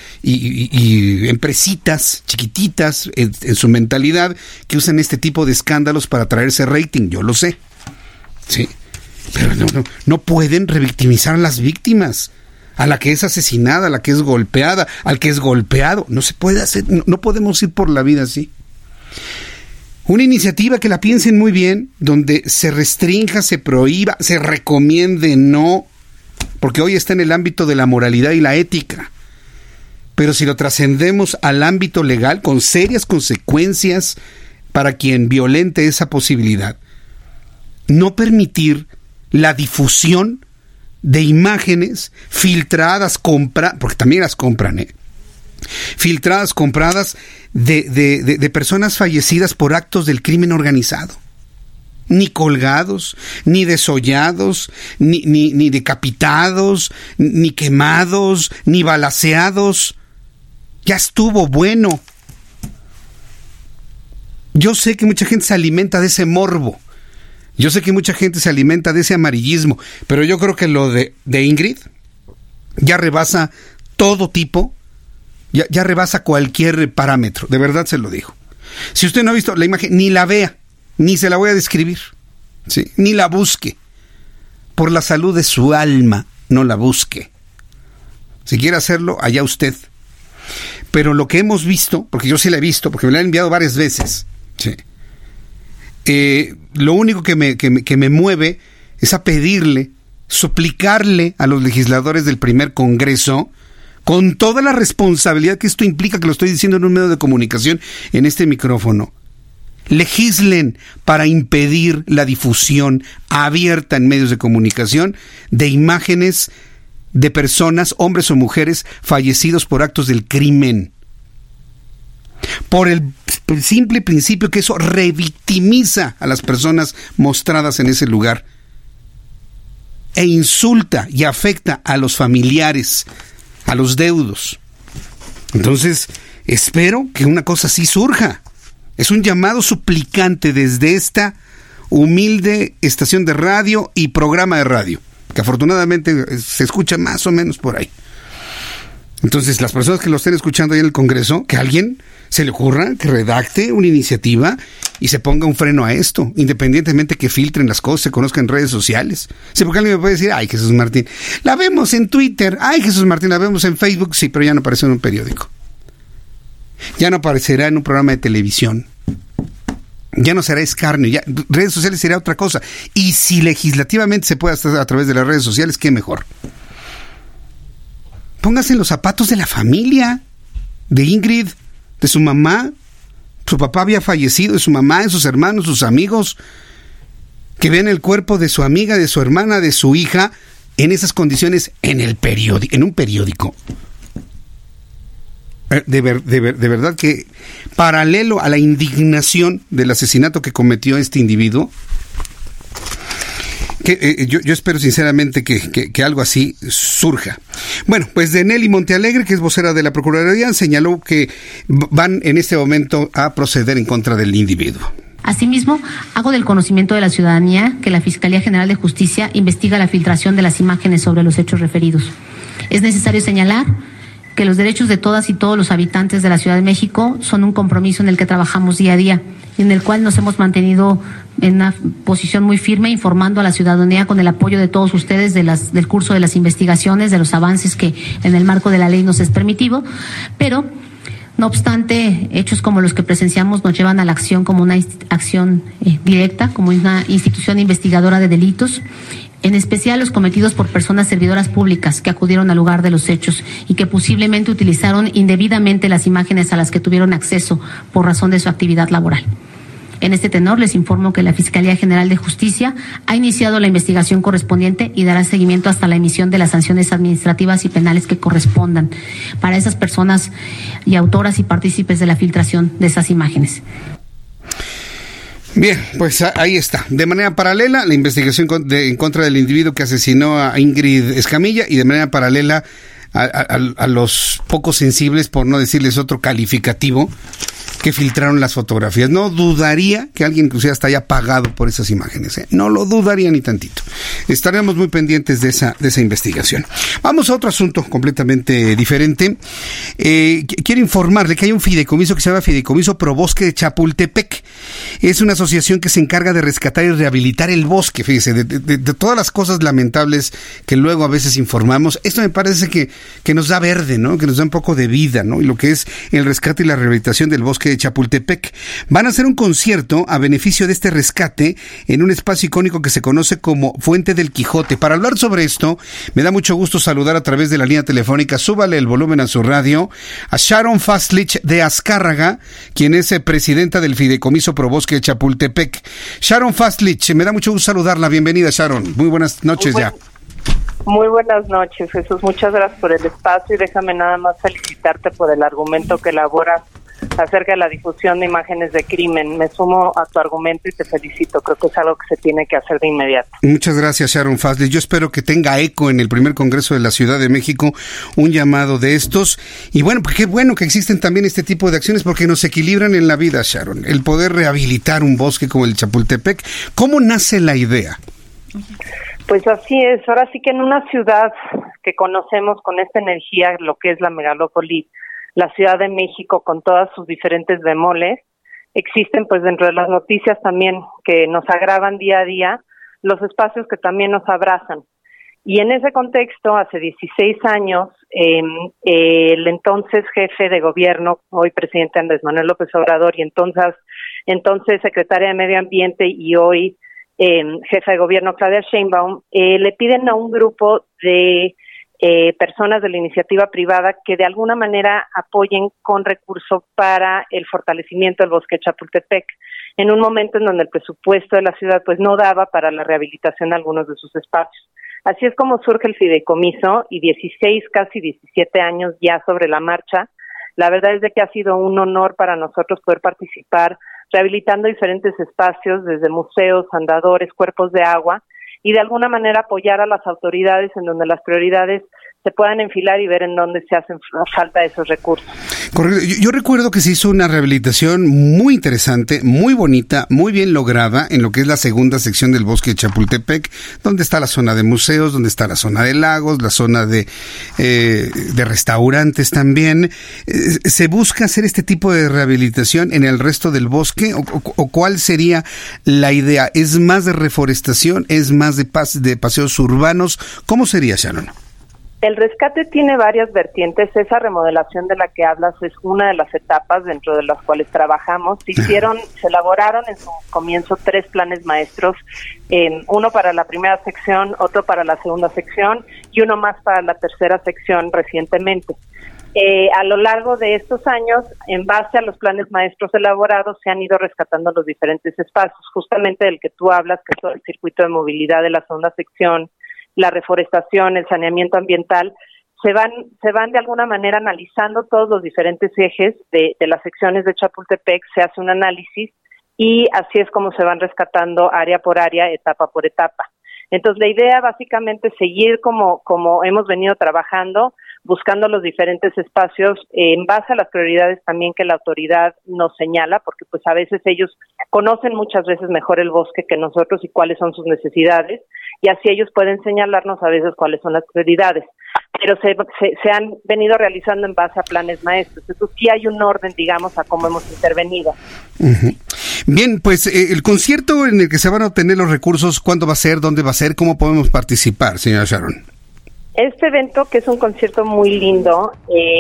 y empresitas chiquititas en su mentalidad que usan este tipo de escándalos para traerse rating, yo lo sé. Sí, pero no pueden revictimizar a las víctimas, a la que es asesinada, a la que es golpeada, al que es golpeado. No se puede hacer, no podemos ir por la vida así. Una iniciativa que la piensen muy bien, donde se restrinja, se prohíba, se recomiende no, porque hoy está en el ámbito de la moralidad y la ética. Pero si lo trascendemos al ámbito legal, con serias consecuencias para quien violente esa posibilidad, no permitir la difusión de imágenes filtradas, porque también las compran, filtradas, compradas de personas fallecidas por actos del crimen organizado. ni colgados, ni desollados, ni decapitados, ni quemados, ni balaceados. Ya estuvo bueno. Yo sé que mucha gente se alimenta de ese morbo. Yo sé que mucha gente se alimenta de ese amarillismo, pero yo creo que lo de Ingrid ya rebasa todo tipo, ya rebasa cualquier parámetro, de verdad se lo digo. Si usted no ha visto la imagen, ni la vea, ni se la voy a describir, ¿sí? Ni la busque. Por la salud de su alma, no la busque. Si quiere hacerlo, allá usted. Pero lo que hemos visto, porque yo sí la he visto, porque me la han enviado varias veces, ¿sí? Lo único que me mueve es a pedirle, suplicarle a los legisladores del primer Congreso, con toda la responsabilidad que esto implica, que lo estoy diciendo en un medio de comunicación, en este micrófono, legislen para impedir la difusión abierta en medios de comunicación de imágenes de personas, hombres o mujeres, fallecidos por actos del crimen. Por el simple principio que eso revictimiza a las personas mostradas en ese lugar e insulta y afecta a los familiares, a los deudos. Entonces, espero que una cosa así surja. Es un llamado suplicante desde esta humilde estación de radio y programa de radio, que afortunadamente se escucha más o menos por ahí. Entonces, las personas que lo estén escuchando ahí en el Congreso, que alguien se le ocurra que redacte una iniciativa y se ponga un freno a esto, independientemente que filtren las cosas, se conozcan en redes sociales. Sí, porque alguien me puede decir, ay, Jesús Martín, la vemos en Twitter, ay, Jesús Martín, la vemos en Facebook, sí, pero ya no aparece en un periódico. Ya no aparecerá en un programa de televisión. Ya no será escarnio, ya redes sociales será otra cosa. Y si legislativamente se puede hacer a través de las redes sociales, qué mejor. Póngase en los zapatos de la familia, de Ingrid, de su mamá. Su papá había fallecido, de su mamá, de sus hermanos, sus amigos, que ven el cuerpo de su amiga, de su hermana, de su hija, en esas condiciones en un periódico. De verdad que, paralelo a la indignación del asesinato que cometió este individuo, que yo espero sinceramente que algo así surja. Bueno, pues de Nelly Montealegre, que es vocera de la Procuraduría, señaló que van en este momento a proceder en contra del individuo. Asimismo, hago del conocimiento de la ciudadanía que la Fiscalía General de Justicia investiga la filtración de las imágenes sobre los hechos referidos. Es necesario señalar que los derechos de todas y todos los habitantes de la Ciudad de México son un compromiso en el que trabajamos día a día y en el cual nos hemos mantenido en una posición muy firme, informando a la ciudadanía con el apoyo de todos ustedes del curso de las investigaciones, de los avances que en el marco de la ley nos es permitido, pero no obstante, hechos como los que presenciamos nos llevan a la acción como una acción directa, como una institución investigadora de delitos, en especial los cometidos por personas servidoras públicas que acudieron al lugar de los hechos y que posiblemente utilizaron indebidamente las imágenes a las que tuvieron acceso por razón de su actividad laboral. En este tenor, les informo que la Fiscalía General de Justicia ha iniciado la investigación correspondiente y dará seguimiento hasta la emisión de las sanciones administrativas y penales que correspondan para esas personas y autoras y partícipes de la filtración de esas imágenes. Bien, pues ahí está. De manera paralela, la investigación en contra del individuo que asesinó a Ingrid Escamilla, y de manera paralela a los poco sensibles, por no decirles otro calificativo, que filtraron las fotografías. No dudaría que alguien inclusive hasta haya pagado por esas imágenes, ¿eh? No lo dudaría ni tantito. Estaremos muy pendientes de esa investigación. Vamos a otro asunto completamente diferente. Quiero informarle que hay un fideicomiso que se llama Fideicomiso Pro Bosque de Chapultepec. Es una asociación que se encarga de rescatar y rehabilitar el bosque. Fíjese, de todas las cosas lamentables que luego a veces informamos, esto me parece que nos da verde, ¿no? Que nos da un poco de vida, ¿no? Y lo que es el rescate y la rehabilitación del bosque de Chapultepec. Van a hacer un concierto a beneficio de este rescate en un espacio icónico que se conoce como Fuente del Quijote. Para hablar sobre esto, me da mucho gusto saludar a través de la línea telefónica, súbale el volumen a su radio, a Sharon Fastlich de Azcárraga, quien es presidenta del Fideicomiso Pro Bosque de Chapultepec. Sharon Fastlich, me da mucho gusto saludarla. Bienvenida, Sharon. Muy buenas noches ya. Muy buenas noches, Jesús. Muchas gracias por el espacio y déjame nada más felicitarte por el argumento que elaboras acerca de la difusión de imágenes de crimen. Me sumo a tu argumento y te felicito. Creo que es algo que se tiene que hacer de inmediato. Muchas gracias, Sharon Faslis. Yo espero que tenga eco en el primer Congreso de la Ciudad de México un llamado de estos. Y bueno, pues qué bueno que existen también este tipo de acciones porque nos equilibran en la vida, Sharon. El poder rehabilitar un bosque como el Chapultepec. ¿Cómo nace la idea? Pues así es. Ahora sí que en una ciudad que conocemos con esta energía, lo que es la megalópoli, la Ciudad de México, con todas sus diferentes bemoles, existen pues dentro de las noticias también que nos agravan día a día, los espacios que también nos abrazan. Y en ese contexto, hace 16 años, el entonces jefe de gobierno, hoy presidente Andrés Manuel López Obrador, y entonces secretaria de Medio Ambiente y hoy jefa de gobierno Claudia Sheinbaum, le piden a un grupo de personas de la iniciativa privada que de alguna manera apoyen con recursos para el fortalecimiento del bosque de Chapultepec, en un momento en donde el presupuesto de la ciudad pues no daba para la rehabilitación de algunos de sus espacios. Así es como surge el fideicomiso y 16, casi 17 años ya sobre la marcha. La verdad es de que ha sido un honor para nosotros poder participar rehabilitando diferentes espacios, desde museos, andadores, cuerpos de agua, y de alguna manera apoyar a las autoridades en donde las prioridades se puedan enfilar y ver en dónde se hacen falta esos recursos. Correcto. Yo recuerdo que se hizo una rehabilitación muy interesante, muy bonita, muy bien lograda en lo que es la segunda sección del bosque de Chapultepec, donde está la zona de museos, donde está la zona de lagos, la zona de restaurantes también. ¿Se busca hacer este tipo de rehabilitación en el resto del bosque? ¿O cuál sería la idea? ¿Es más de reforestación? ¿Es más de paseos urbanos? ¿Cómo sería, Sharon? El rescate tiene varias vertientes. Esa remodelación de la que hablas es una de las etapas dentro de las cuales trabajamos. Se elaboraron en su comienzo 3 planes maestros, uno para la primera sección, otro para la segunda sección y uno más para la tercera sección recientemente. A lo largo de estos años, en base a los planes maestros elaborados, se han ido rescatando los diferentes espacios, justamente del que tú hablas, que es todo el circuito de movilidad de la segunda sección, la reforestación, el saneamiento ambiental. Se van de alguna manera analizando todos los diferentes ejes de las secciones de Chapultepec, se hace un análisis y así es como se van rescatando área por área, etapa por etapa. Entonces la idea básicamente es seguir como hemos venido trabajando, buscando los diferentes espacios en base a las prioridades también que la autoridad nos señala, porque pues a veces ellos conocen muchas veces mejor el bosque que nosotros y cuáles son sus necesidades, y así ellos pueden señalarnos a veces cuáles son las prioridades. Pero se han venido realizando en base a planes maestros. Entonces sí hay un orden, digamos, a cómo hemos intervenido. Uh-huh. Bien, pues el concierto en el que se van a obtener los recursos, ¿cuándo va a ser? ¿Dónde va a ser? ¿Cómo podemos participar, señora Sharon? Este evento, que es un concierto muy lindo,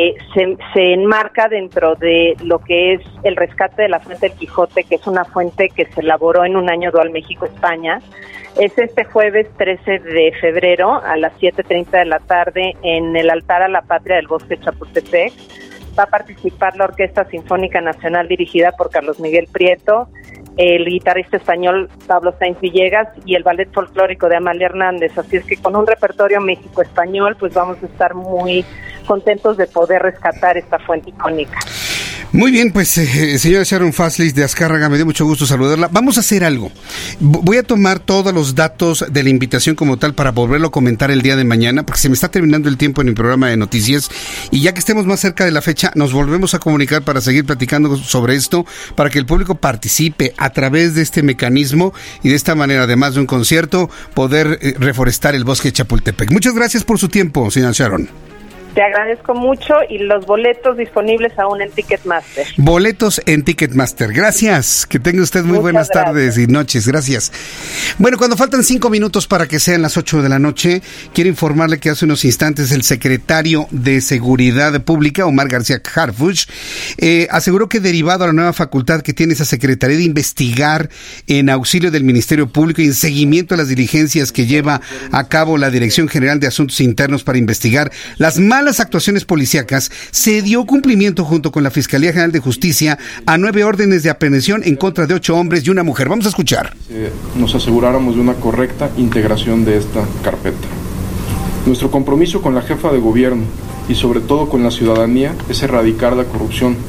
se enmarca dentro de lo que es el rescate de la Fuente del Quijote, que es una fuente que se elaboró en un año dual México-España. Es este jueves 13 de febrero a las 7:30 de la tarde en el altar a la patria del bosque de Chapultepec. Va a participar la Orquesta Sinfónica Nacional dirigida por Carlos Miguel Prieto, el guitarrista español Pablo Sainz Villegas y el ballet folclórico de Amalia Hernández. Así es que con un repertorio México-español pues vamos a estar muy contentos de poder rescatar esta fuente icónica. Muy bien, pues señora Sharon Faslis de Azcárraga, me dio mucho gusto saludarla. Vamos a hacer algo. Voy a tomar todos los datos de la invitación como tal para volverlo a comentar el día de mañana, porque se me está terminando el tiempo en el programa de noticias, y ya que estemos más cerca de la fecha, nos volvemos a comunicar para seguir platicando sobre esto, para que el público participe a través de este mecanismo y de esta manera, además de un concierto, poder reforestar el bosque de Chapultepec. Muchas gracias por su tiempo, señora Sharon. Te agradezco mucho y los boletos disponibles aún en Ticketmaster. Boletos en Ticketmaster. Gracias. Que tenga usted muy buenas tardes y noches. Gracias. Bueno, cuando faltan 5 minutos para que sean las 8 de la noche, quiero informarle que hace unos instantes el secretario de Seguridad Pública, Omar García Harfuch, aseguró que derivado a la nueva facultad que tiene esa secretaría de investigar en auxilio del Ministerio Público y en seguimiento a las diligencias que lleva a cabo la Dirección General de Asuntos Internos para investigar las malas actuaciones policíacas, se dio cumplimiento junto con la Fiscalía General de Justicia a 9 órdenes de aprehensión en contra de 8 hombres y una mujer. Vamos a escuchar. Nos aseguráramos de una correcta integración de esta carpeta. Nuestro compromiso con la jefa de gobierno y sobre todo con la ciudadanía es erradicar la corrupción,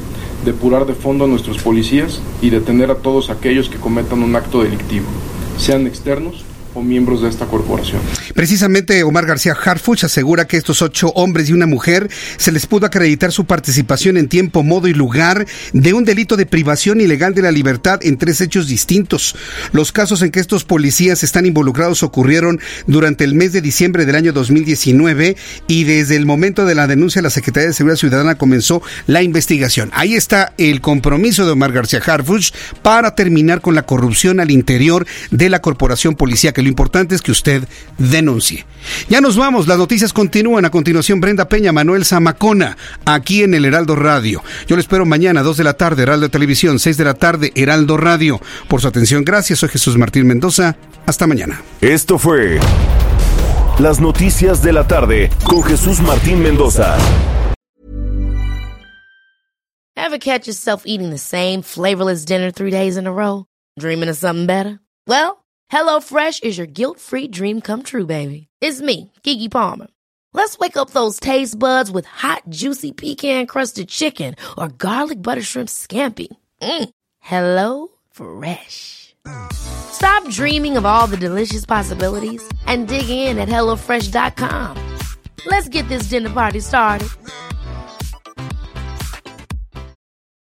depurar de fondo a nuestros policías y detener a todos aquellos que cometan un acto delictivo, sean externos o miembros de esta corporación. Precisamente Omar García Harfuch asegura que estos 8 hombres y una mujer se les pudo acreditar su participación en tiempo, modo y lugar de un delito de privación ilegal de la libertad en 3 hechos distintos. Los casos en que estos policías están involucrados ocurrieron durante el mes de diciembre del año 2019 y desde el momento de la denuncia la Secretaría de Seguridad Ciudadana comenzó la investigación. Ahí está el compromiso de Omar García Harfuch para terminar con la corrupción al interior de la corporación policíaca. Lo importante es que usted denuncie. Ya nos vamos, las noticias continúan. A continuación, Brenda Peña, Manuel Zamacona, aquí en el Heraldo Radio. Yo le espero mañana, 2 de la tarde, Heraldo Televisión, 6 de la tarde, Heraldo Radio. Por su atención, gracias. Soy Jesús Martín Mendoza. Hasta mañana. Esto fue Las Noticias de la Tarde con Jesús Martín Mendoza. Ever catch yourself eating the same flavorless dinner 3 days in a row? Dreaming of something better? Well, HelloFresh is your guilt-free dream come true, baby. It's me, Keke Palmer. Let's wake up those taste buds with hot, juicy pecan-crusted chicken or garlic butter shrimp scampi. HelloFresh. Stop dreaming of all the delicious possibilities and dig in at HelloFresh.com. Let's get this dinner party started.